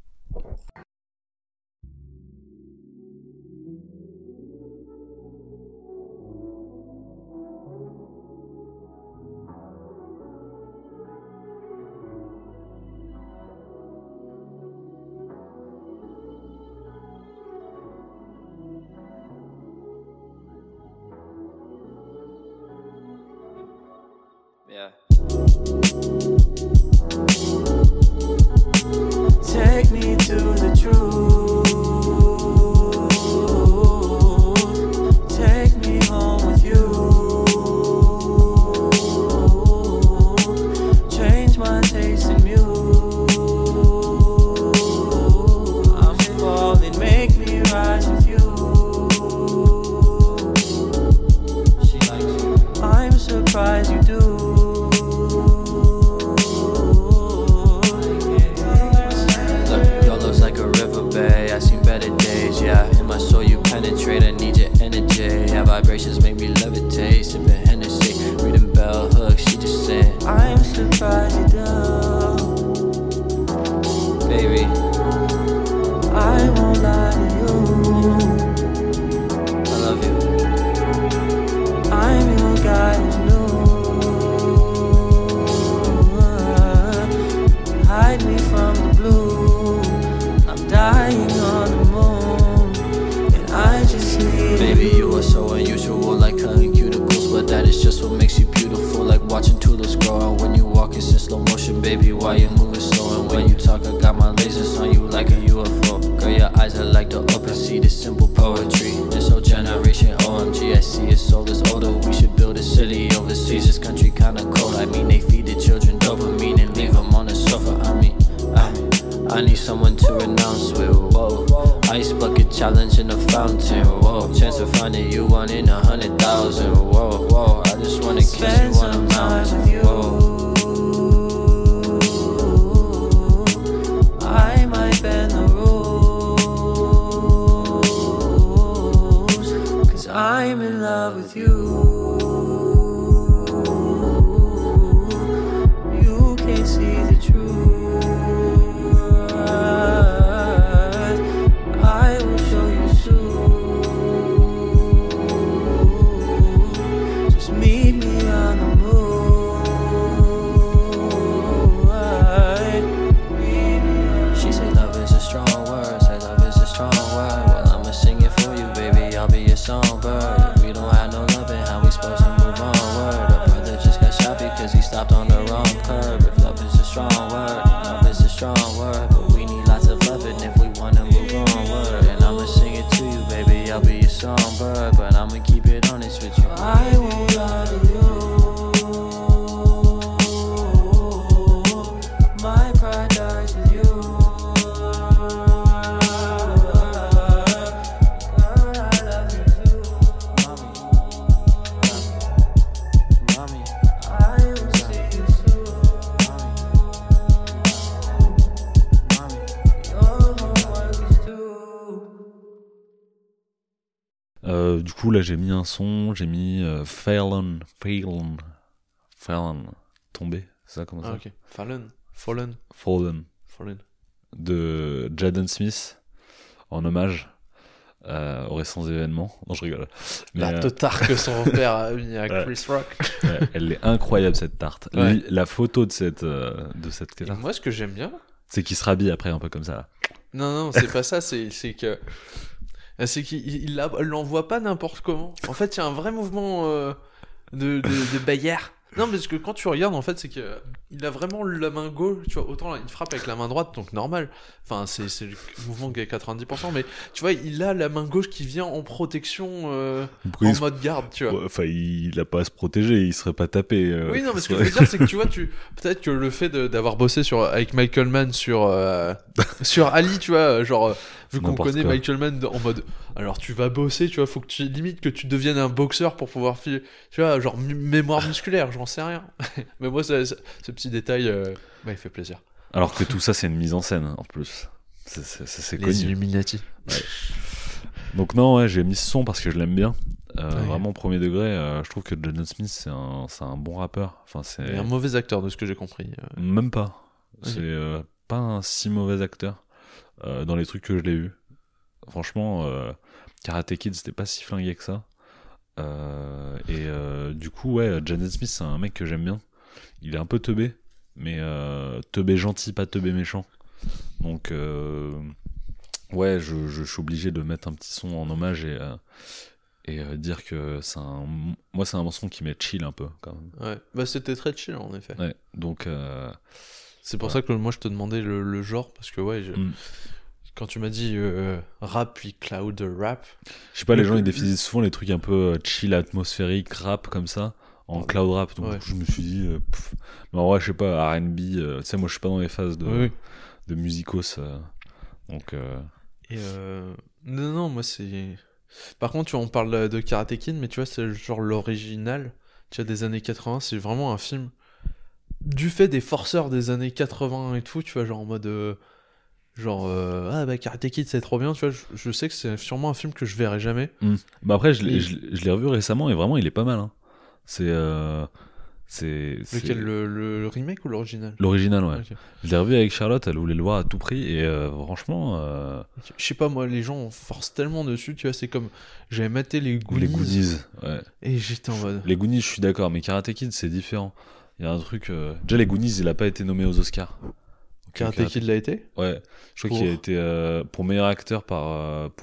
Yeah. Take me to the truth. Take me home with you. Change my taste in you. I'm falling, make me rise with you. She likes you. I'm surprised you do. Vibrations make me levitate, sipping Hennessy, reading bell hooks, she just saying I'm surprised you don't. Baby, I won't lie to you, I love you. I'm your guy who's new. That's what makes you beautiful, like watching tulips grow. And when you walk, it's in slow motion, baby. Why you moving slow? And when you talk, I got my lasers on you like a UFO. Girl, your eyes are like the open sea, this simple poetry. This whole generation, OMG, I see your soul is older. We should build a city overseas. This country kinda cold. I mean, they feed the children dopamine and leave them on the sofa. I need someone to renounce with, whoa. Ice bucket challenge in the fountain, whoa. Chance of finding you 1 in 100,000, whoa, whoa. I just wanna kiss you on a mountain, whoa. I might bend the rules, 'cause I'm in love with you. You can't see the truth. I will show you soon. Just meet me on the moon. She said love is a strong word. Say love is a strong word. Well, I'ma sing it for you, baby. I'll be your songbird. If we don't have no loving, how we supposed to move onward? A brother just got shot because he stopped on the wrong curb. If love is a strong word, love is a strong word. But we need lots of loving if we wanna move onward. And I'ma sing it to you, baby. I'll be your songbird, but I'ma keep it honest with you. I won't lie to you. My pride dies with you. Girl, I love you too. Mommy, I will see you soon. Mommy, your homework is due. Du coup, là, j'ai mis un son, j'ai mis Fallen, tombé, c'est ça, comment ça? Ah, ok. Fallen. Fallen, de Jaden Smith, en hommage aux récents événements. Non, je rigole. Mais, La tarte que son père a mis à Ouais. Chris Rock. ouais, elle est incroyable, cette tarte. Ouais. La photo de cette Et tarte, moi, ce que j'aime bien, c'est qu'il se rhabille après, un peu comme ça. Là. non, c'est pas ça, c'est que. C'est qu'il l'envoie pas n'importe comment. En fait, il y a un vrai mouvement de Bayer. Non, parce que quand tu regardes, en fait, c'est que il a vraiment la main gauche, tu vois, autant là, il frappe avec la main droite, donc normal. Enfin, c'est le mouvement qui est 90%, mais tu vois, il a la main gauche qui vient en protection, Pourquoi en il se- mode garde, tu vois. Ouais, enfin, il a pas à se protéger, il serait pas tapé. Oui, non, mais ce que je veux dire, c'est que tu vois, peut-être que le fait d'avoir bossé avec Michael Mann sur Ali, tu vois, genre, vu qu'on N'importe connaît quoi. Michael Mann en mode, alors tu vas bosser, tu vois, faut que limite que tu deviennes un boxeur pour pouvoir filer, tu vois, genre mémoire musculaire, j'en sais rien. Mais moi, ce petit détail, il fait plaisir. Alors que tout ça, c'est une mise en scène, en plus. C'est connu. Illuminati. Donc non, ouais, j'ai mis ce son parce que je l'aime bien. Ouais. Vraiment premier degré, je trouve que Jaden Smith c'est un bon rappeur. Enfin, Il est c'est un mauvais acteur de ce que j'ai compris. même pas. Ok. C'est pas un si mauvais acteur dans les trucs que je l'ai vu. Franchement, Karate Kid c'était pas si flingué que ça. Du coup, ouais, Jaden Smith c'est un mec que j'aime bien. Il est un peu teubé, mais teubé gentil, pas teubé méchant. Donc ouais, je suis obligé de mettre un petit son en hommage et dire que moi c'est un son qui m'est chill un peu quand même. Ouais, bah c'était très chill en effet. Ouais, donc C'est pour ça que moi je te demandais le genre, parce que ouais, Mm. quand tu m'as dit rap puis cloud rap, je sais pas, les gens ils définissent souvent les trucs un peu chill, atmosphérique, rap comme ça en cloud rap. Donc Ouais. du coup, je me suis dit mais en vrai, je sais pas, R&B, tu sais, moi je suis pas dans les phases oui. de musicos donc Et non, moi c'est. Par contre, tu vois, on parle de Karate Kid, mais tu vois, c'est genre l'original, tu vois, des années 80, c'est vraiment un film du fait des forceurs des années 80 et tout, tu vois, genre en mode. Ah bah Karate Kid c'est trop bien, tu vois, je sais que c'est sûrement un film que je verrai jamais. bah après je Et- l'ai revu récemment et vraiment il est pas mal hein. C'est Lequel, le remake ou l'original? l'original, ouais. Ok. Je l'ai revu avec Charlotte, elle voulait le voir à tout prix et franchement Ok. Je sais pas, moi, les gens forcent tellement dessus, tu vois, c'est comme. J'avais maté les Goonies, les Goonies, ouais. et j'étais en mode. Les Goonies, je suis d'accord, mais Karate Kid, c'est différent. Il y a un truc. Déjà, les Goonies, il a pas été nommé aux Oscars. Karate Kid l'a été? Ouais, je crois qu'il a été pour meilleur acteur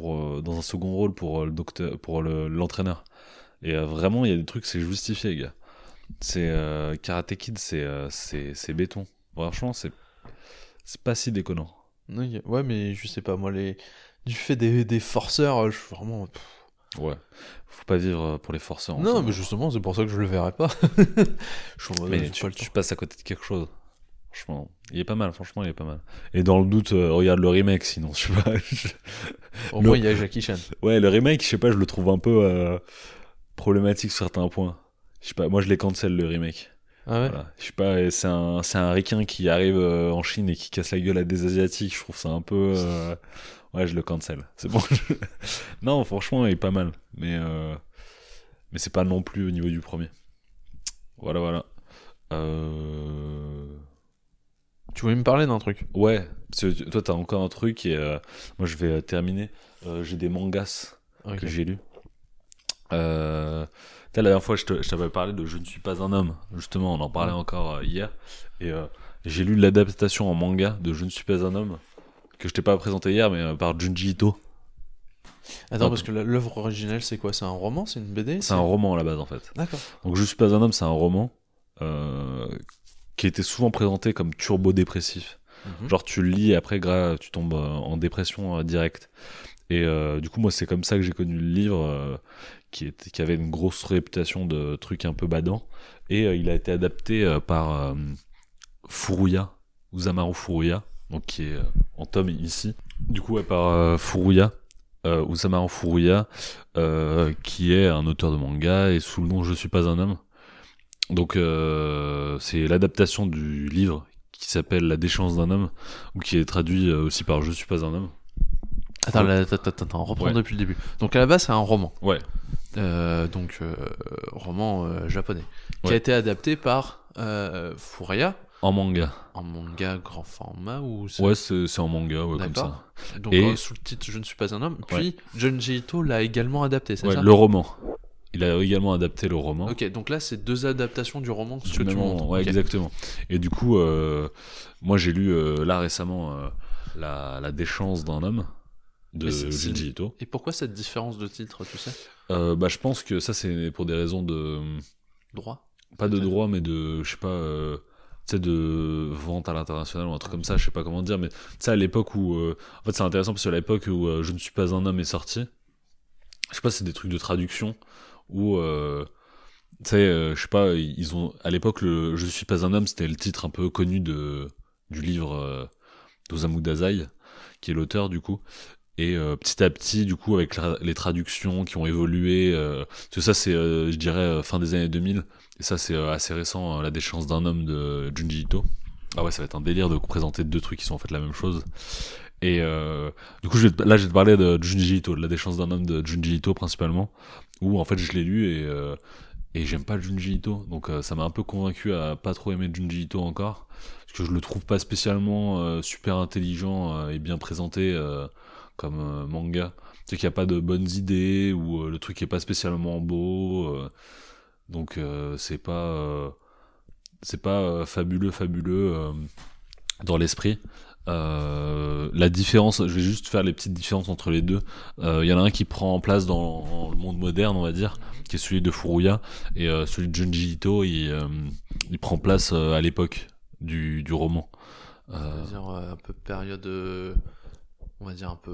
dans un second rôle pour le docteur, pour l'entraîneur. Et vraiment, il y a des trucs, c'est justifié, gars. Karate Kid, c'est béton. Franchement, c'est pas si déconnant. Ok. Ouais, mais je sais pas, moi, du fait des forceurs, je suis vraiment. Ouais. Faut pas vivre pour les forceurs. Non, mais justement, c'est pour ça que je le verrai pas. Je suis en mode, mais j'ai pas le temps. tu passes à côté de quelque chose. Franchement, il est pas mal. Franchement, il est pas mal. Et dans le doute, regarde le remake, sinon, je sais pas. Au moins, il y a Jackie Chan. Ouais, le remake, je sais pas, je le trouve un peu problématique sur certains points. Je sais pas, moi je les cancel le remake. Ah ouais. Voilà. Je sais pas, c'est un ricain qui arrive en Chine et qui casse la gueule à des Asiatiques. Je trouve ça un peu. Ouais, je le cancel. C'est bon. Non, franchement, il est pas mal. Mais c'est pas non plus au niveau du premier. Voilà. Tu voulais me parler d'un truc? Ouais, parce que toi t'as encore un truc et moi je vais terminer. J'ai des mangas que j'ai lus. La dernière fois je t'avais parlé de Je ne suis pas un homme. Justement, on en parlait encore hier. Et j'ai lu l'adaptation en manga de Je ne suis pas un homme, que je t'ai pas présenté hier, mais par Junji Ito. Attends, parce que l'œuvre originelle, c'est quoi? C'est un roman? C'est une BD? C'est un roman à la base en fait. D'accord. Donc Je suis pas un homme, c'est un roman qui était souvent présenté comme turbo-dépressif. Genre tu le lis et après tu tombes en dépression directe. Et du coup moi c'est comme ça que j'ai connu le livre qui avait une grosse réputation de trucs un peu badants. Et il a été adapté par Furuya, Usamaru Furuya, donc qui est en tome ici. Du coup par Furuya, Usamaru Furuya, qui est un auteur de manga et sous le nom Je suis pas un homme. Donc c'est l'adaptation du livre qui s'appelle La déchéance d'un homme, ou qui est traduit aussi par Je suis pas un homme. Attends, reprends depuis le début. Donc à la base c'est un roman. Ouais. Roman japonais qui a été adapté par Furuya en manga. En manga grand format ou ouais, c'est en manga, ouais, comme ça. Donc sous le titre Je ne suis pas un homme. Puis Junji Ito l'a également adapté, c'est ça? Le roman. Il a également adapté le roman. Ok, donc là c'est deux adaptations du roman que tu montres. Ouais, exactement. Et du coup, moi j'ai lu là récemment La déchéance d'un homme de Junji Ito. Et pourquoi cette différence de titre, tu sais? Je pense que ça c'est pour des raisons de droit. Pas de droit, mais de, je sais pas, tu sais, de vente à l'international ou un truc comme ça, je sais pas comment dire, mais tu sais, à l'époque où, en fait c'est intéressant parce que à l'époque où Je ne suis pas un homme est sorti, je sais pas, c'est des trucs de traduction où tu sais, je sais pas, ils ont à l'époque le Je suis pas un homme, c'était le titre un peu connu du livre d'Osamu Dazai, qui est l'auteur du coup. Et petit à petit, du coup, avec les traductions qui ont évolué, tout ça c'est, je dirais, fin des années 2000, et ça c'est assez récent, La déchéance d'un homme de Junji Ito. Ah ouais, ça va être un délire de présenter deux trucs qui sont en fait la même chose. Et du coup, je vais te parler de Junji Ito, de La déchéance d'un homme de Junji Ito principalement, où en fait je l'ai lu et j'aime pas Junji Ito, donc ça m'a un peu convaincu à pas trop aimer Junji Ito encore, parce que je le trouve pas spécialement super intelligent et bien présenté comme manga. C'est qu'il n'y a pas de bonnes idées, ou le truc est pas spécialement beau, donc c'est pas fabuleux dans l'esprit. La différence, je vais juste faire les petites différences entre les deux. Il y en a un qui prend place dans le monde moderne, on va dire, qui est celui de Furuya, et celui de Junji Ito, il prend place à l'époque du roman. C'est-à-dire un peu période, on va dire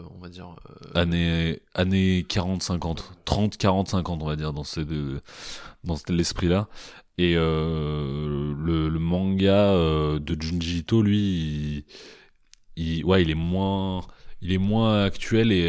années 40-50, 30-40-50, on va dire, dans l'esprit-là. Et le manga de Junji Ito, lui, il est moins actuel et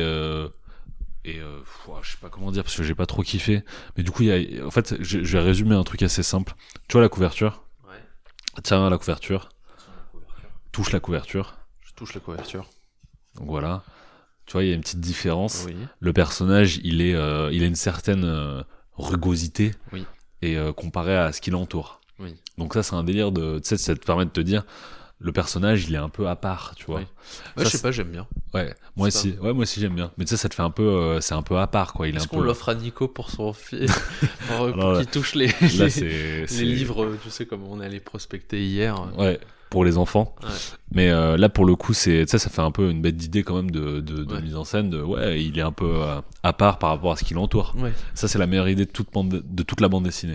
je sais pas comment dire parce que j'ai pas trop kiffé. Mais du coup, en fait, je vais résumer un truc assez simple. Tu vois la couverture? Ouais. Tiens la couverture. Touche la couverture. Je touche la couverture. Donc voilà. Tu vois, il y a une petite différence. Oui. Le personnage, il a une certaine rugosité. Oui. Et comparé à ce qui l'entoure. Oui. Donc ça, c'est un délire de, tu sais, ça te permet de te dire, le personnage, il est un peu à part, tu vois. Oui. Ouais, je sais pas, j'aime bien. Ouais, moi aussi j'aime bien. Mais tu sais, ça te fait un peu, c'est un peu à part, quoi. Est-ce qu'on l'offre à Nico pour son fils, pour qu'il touche les livres, tu sais, comme on allait prospecter hier. Ouais. Pour les enfants. Ouais. Mais là, pour le coup, ça fait un peu une bête d'idée quand même de mise en scène. Il est un peu à part par rapport à ce qui l'entoure. Ouais. Ça, c'est la meilleure idée de toute la bande dessinée.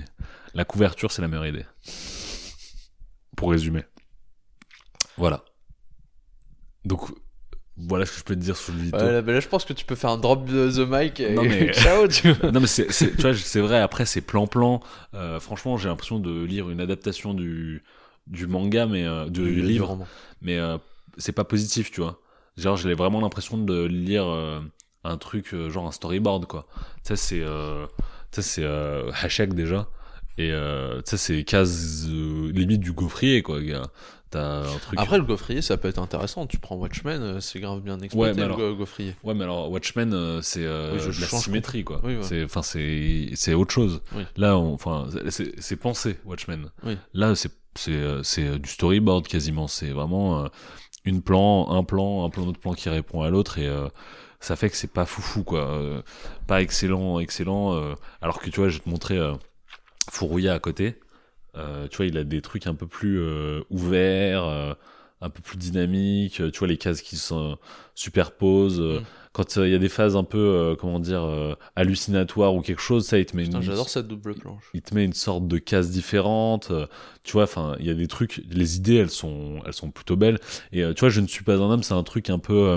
La couverture, c'est la meilleure idée. Pour résumer. Voilà. Donc, voilà ce que je peux te dire sur le Lito. Ouais, là, je pense que tu peux faire un drop de the mic et Non, mais- ciao, tu vois. Non, mais tu vois, c'est vrai, après, c'est plan-plan. Franchement, j'ai l'impression de lire une adaptation du manga, mais du livre. roman. Mais c'est pas positif, tu vois. Genre, j'ai vraiment l'impression de lire un truc, genre un storyboard, quoi. Tu sais, c'est Hachek déjà. Et tu sais, c'est cases limite du gaufrier, quoi, gars. T'as un truc. Après, le gaufrier, ça peut être intéressant. Tu prends Watchmen, c'est grave bien exploité, mais le alors- gaufrier. Ouais, mais alors Watchmen, c'est Oui, je de la change symétrie, quoi. Oui, ouais. C'est autre chose. Oui. Là, c'est pensé Watchmen. Oui. Là, c'est du storyboard quasiment. C'est vraiment un plan, autre plan qui répond à l'autre et ça fait que c'est pas foufou, quoi. Pas excellent. Alors que tu vois, je vais te montrer Furuya à côté. Tu vois, il a des trucs un peu plus ouverts, un peu plus dynamiques. Tu vois, les cases qui se superposent. Quand il y a des phases un peu, hallucinatoires ou quelque chose, ça, il te met Putain, j'adore cette double planche. il te met une sorte de case différente. Tu vois, enfin, il y a des trucs. Les idées, elles sont plutôt belles. Et tu vois, Je ne suis pas un homme, c'est un truc un peu.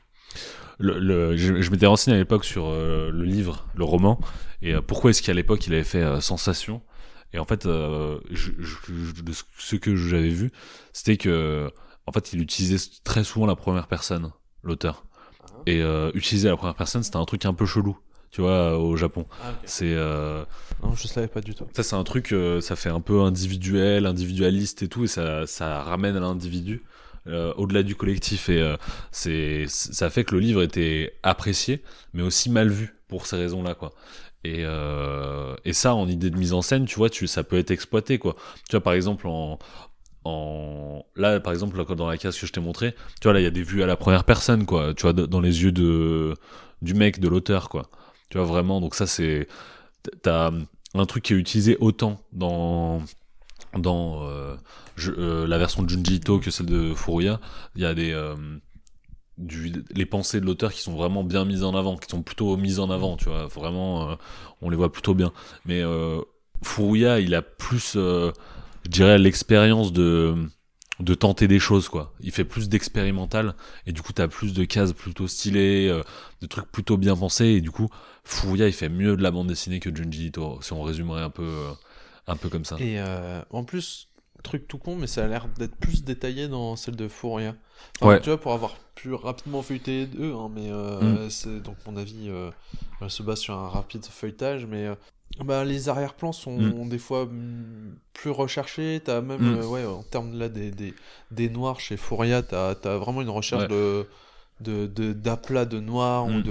Je m'étais renseigné à l'époque sur le livre, le roman, et pourquoi est-ce qu'à l'époque il avait fait sensation. Et en fait, de ce que j'avais vu, c'était que, en fait, il utilisait très souvent la première personne, l'auteur. Et utiliser la première personne, c'était un truc un peu chelou, tu vois, au Japon. Ah, ok. C'est Non, je savais pas du tout. ça, c'est un truc, ça fait un peu individualiste et tout, et ça ramène à l'individu. Au-delà du collectif et ça fait que le livre était apprécié mais aussi mal vu pour ces raisons-là, quoi. Et ça, en idée de mise en scène, tu vois, ça peut être exploité, quoi. Tu vois, par exemple, là, par exemple, dans la case que je t'ai montré, tu vois, là, il y a des vues à la première personne, quoi. Tu vois, dans les yeux du mec, de l'auteur, quoi. Tu vois, vraiment, donc ça, t'as un truc qui est utilisé autant dans la version de Junji Ito que celle de Furuya. Il y a les pensées de l'auteur qui sont vraiment bien mises en avant, qui sont plutôt mises en avant, tu vois, vraiment on les voit plutôt bien. Mais Furuya, il a plus je dirais l'expérience de tenter des choses, quoi. Il fait plus d'expérimental et du coup t'as plus de cases plutôt stylées, de trucs plutôt bien pensés, et du coup Furuya il fait mieux de la bande dessinée que Junji Ito, si on résumerait un peu comme ça. Et en plus, truc tout con, mais ça a l'air d'être plus détaillé dans celle de Furuya. Enfin, Ouais. tu vois, pour avoir pu rapidement feuilleter les deux, hein, mais c'est donc mon avis se base sur un rapide feuilletage, mais les arrière-plans sont des fois plus recherchés. T'as même, en termes là des noirs chez Furuya, t'as vraiment une recherche d'aplat de noir ou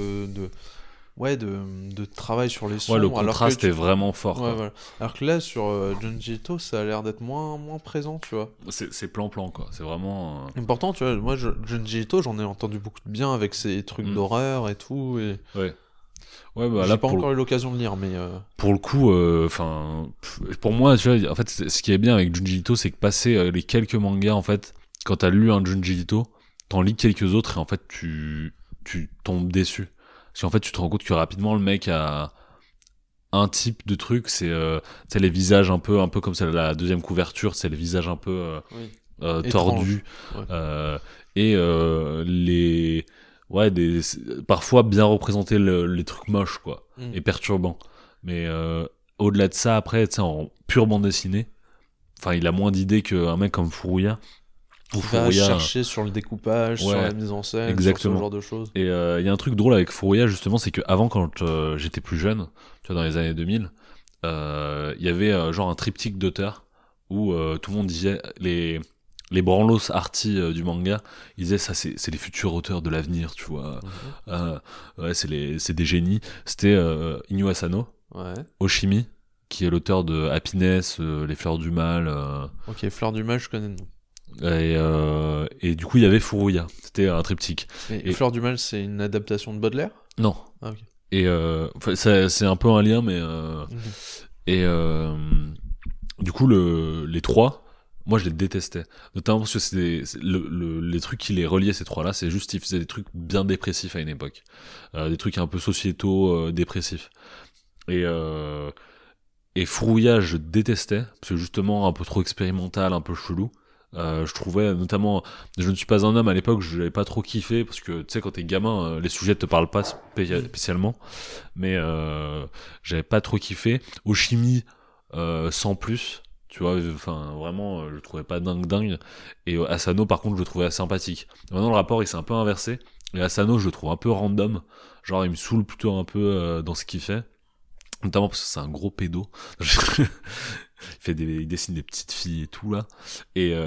de travail sur les sons. Ouais, le alors que contraste est vraiment fort, quoi. voilà. Alors que là, sur Junji Ito, ça a l'air d'être moins présent, tu vois. C'est plan-plan, quoi. C'est vraiment. Et pourtant, tu vois, moi, Junji Ito, j'en ai entendu beaucoup de bien avec ses trucs d'horreur et tout. Et... Ouais, bah j'ai là, pas encore eu l'occasion de lire, mais. Pour le coup, pour moi, tu vois, en fait, ce qui est bien avec Junji Ito, c'est que passer les quelques mangas, en fait, quand t'as lu un Junji Ito, t'en lis quelques autres et en fait, tu tombes déçu. Parce qu'en fait, tu te rends compte que rapidement, le mec a un type de truc, c'est les visages un peu comme c'est la deuxième couverture, c'est les visages un peu tordus, et parfois bien représenter les trucs moches, quoi, et perturbants. Mais au-delà de ça, après, tu sais, en pure bande dessinée, enfin, il a moins d'idées qu'un mec comme Furuya. Il va chercher sur le découpage, sur la mise en scène, exactement. sur ce genre de choses. Et il y a un truc drôle avec Furuya, justement, c'est qu'avant, quand j'étais plus jeune, tu vois, dans les années 2000, il y avait genre un triptyque d'auteurs où tout le monde disait, les branlos arty du manga, ils disaient ça, c'est les futurs auteurs de l'avenir, tu vois. C'est des génies. C'était Inu Asano, Oshimi, qui est l'auteur de Happiness, Les Fleurs du Mal. Ok, Fleurs du Mal, je connais le nom. Et du coup, il y avait Furuya. C'était un triptyque. Et Fleurs du Mal, c'est une adaptation de Baudelaire ? Non. Ah, ok. Et c'est un peu un lien, mais et du coup, les trois, moi, je les détestais. Notamment parce que les trucs qui les reliaient, ces trois-là, c'est juste qu'ils faisaient des trucs bien dépressifs à une époque, des trucs un peu sociétaux, dépressifs. Et Et Furuya, je détestais, parce que justement, un peu trop expérimental, un peu chelou. Je trouvais notamment, je ne suis pas un homme à l'époque, je n'avais pas trop kiffé, parce que tu sais, quand t'es gamin, les sujets te parlent pas spécialement, mais j'avais pas trop kiffé. Oshimi, sans plus, tu vois, enfin vraiment, je le trouvais pas dingue. Et Asano, par contre, je le trouvais assez sympathique. Maintenant, le rapport, il s'est un peu inversé, et Asano, je le trouve un peu random, genre, il me saoule plutôt un peu dans ce qu'il fait. Notamment parce que c'est un gros pédo. Il dessine des petites filles et tout là. Et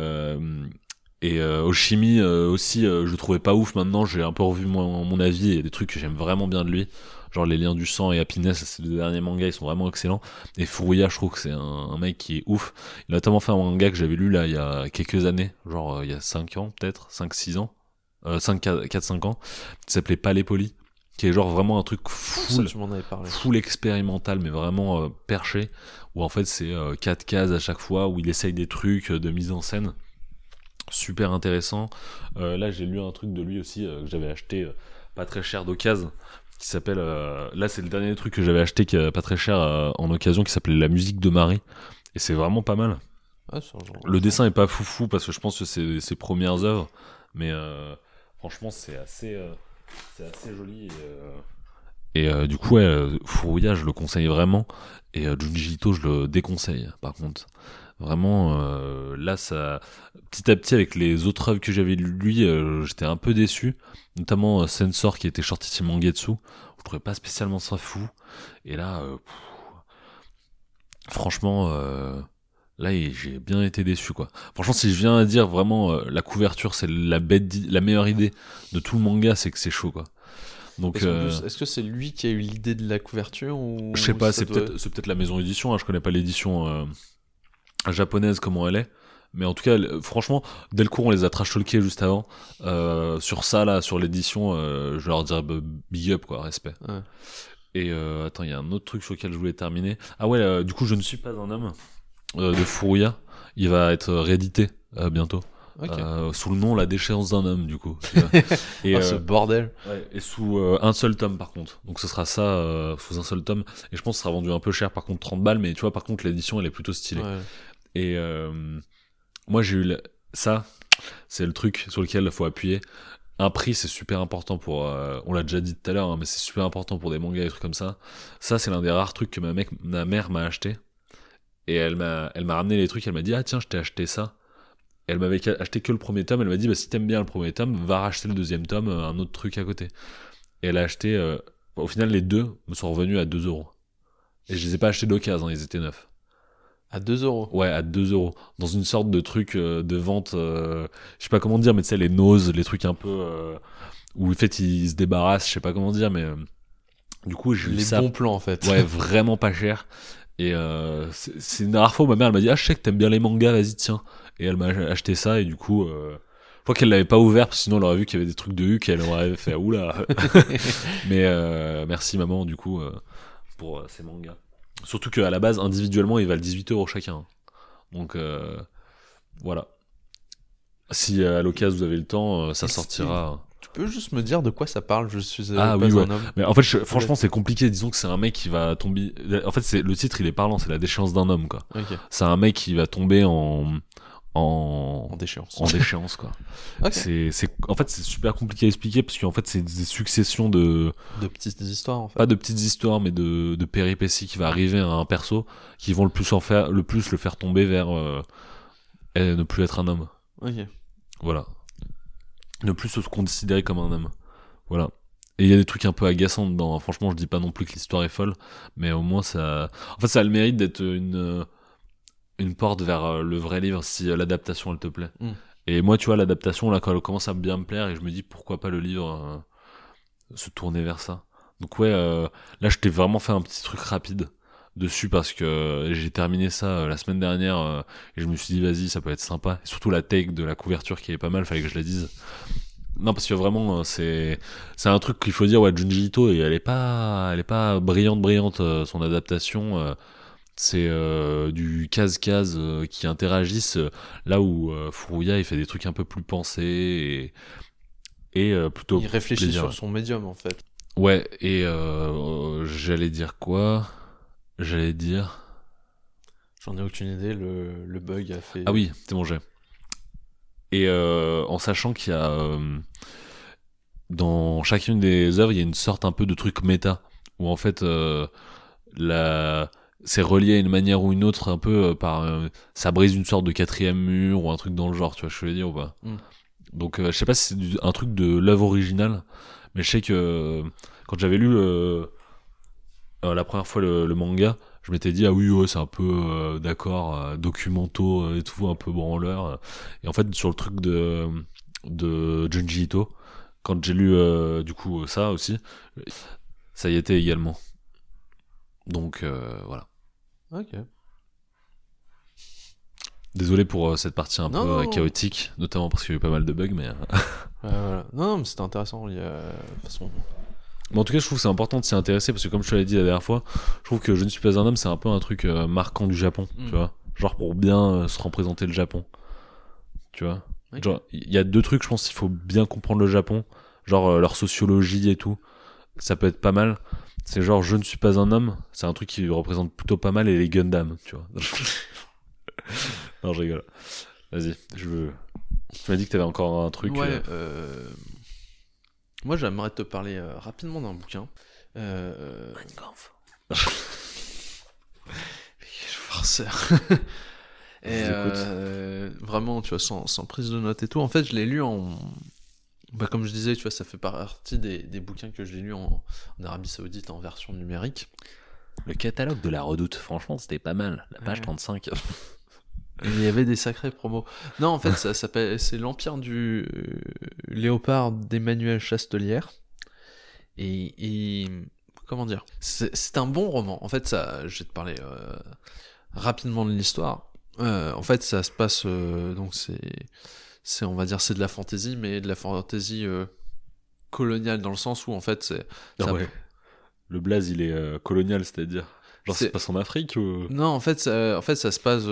Oshimi aussi, je le trouvais pas ouf. Maintenant, j'ai un peu revu mon avis. Il y a des trucs que j'aime vraiment bien de lui. Genre Les Liens du Sang et Happiness, c'est les deux derniers mangas, ils sont vraiment excellents. Et Furuya, je trouve que c'est un mec qui est ouf. Il a notamment fait un manga que j'avais lu là il y a quelques années, genre il y a 5 ans peut-être, 5-6 ans, 4-5 ans, qui s'appelait Palais Poli, qui est genre vraiment un truc Ça, tu m'en avais parlé. full expérimental, mais vraiment perché, où en fait c'est 4 cases à chaque fois, où il essaye des trucs de mise en scène. Super intéressant. Là j'ai lu un truc de lui aussi que j'avais acheté pas très cher d'occasion, qui s'appelle là c'est le dernier truc que j'avais acheté qui est pas très cher en occasion, qui s'appelait La musique de Marie, et c'est vraiment pas mal. Ouais, c'est un genre... Le dessin est pas foufou parce que je pense que c'est ses premières œuvres, mais franchement c'est assez joli. Et du coup, ouais, Furuya, je le conseille vraiment. Et Junji Ito, je le déconseille, par contre. Vraiment, là, ça, petit à petit, avec les autres œuvres que j'avais lues, lui, j'étais un peu déçu. Notamment Sensor, qui était sorti chez Mangetsu. Je trouvais pas spécialement ça fou. Et là, franchement, là, j'ai bien été déçu, quoi. Franchement, si je viens à dire vraiment, la couverture, c'est la meilleure idée de tout le manga, c'est que c'est chaud, quoi. Donc, est-ce que c'est lui qui a eu l'idée de la couverture ou je sais pas, ça c'est peut-être la maison édition, hein, je connais pas l'édition japonaise, comment elle est. Mais en tout cas, franchement, Delcourt, on les a trash talkés juste avant. Sur ça, là, sur l'édition, je leur dirais big up, quoi, respect. Ouais. Et attends, il y a un autre truc sur lequel je voulais terminer. Ah ouais, du coup, Je ne suis pas un homme, de Furuya. Il va être réédité bientôt. Okay. Sous le nom La déchéance d'un homme, du coup. Et ce bordel. Ouais, et sous un seul tome, par contre. Donc ce sera ça sous un seul tome. Et je pense que ce sera vendu un peu cher, par contre 30 balles. Mais tu vois, par contre, l'édition, elle est plutôt stylée. Ouais. Et moi, j'ai eu ça. C'est le truc sur lequel il faut appuyer. Un prix, c'est super important pour... on l'a déjà dit tout à l'heure, hein, mais c'est super important pour des mangas et des trucs comme ça. Ça, c'est l'un des rares trucs que ma mère m'a acheté. Et elle m'a ramené les trucs. Elle m'a dit, ah tiens, je t'ai acheté ça. Elle m'avait acheté que le premier tome. Elle m'a dit, bah, si t'aimes bien le premier tome, va racheter le deuxième tome, un autre truc à côté. Et elle a acheté... au final, les deux me sont revenus à 2€. Et je les ai pas achetés d'occasion, ils étaient neufs. À 2€? Ouais, à 2€. Dans une sorte de truc de vente... je sais pas comment dire, mais tu sais, les noses, les trucs un peu... où en fait, ils se débarrassent, je sais pas comment dire, mais... du coup, j'ai eu les ça... bons plans, en fait. Ouais, vraiment pas cher. Et c'est une rare fois où ma mère elle m'a dit, ah je sais que t'aimes bien les mangas, vas-y tiens. Et elle m'a acheté ça, et du coup je crois qu'elle l'avait pas ouvert parce que sinon elle aurait vu qu'il y avait des trucs de Huck et elle aurait fait oula. Mais merci maman du coup pour ces mangas. Surtout qu'à la base individuellement ils valent 18€ chacun. Donc voilà. Si à l'occasion vous avez le temps, ça sortira. Tu peux juste me dire de quoi ça parle? Je suis pas un homme. Mais en fait, franchement, c'est compliqué. Disons que c'est un mec qui va tomber. En fait, le titre, il est parlant. C'est La déchéance d'un homme, quoi. Okay. C'est un mec qui va tomber en déchéance. En déchéance, quoi. Okay. En fait, c'est super compliqué à expliquer parce qu'en fait, c'est des successions de petites histoires, en fait. Pas de petites histoires, mais de péripéties qui va arriver à un perso qui vont le plus le faire tomber vers ne plus être un homme. Ok. Voilà. Ne plus se considérer comme un homme. Voilà. Et il y a des trucs un peu agaçants dedans. Hein. Franchement, je dis pas non plus que l'histoire est folle, mais au moins ça... En fait, ça a le mérite d'être une porte vers le vrai livre si l'adaptation, elle te plaît. Mm. Et moi, tu vois, l'adaptation, là, quand elle commence à bien me plaire, et je me dis, pourquoi pas le livre se tourner vers ça. Donc ouais, là, je t'ai vraiment fait un petit truc rapide dessus parce que j'ai terminé ça la semaine dernière et je me suis dit vas-y ça peut être sympa, et surtout la take de la couverture qui est pas mal, fallait que je la dise. Non parce que vraiment c'est un truc qu'il faut dire, ouais, Junji Ito, et elle est pas brillante son adaptation, c'est du case qui interagissent, là où Furuya il fait des trucs un peu plus pensés et plutôt il réfléchit plaisir. Sur son médium en fait. Ouais, et j'allais dire quoi? J'en ai aucune idée, le bug a fait... Ah oui, c'est mon jet. Et en sachant qu'il y a dans chacune des œuvres, il y a une sorte un peu de truc méta où en fait c'est relié à une manière ou une autre un peu ça brise une sorte de quatrième mur ou un truc dans le genre, tu vois, je veux dire ou pas. Donc je sais pas si c'est un truc de l'œuvre originale, mais je sais que quand j'avais lu la première fois le manga, je m'étais dit ah oui ouais, c'est un peu d'accord documento et tout un peu branleur, et en fait sur le truc de Junji Ito, quand j'ai lu du coup ça aussi, ça y était également. Donc voilà. Ok. Désolé pour cette partie un Non, peu non. chaotique, notamment parce qu'il y a eu pas mal de bugs, mais Voilà. Non, mais c'était intéressant. Il y a... De toute façon... mais en tout cas, je trouve que c'est important de s'y intéresser parce que, comme je te l'ai dit la dernière fois, je trouve que Je ne suis pas un homme, c'est un peu un truc marquant du Japon, tu vois. Genre pour bien se représenter le Japon, tu vois. Okay. Genre, il y a 2 trucs, je pense qu'il faut bien comprendre le Japon, genre leur sociologie et tout. Ça peut être pas mal. C'est genre Je ne suis pas un homme, c'est un truc qui représente plutôt pas mal, et les Gundam, tu vois. Non, je rigole. Vas-y, tu m'as dit que t'avais encore un truc. Ouais, moi j'aimerais te parler rapidement d'un bouquin. Farceur. Et vraiment, tu vois, sans prise de notes et tout. En fait, je l'ai lu comme je disais, tu vois, ça fait partie des bouquins que j'ai lus en Arabie Saoudite en version numérique. Le catalogue de la Redoute, franchement, c'était pas mal. La page 35. Et il y avait des sacrés promos. Non, en fait, ça s'appelle, c'est l'Empire du Léopard d'Emmanuel Chastelière. Et comment dire, c'est un bon roman. En fait, je vais te parler rapidement de l'histoire. En fait, ça se passe donc c'est on va dire c'est de la fantasy, mais de la fantasy coloniale, dans le sens où en fait Ouais. Le blaze il est colonial, c'est-à-dire genre ça se passe en Afrique ou... Non, en fait ça se passe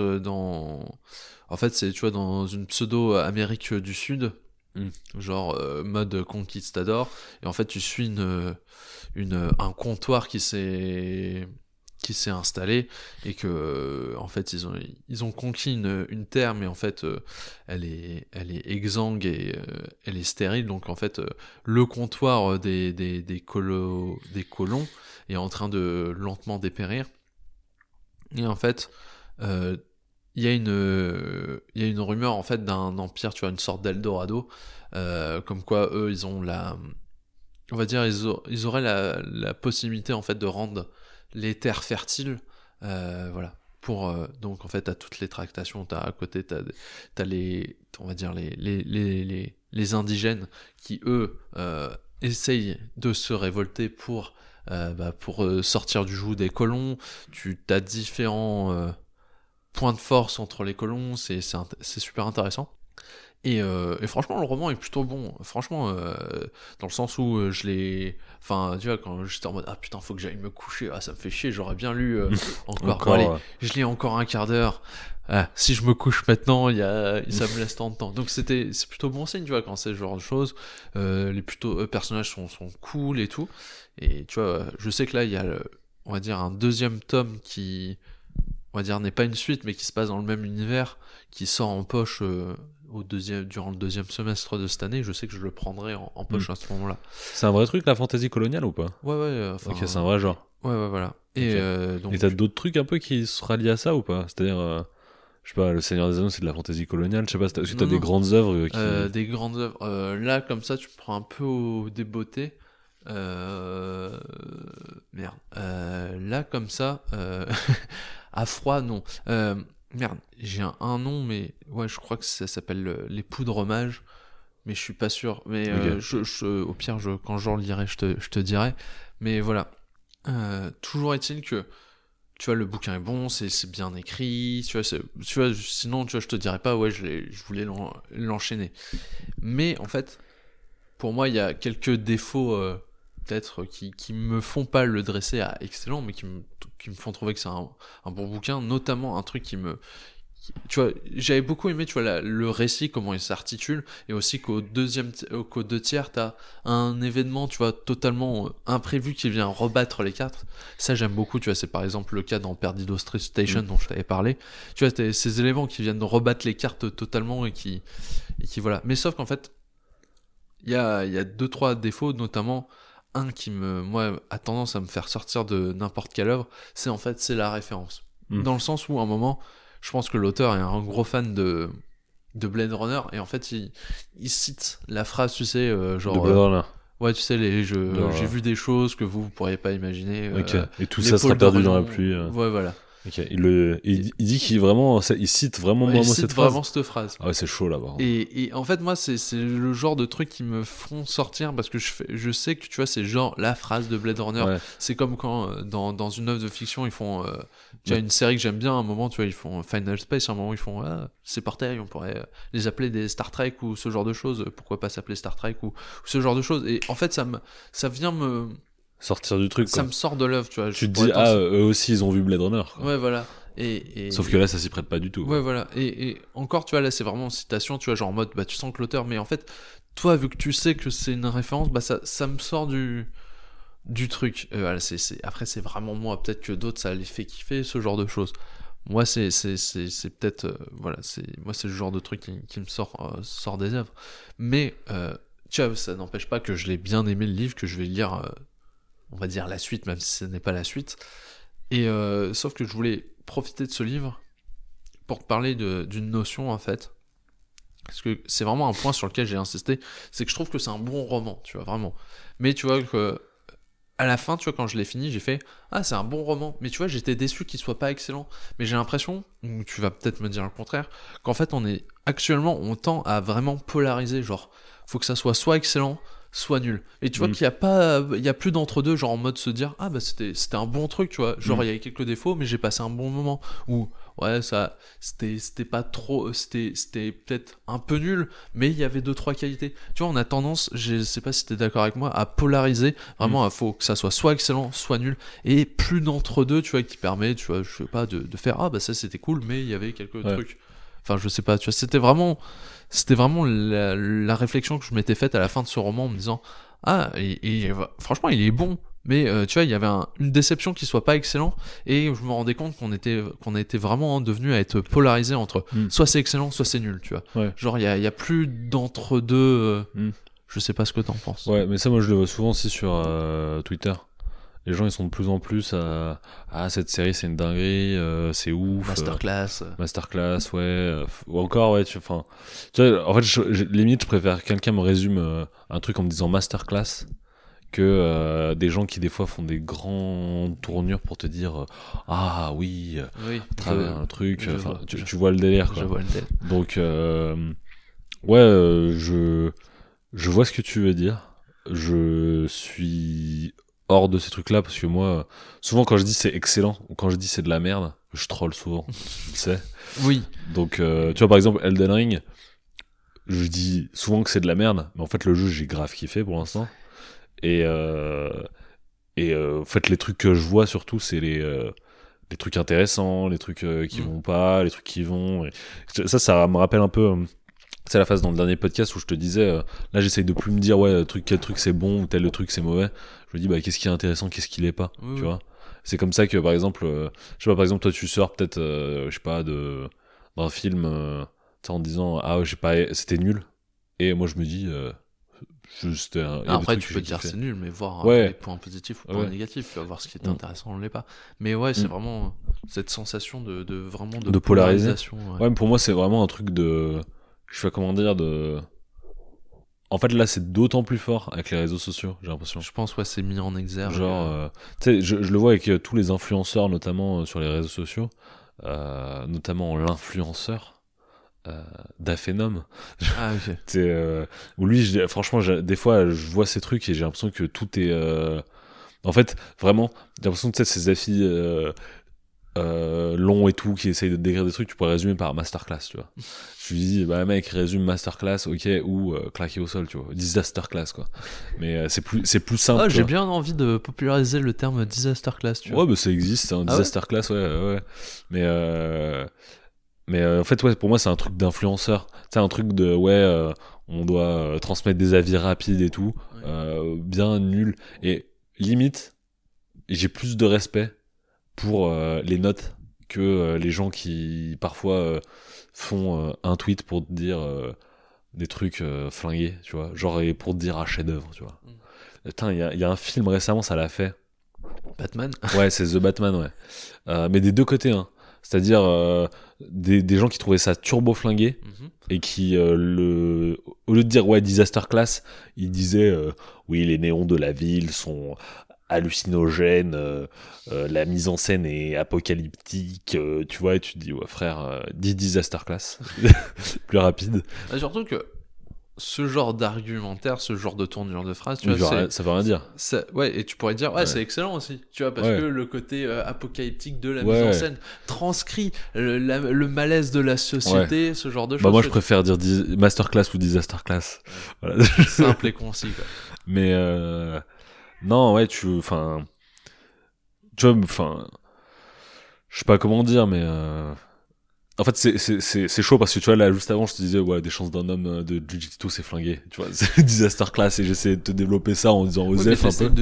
en fait c'est, tu vois, dans une pseudo Amérique du Sud. Genre mode conquistador, et en fait tu suis un comptoir qui s'est installé, et que en fait ils ont conquis une terre, mais en fait elle est exsangue, et elle est stérile, donc en fait le comptoir des colons est en train de lentement dépérir, et en fait il y a une rumeur en fait d'un empire, tu vois, une sorte d'Eldorado, comme quoi eux ils ont on va dire ils auraient la possibilité en fait de rendre les terres fertiles, voilà, pour donc en fait t'as toutes les tractations, à côté t'as les, on va dire les indigènes qui eux essayent de se révolter pour sortir du joug des colons. T'as différents point de force entre les colons, c'est super intéressant. Et franchement, le roman est plutôt bon. Franchement, dans le sens où je l'ai... Enfin, tu vois, quand j'étais en mode « Ah putain, faut que j'aille me coucher. Ah, ça me fait chier, j'aurais bien lu encore. » Bon, allez, je lis encore un quart d'heure. Ah, si je me couche maintenant, ça me laisse tant de temps. Donc c'est plutôt bon signe, tu vois, quand c'est ce genre de choses. Les personnages sont cool et tout. Et tu vois, je sais que là, il y a, on va dire, un deuxième tome qui... on va dire n'est pas une suite, mais qui se passe dans le même univers, qui sort en poche durant le deuxième semestre de cette année. Je sais que je le prendrai en poche à ce moment-là. C'est un vrai truc, la fantasy coloniale, ou pas? Ouais. Ok, c'est un vrai genre. Ouais, voilà. Et donc... Et t'as d'autres trucs un peu qui se rallient à ça ou pas? C'est-à-dire, je sais pas, Le Seigneur des Anneaux, c'est de la fantasy coloniale. Je sais pas, est-ce que t'as des grandes œuvres qui... Des grandes œuvres. Là, comme ça, tu me prends un peu au débeauté. Merde. Là, comme ça, à froid, non. Merde, j'ai un nom, mais ouais, je crois que ça s'appelle Les Poudres Mages, mais je suis pas sûr. Mais okay. Au pire, quand j'en lirai, je te dirai. Mais voilà. Toujours est-il que, tu vois, le bouquin est bon, c'est bien écrit, tu vois, sinon, tu vois, je te dirais pas, ouais, je voulais l'enchaîner. Mais en fait, pour moi, il y a quelques défauts peut-être qui me font pas le dresser à excellent, mais qui me font trouver que c'est un bon bouquin, notamment un truc qui tu vois, j'avais beaucoup aimé, tu vois, le récit, comment il s'articule, et aussi qu'au qu'aux deux tiers, t'as un événement, tu vois, totalement imprévu qui vient rebattre les cartes. Ça, j'aime beaucoup, tu vois, c'est par exemple le cas dans Perdido Station dont je t'avais parlé. Tu vois, t'as ces éléments qui viennent rebattre les cartes totalement et qui voilà. Mais sauf qu'en fait, il y a 2-3 défauts, notamment un qui moi, a tendance à me faire sortir de n'importe quelle œuvre, c'est la référence. Dans le sens où, à un moment, je pense que l'auteur est un gros fan de Blade Runner, et en fait, il cite la phrase, tu sais, genre... De Blade Runner. Ouais, tu sais, j'ai vu des choses que vous pourriez pas imaginer. Ok. Et tout ça sera perdu dans la pluie. Ouais, voilà. Ok. Il dit qu'il vraiment, il cite vraiment Il cette cite phrase. vraiment cette phrase. Ah ouais, c'est chaud là-bas. Et en fait, moi, c'est le genre de trucs qui me font sortir, parce que je sais que, tu vois, c'est genre la phrase de Blade Runner. Ouais. C'est comme quand, dans une œuvre de fiction, ils font, tu vois, une série que j'aime bien, à un moment, tu vois, ils font Final Space, à un moment, ils font, ces portails, on pourrait les appeler des Star Trek ou ce genre de choses. Pourquoi pas s'appeler Star Trek ou ce genre de choses. Et en fait, ça vient me... Sortir du truc, ça quoi. me sort de l'œuvre, tu vois. Tu te dis, eux aussi, ils ont vu Blade Runner, quoi. Ouais, voilà. Et Sauf que là, ça s'y prête pas du tout. Ouais, voilà. Et encore, tu vois, là, c'est vraiment une citation, tu vois, genre en mode, bah, tu sens que l'auteur, mais en fait, toi, vu que tu sais que c'est une référence, bah, ça me sort du truc. Voilà, après, c'est vraiment moi. Peut-être que d'autres, ça les fait kiffer, ce genre de choses. Moi, c'est peut-être, voilà, moi, c'est le genre de truc qui me sort des œuvres. Mais, tu vois, ça n'empêche pas que je l'ai bien aimé, le livre, que je vais lire, on va dire la suite, même si ce n'est pas la suite. Et sauf que je voulais profiter de ce livre pour te parler d'une notion, en fait, parce que c'est vraiment un point sur lequel j'ai insisté, c'est que je trouve que c'est un bon roman, tu vois, vraiment. Mais tu vois que à la fin, tu vois, quand je l'ai fini, j'ai fait c'est un bon roman, mais tu vois, j'étais déçu qu'il soit pas excellent. Mais j'ai l'impression, ou tu vas peut-être me dire le contraire, qu'en fait, on tend à vraiment polariser, genre, faut que ça soit excellent, soit nul. Et tu vois qu'il y a plus d'entre-deux, genre en mode se dire c'était un bon truc, tu vois, genre il y avait quelques défauts, mais j'ai passé un bon moment. Ou ouais, ça c'était pas trop, c'était peut-être un peu nul, mais il y avait 2-3 qualités. Tu vois, on a tendance, je sais pas si t'es d'accord avec moi, à polariser vraiment. Faut que ça soit excellent, soit nul, et plus d'entre-deux, tu vois, qui permet, tu vois, je sais pas, de faire ça c'était cool, mais il y avait quelques trucs. Enfin, je sais pas, tu vois, c'était vraiment la réflexion que je m'étais faite à la fin de ce roman, en me disant franchement, il est bon, mais tu vois, il y avait une déception qu'il soit pas excellent, et je me rendais compte qu'on était vraiment devenu à être polarisé entre soit c'est excellent, soit c'est nul, tu vois. Ouais. Genre, il y a plus d'entre-deux. Je sais pas ce que t'en penses. Ouais, mais ça, moi, je le vois souvent aussi sur Twitter. Les gens, ils sont de plus en plus à cette série, c'est une dinguerie, c'est ouf. Masterclass, ouais. Ou encore, ouais, tu vois, en fait, limite, je préfère que quelqu'un me résume un truc en me disant Masterclass que des gens qui, des fois, font des grandes tournures pour te dire oui, à travers un truc. Tu vois le délire, quoi. Je vois le délire. Donc, je vois ce que tu veux dire. Je suis hors de ces trucs-là, parce que moi, souvent quand je dis c'est excellent, ou quand je dis c'est de la merde, je troll souvent, tu sais. Oui. Donc, tu vois, par exemple, Elden Ring, je dis souvent que c'est de la merde, mais en fait, le jeu, j'ai grave kiffé pour l'instant. Et en fait, les trucs que je vois surtout, c'est les trucs intéressants, les trucs qui vont pas, les trucs qui vont. Et ça me rappelle un peu... c'est la phase dans le dernier podcast où je te disais, là j'essaye de plus me dire quel truc c'est bon ou tel truc c'est mauvais. Je me dis qu'est-ce qui est intéressant, qu'est-ce qui l'est pas, tu vois. C'est comme ça que par exemple, je sais pas, par exemple toi tu sors peut-être, je sais pas, d'un film en disant c'était nul. Et moi je me dis, après tu peux te dire c'est nul, mais voir les points positifs ou points négatifs, tu vas voir ce qui est intéressant, on l'est pas. Mais ouais, c'est vraiment cette sensation de polarisation. Ouais, mais pour moi c'est vraiment un truc de... Je sais pas comment dire, en fait, là, c'est d'autant plus fort avec les réseaux sociaux, j'ai l'impression. Je pense, c'est mis en exergue. Genre, tu sais, je le vois avec tous les influenceurs, notamment sur les réseaux sociaux, notamment l'influenceur d'Aphenom. Ok. Où lui, franchement, des fois, je vois ces trucs et j'ai l'impression que tout est... En fait, vraiment, j'ai l'impression que ces affiches... long et tout, qui essaye de décrire des trucs, tu pourrais résumer par masterclass, tu vois. Je lui dis, mec, résume masterclass, ok, ou claquer au sol, tu vois, disasterclass, quoi. Mais c'est plus simple. J'ai bien envie de populariser le terme disasterclass, tu vois. Ouais, ça existe, disasterclass, ouais. Mais Mais en fait, ouais, pour moi, c'est un truc d'influenceur. C'est un truc de, on doit transmettre des avis rapides et tout. Bien nul. Et limite, j'ai plus de respect pour les notes que les gens qui, parfois, font un tweet pour te dire des trucs flingués, tu vois. Genre, et pour te dire un chef-d'œuvre, tu vois. Putain, il y a un film récemment, ça l'a fait. Batman. Ouais, c'est The Batman, ouais. Mais des deux côtés, hein. C'est-à-dire des gens qui trouvaient ça turbo flingué et qui, au lieu de dire ouais, disaster class, ils disaient oui, les néons de la ville sont hallucinogènes, la mise en scène est apocalyptique, tu vois, et tu te dis ouais, frère, dis disaster class, plus rapide. Surtout que ce genre d'argumentaire, ce genre de tournure de phrase, tu vois, ça veut rien dire. Ouais, et tu pourrais dire, ouais, c'est excellent aussi, tu vois, parce que le côté apocalyptique de la mise en scène transcrit le malaise de la société, ce genre de choses. Bah moi, je préfère dire masterclass ou disaster class. Voilà. Simple et concis, quoi. Mais non, ouais, tu vois, je sais pas comment dire, mais en fait, c'est chaud parce que tu vois, là, juste avant, je te disais, ouais, des chances d'un homme de Jiu-Jitsu, c'est flingué. Tu vois, c'est disaster class et j'essaie de te développer ça en disant Osef un peu.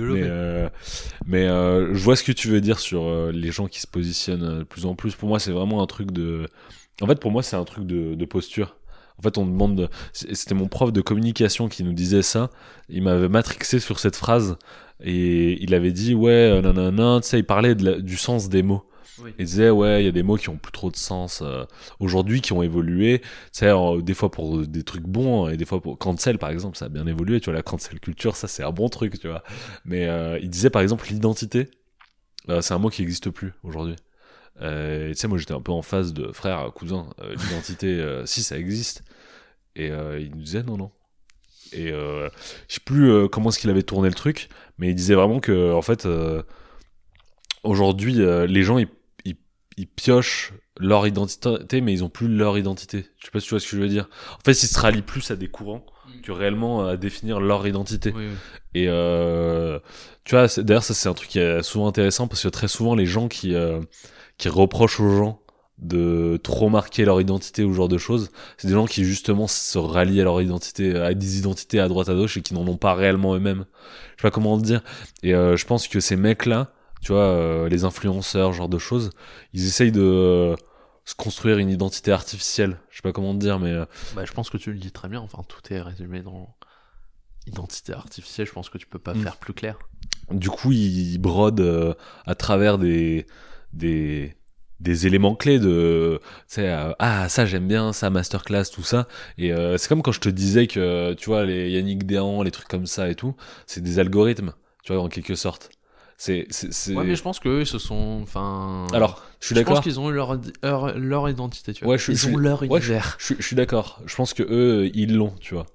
Mais je vois ce que tu veux dire sur les gens qui se positionnent de plus en plus. Pour moi, c'est vraiment un truc de. En fait, pour moi, c'est un truc de posture. En fait, on demande. C'était mon prof de communication qui nous disait ça. Il m'avait matrixé sur cette phrase et il avait dit, ouais, nanana, tu sais, il parlait du sens des mots. Oui. Il disait ouais, il y a des mots qui ont plus trop de sens aujourd'hui, qui ont évolué. Tu sais, des fois pour des trucs bons et des fois pour cancel par exemple, ça a bien évolué. Tu vois, la cancel culture, ça c'est un bon truc, tu vois. Mais il disait par exemple l'identité, c'est un mot qui n'existe plus aujourd'hui. Tu sais, moi j'étais un peu en phase de frère, cousin, l'identité, si ça existe. Et il nous disait non. Et je sais plus comment est-ce qu'il avait tourné le truc, mais il disait vraiment que en fait aujourd'hui les gens ils piochent leur identité, mais ils ont plus leur identité. Je sais pas si tu vois ce que je veux dire. En fait, ils se rallient plus à des courants que réellement à définir leur identité. Oui. Et tu vois, d'ailleurs, ça c'est un truc qui est souvent intéressant parce que très souvent les gens qui reprochent aux gens de trop marquer leur identité ou ce genre de choses, c'est des gens qui justement se rallient à leur identité, à des identités à droite à gauche et qui n'en ont pas réellement eux-mêmes. Je sais pas comment te dire. Et je pense que ces mecs-là, tu vois, les influenceurs, genre de choses, ils essayent de se construire une identité artificielle. Je sais pas comment te dire, mais je pense que tu le dis très bien. Enfin, tout est résumé dans identité artificielle. Je pense que tu peux pas faire plus clair. Du coup, ils brodent à travers des éléments clés de, tu sais, ça j'aime bien, ça masterclass, tout ça. Et c'est comme quand je te disais que, tu vois, les Yannick Déhan, les trucs comme ça et tout, c'est des algorithmes, tu vois, en quelque sorte. C'est... Ouais, mais je pense qu'eux, ils se sont. Enfin. Alors, je suis d'accord. Je pense qu'ils ont eu leur identité, tu vois. Ouais, ils ont leur univers. Je suis d'accord. Je pense que eux, ils l'ont, tu vois.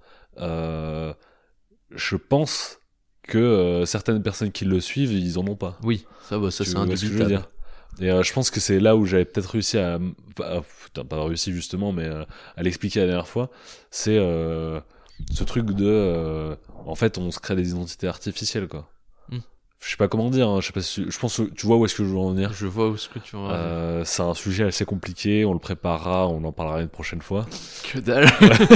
Je pense que certaines personnes qui le suivent, ils en ont pas. Oui, ça c'est indubitable. Et je pense que c'est là où j'avais peut-être réussi pas réussi justement, mais à l'expliquer la dernière fois. C'est ce truc de. En fait, on se crée des identités artificielles, quoi. Je sais pas comment dire, hein. Je pense que tu vois où est-ce que je veux en venir. Je vois où est-ce que tu veux en venir. C'est un sujet assez compliqué, on le préparera, on en parlera une prochaine fois. Que dalle.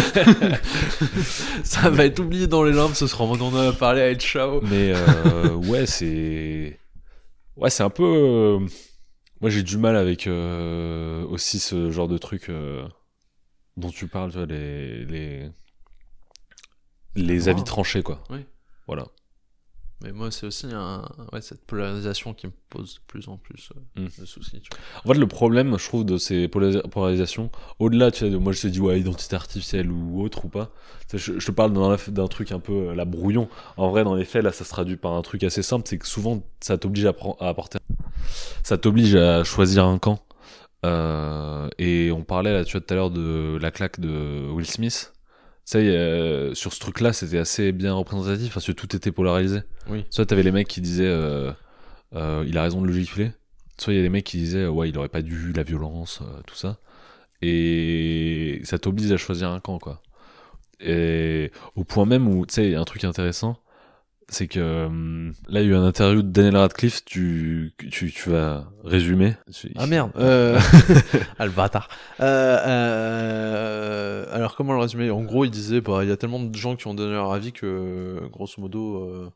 Ça va être oublié dans les limbes, ce sera en mode on en a parlé à El Chao. Mais ouais, c'est un peu... Moi j'ai du mal avec aussi ce genre de truc dont tu parles, tu vois, les avis tranchés, quoi. Oui. Voilà. Mais moi, c'est aussi cette polarisation qui me pose de plus en plus de soucis. Tu vois. En fait, le problème, je trouve, de ces polarisations, au-delà, tu sais, moi je te dis, ouais, identité artificielle ou autre ou pas, je te parle d'un truc un peu la brouillon. En vrai, dans les faits, là, ça se traduit par un truc assez simple, c'est que souvent, ça t'oblige à apporter. Ça t'oblige à choisir un camp. Et on parlait, là, tu vois, tout à l'heure de la claque de Will Smith. Tu sais, sur ce truc-là, c'était assez bien représentatif parce que tout était polarisé. Oui. Soit t'avais les mecs qui disaient il a raison de le gifler. Soit il y a les mecs qui disaient ouais, il aurait pas dû, la violence, tout ça. Et ça t'oblige à choisir un camp, quoi. Et au point même où, tu sais, il y a un truc intéressant, c'est que là il y a eu un interview de Daniel Radcliffe, tu vas résumer. Ah merde. Ah le bâtard. Alors comment le résumer? En gros, il disait il y a tellement de gens qui ont donné leur avis que grosso modo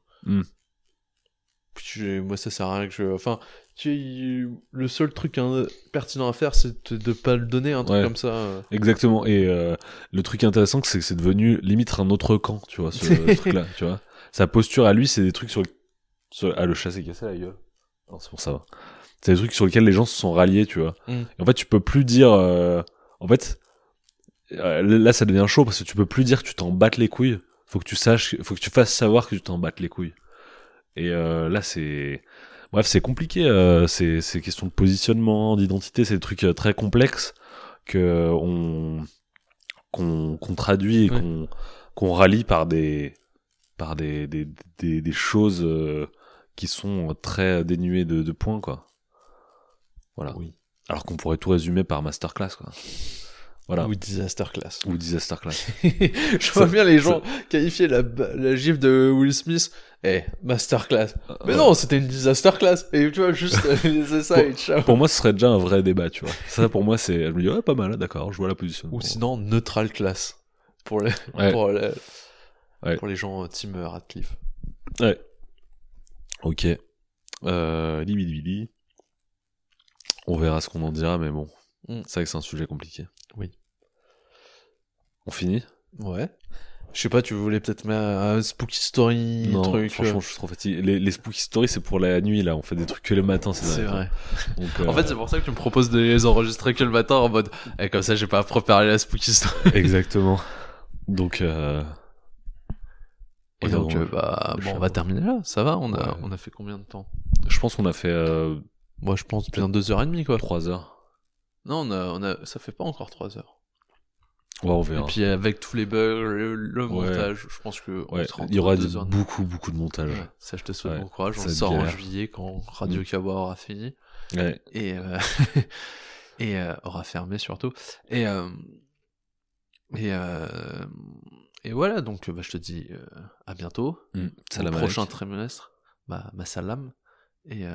moi ça sert à rien que le seul truc pertinent à faire, c'est de pas le donner, un truc comme ça. Exactement. Et le truc intéressant, c'est que c'est devenu limite un autre camp, tu vois, ce truc-là, tu vois. Sa posture à lui, c'est des trucs sur le chat s'est cassé la gueule. Non, c'est pour ça. C'est des trucs sur lesquels les gens se sont ralliés, tu vois. Et en fait, tu peux plus dire. En fait, là, ça devient chaud parce que tu peux plus dire que tu t'en battes les couilles. Faut que tu fasses savoir que tu t'en battes les couilles. Et là, bref, c'est compliqué. C'est question de positionnement, d'identité. C'est des trucs très complexes qu'on traduit et qu'on rallie par des choses qui sont très dénuées de points, quoi. Voilà. Oui. Alors qu'on pourrait tout résumer par masterclass, quoi. Voilà. Ou disaster class. Je vois bien les gens qualifier la gifle de Will Smith masterclass. Mais non, c'était une disaster class. Et tu vois, juste c'est ça et ciao. Pour moi, ce serait déjà un vrai débat, tu vois. Ça, pour moi, je me dis, ouais, pas mal, d'accord, je vois la position. Ou sinon, neutral class. Pour les gens team Radcliffe. Ouais. Ok. Libidibidi. On verra ce qu'on en dira, mais bon. C'est vrai que c'est un sujet compliqué. Oui. On finit ? Ouais. Je sais pas, tu voulais peut-être mettre un Spooky Story, non, truc. Franchement, je suis trop fatigué. Les Spooky Story, c'est pour la nuit, là. On fait des trucs que le matin, c'est vrai. Donc, en fait, c'est pour ça que tu me proposes de les enregistrer que le matin en mode, comme ça, j'ai pas à préparer la Spooky Story. Exactement. Donc, Et donc, on va terminer là. Ça va? On a fait combien de temps? Je pense qu'on a fait, moi, je pense bien 2h30, quoi. 3 heures. Non, ça fait pas encore 3 heures. Ouais, on verra. Et puis avec tous les bugs, le montage, je pense que il y aura beaucoup de montage. Ouais, ça, je te souhaite bon courage. On le sort en juillet quand Radio Kawa aura fini. Ouais. Et aura fermé surtout. Et voilà, donc je te dis à bientôt. Au prochain trimestre. Ma salam. Et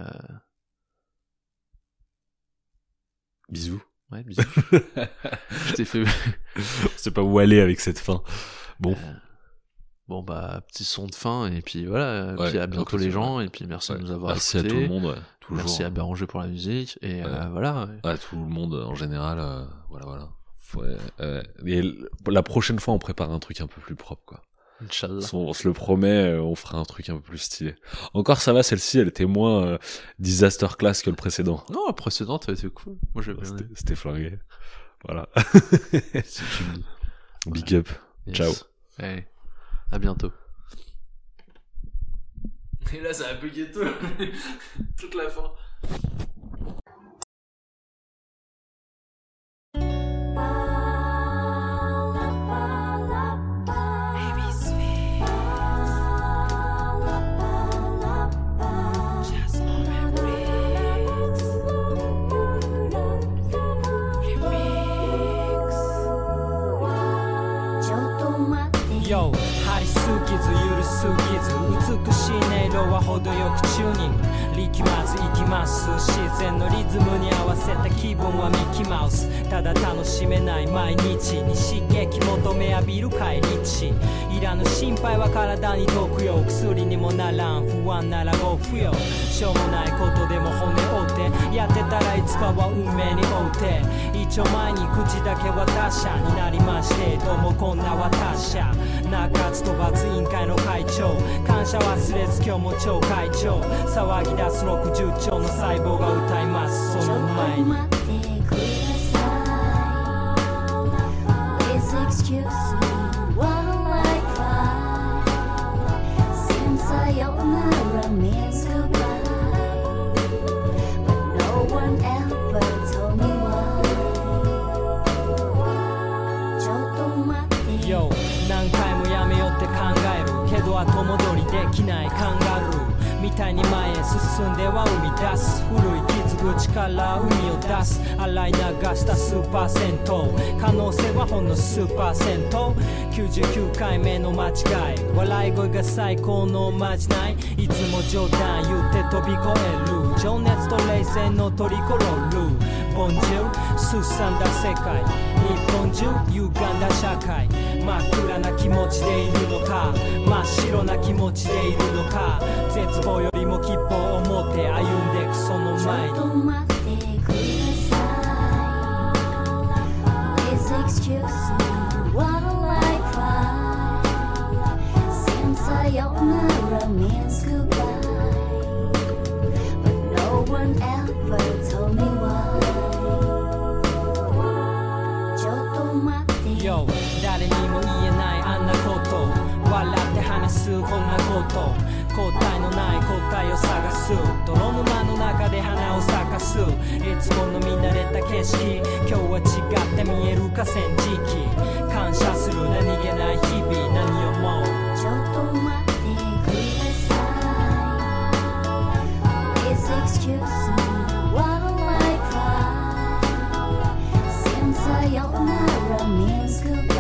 bisous. Ouais, bisous. Je t'ai fait. On sait pas où aller avec cette fin. Bon. Petit son de fin, et puis voilà. Puis à bientôt les gens, et puis merci de nous avoir écoutés. Merci à tout le monde, toujours. Merci à Béranger pour la musique, et voilà. À tout le monde en général, voilà. Et la prochaine fois, on prépare un truc un peu plus propre, quoi. Inch'Allah. On se le promet, on fera un truc un peu plus stylé. Encore ça va, celle-ci, elle était moins disaster class que le précédent. Non, la précédente, elle était cool. Moi, j'ai bien aimé. C'était flingué. Voilà. Big up. Yes. Ciao. Hey. À bientôt. Et là, ça a bugué tout. Toute la fin. Yo 張りすぎず緩すぎず美しい音色は程よくチューニング力まずいきます自然のリズムに合わせた気分はミッキーマウスただ楽しめない毎日に刺激求め浴びる帰り道いらぬ心配は体に毒よ薬にもならん不安ならご不要しょうもないことでも骨折ってやってたらいつかは運命に追うて一丁前に口だけは他者になりましてどうもこんな私者中津と罰委員会の会長感謝忘れず今日も超会長騒ぎ出す60兆の細胞が歌いますその前に後戻りできないカンガルーみたいに前へ進んでは生み出す古い傷口から海を出す洗い流したスーパー銭湯可能性はほんの数パーセント99回目の間違い笑い声が最高のまじないいつも冗談言って飛び越える情熱と冷静のトリコロールボンジューすさんだ世界日本中歪んだ社会真っ暗な気持ちでいるのか真っ白な気持ちでいるのか絶望よりも希望を持って歩んでくその前にちょっと待ってください Please excuse me while I cry Since sayonara means goodbye But no one ever told me why ちょっと待って Yo 誰にも言えないあんなこと笑って話すこんなこと答えのない答えを探す泥沼の中で花を咲かすいつもの見慣れた景色今日は違って見える河川敷感謝する何気ない日々何を思うちょっと待ってください Please excuse me while I cry Since sayonara means goodbye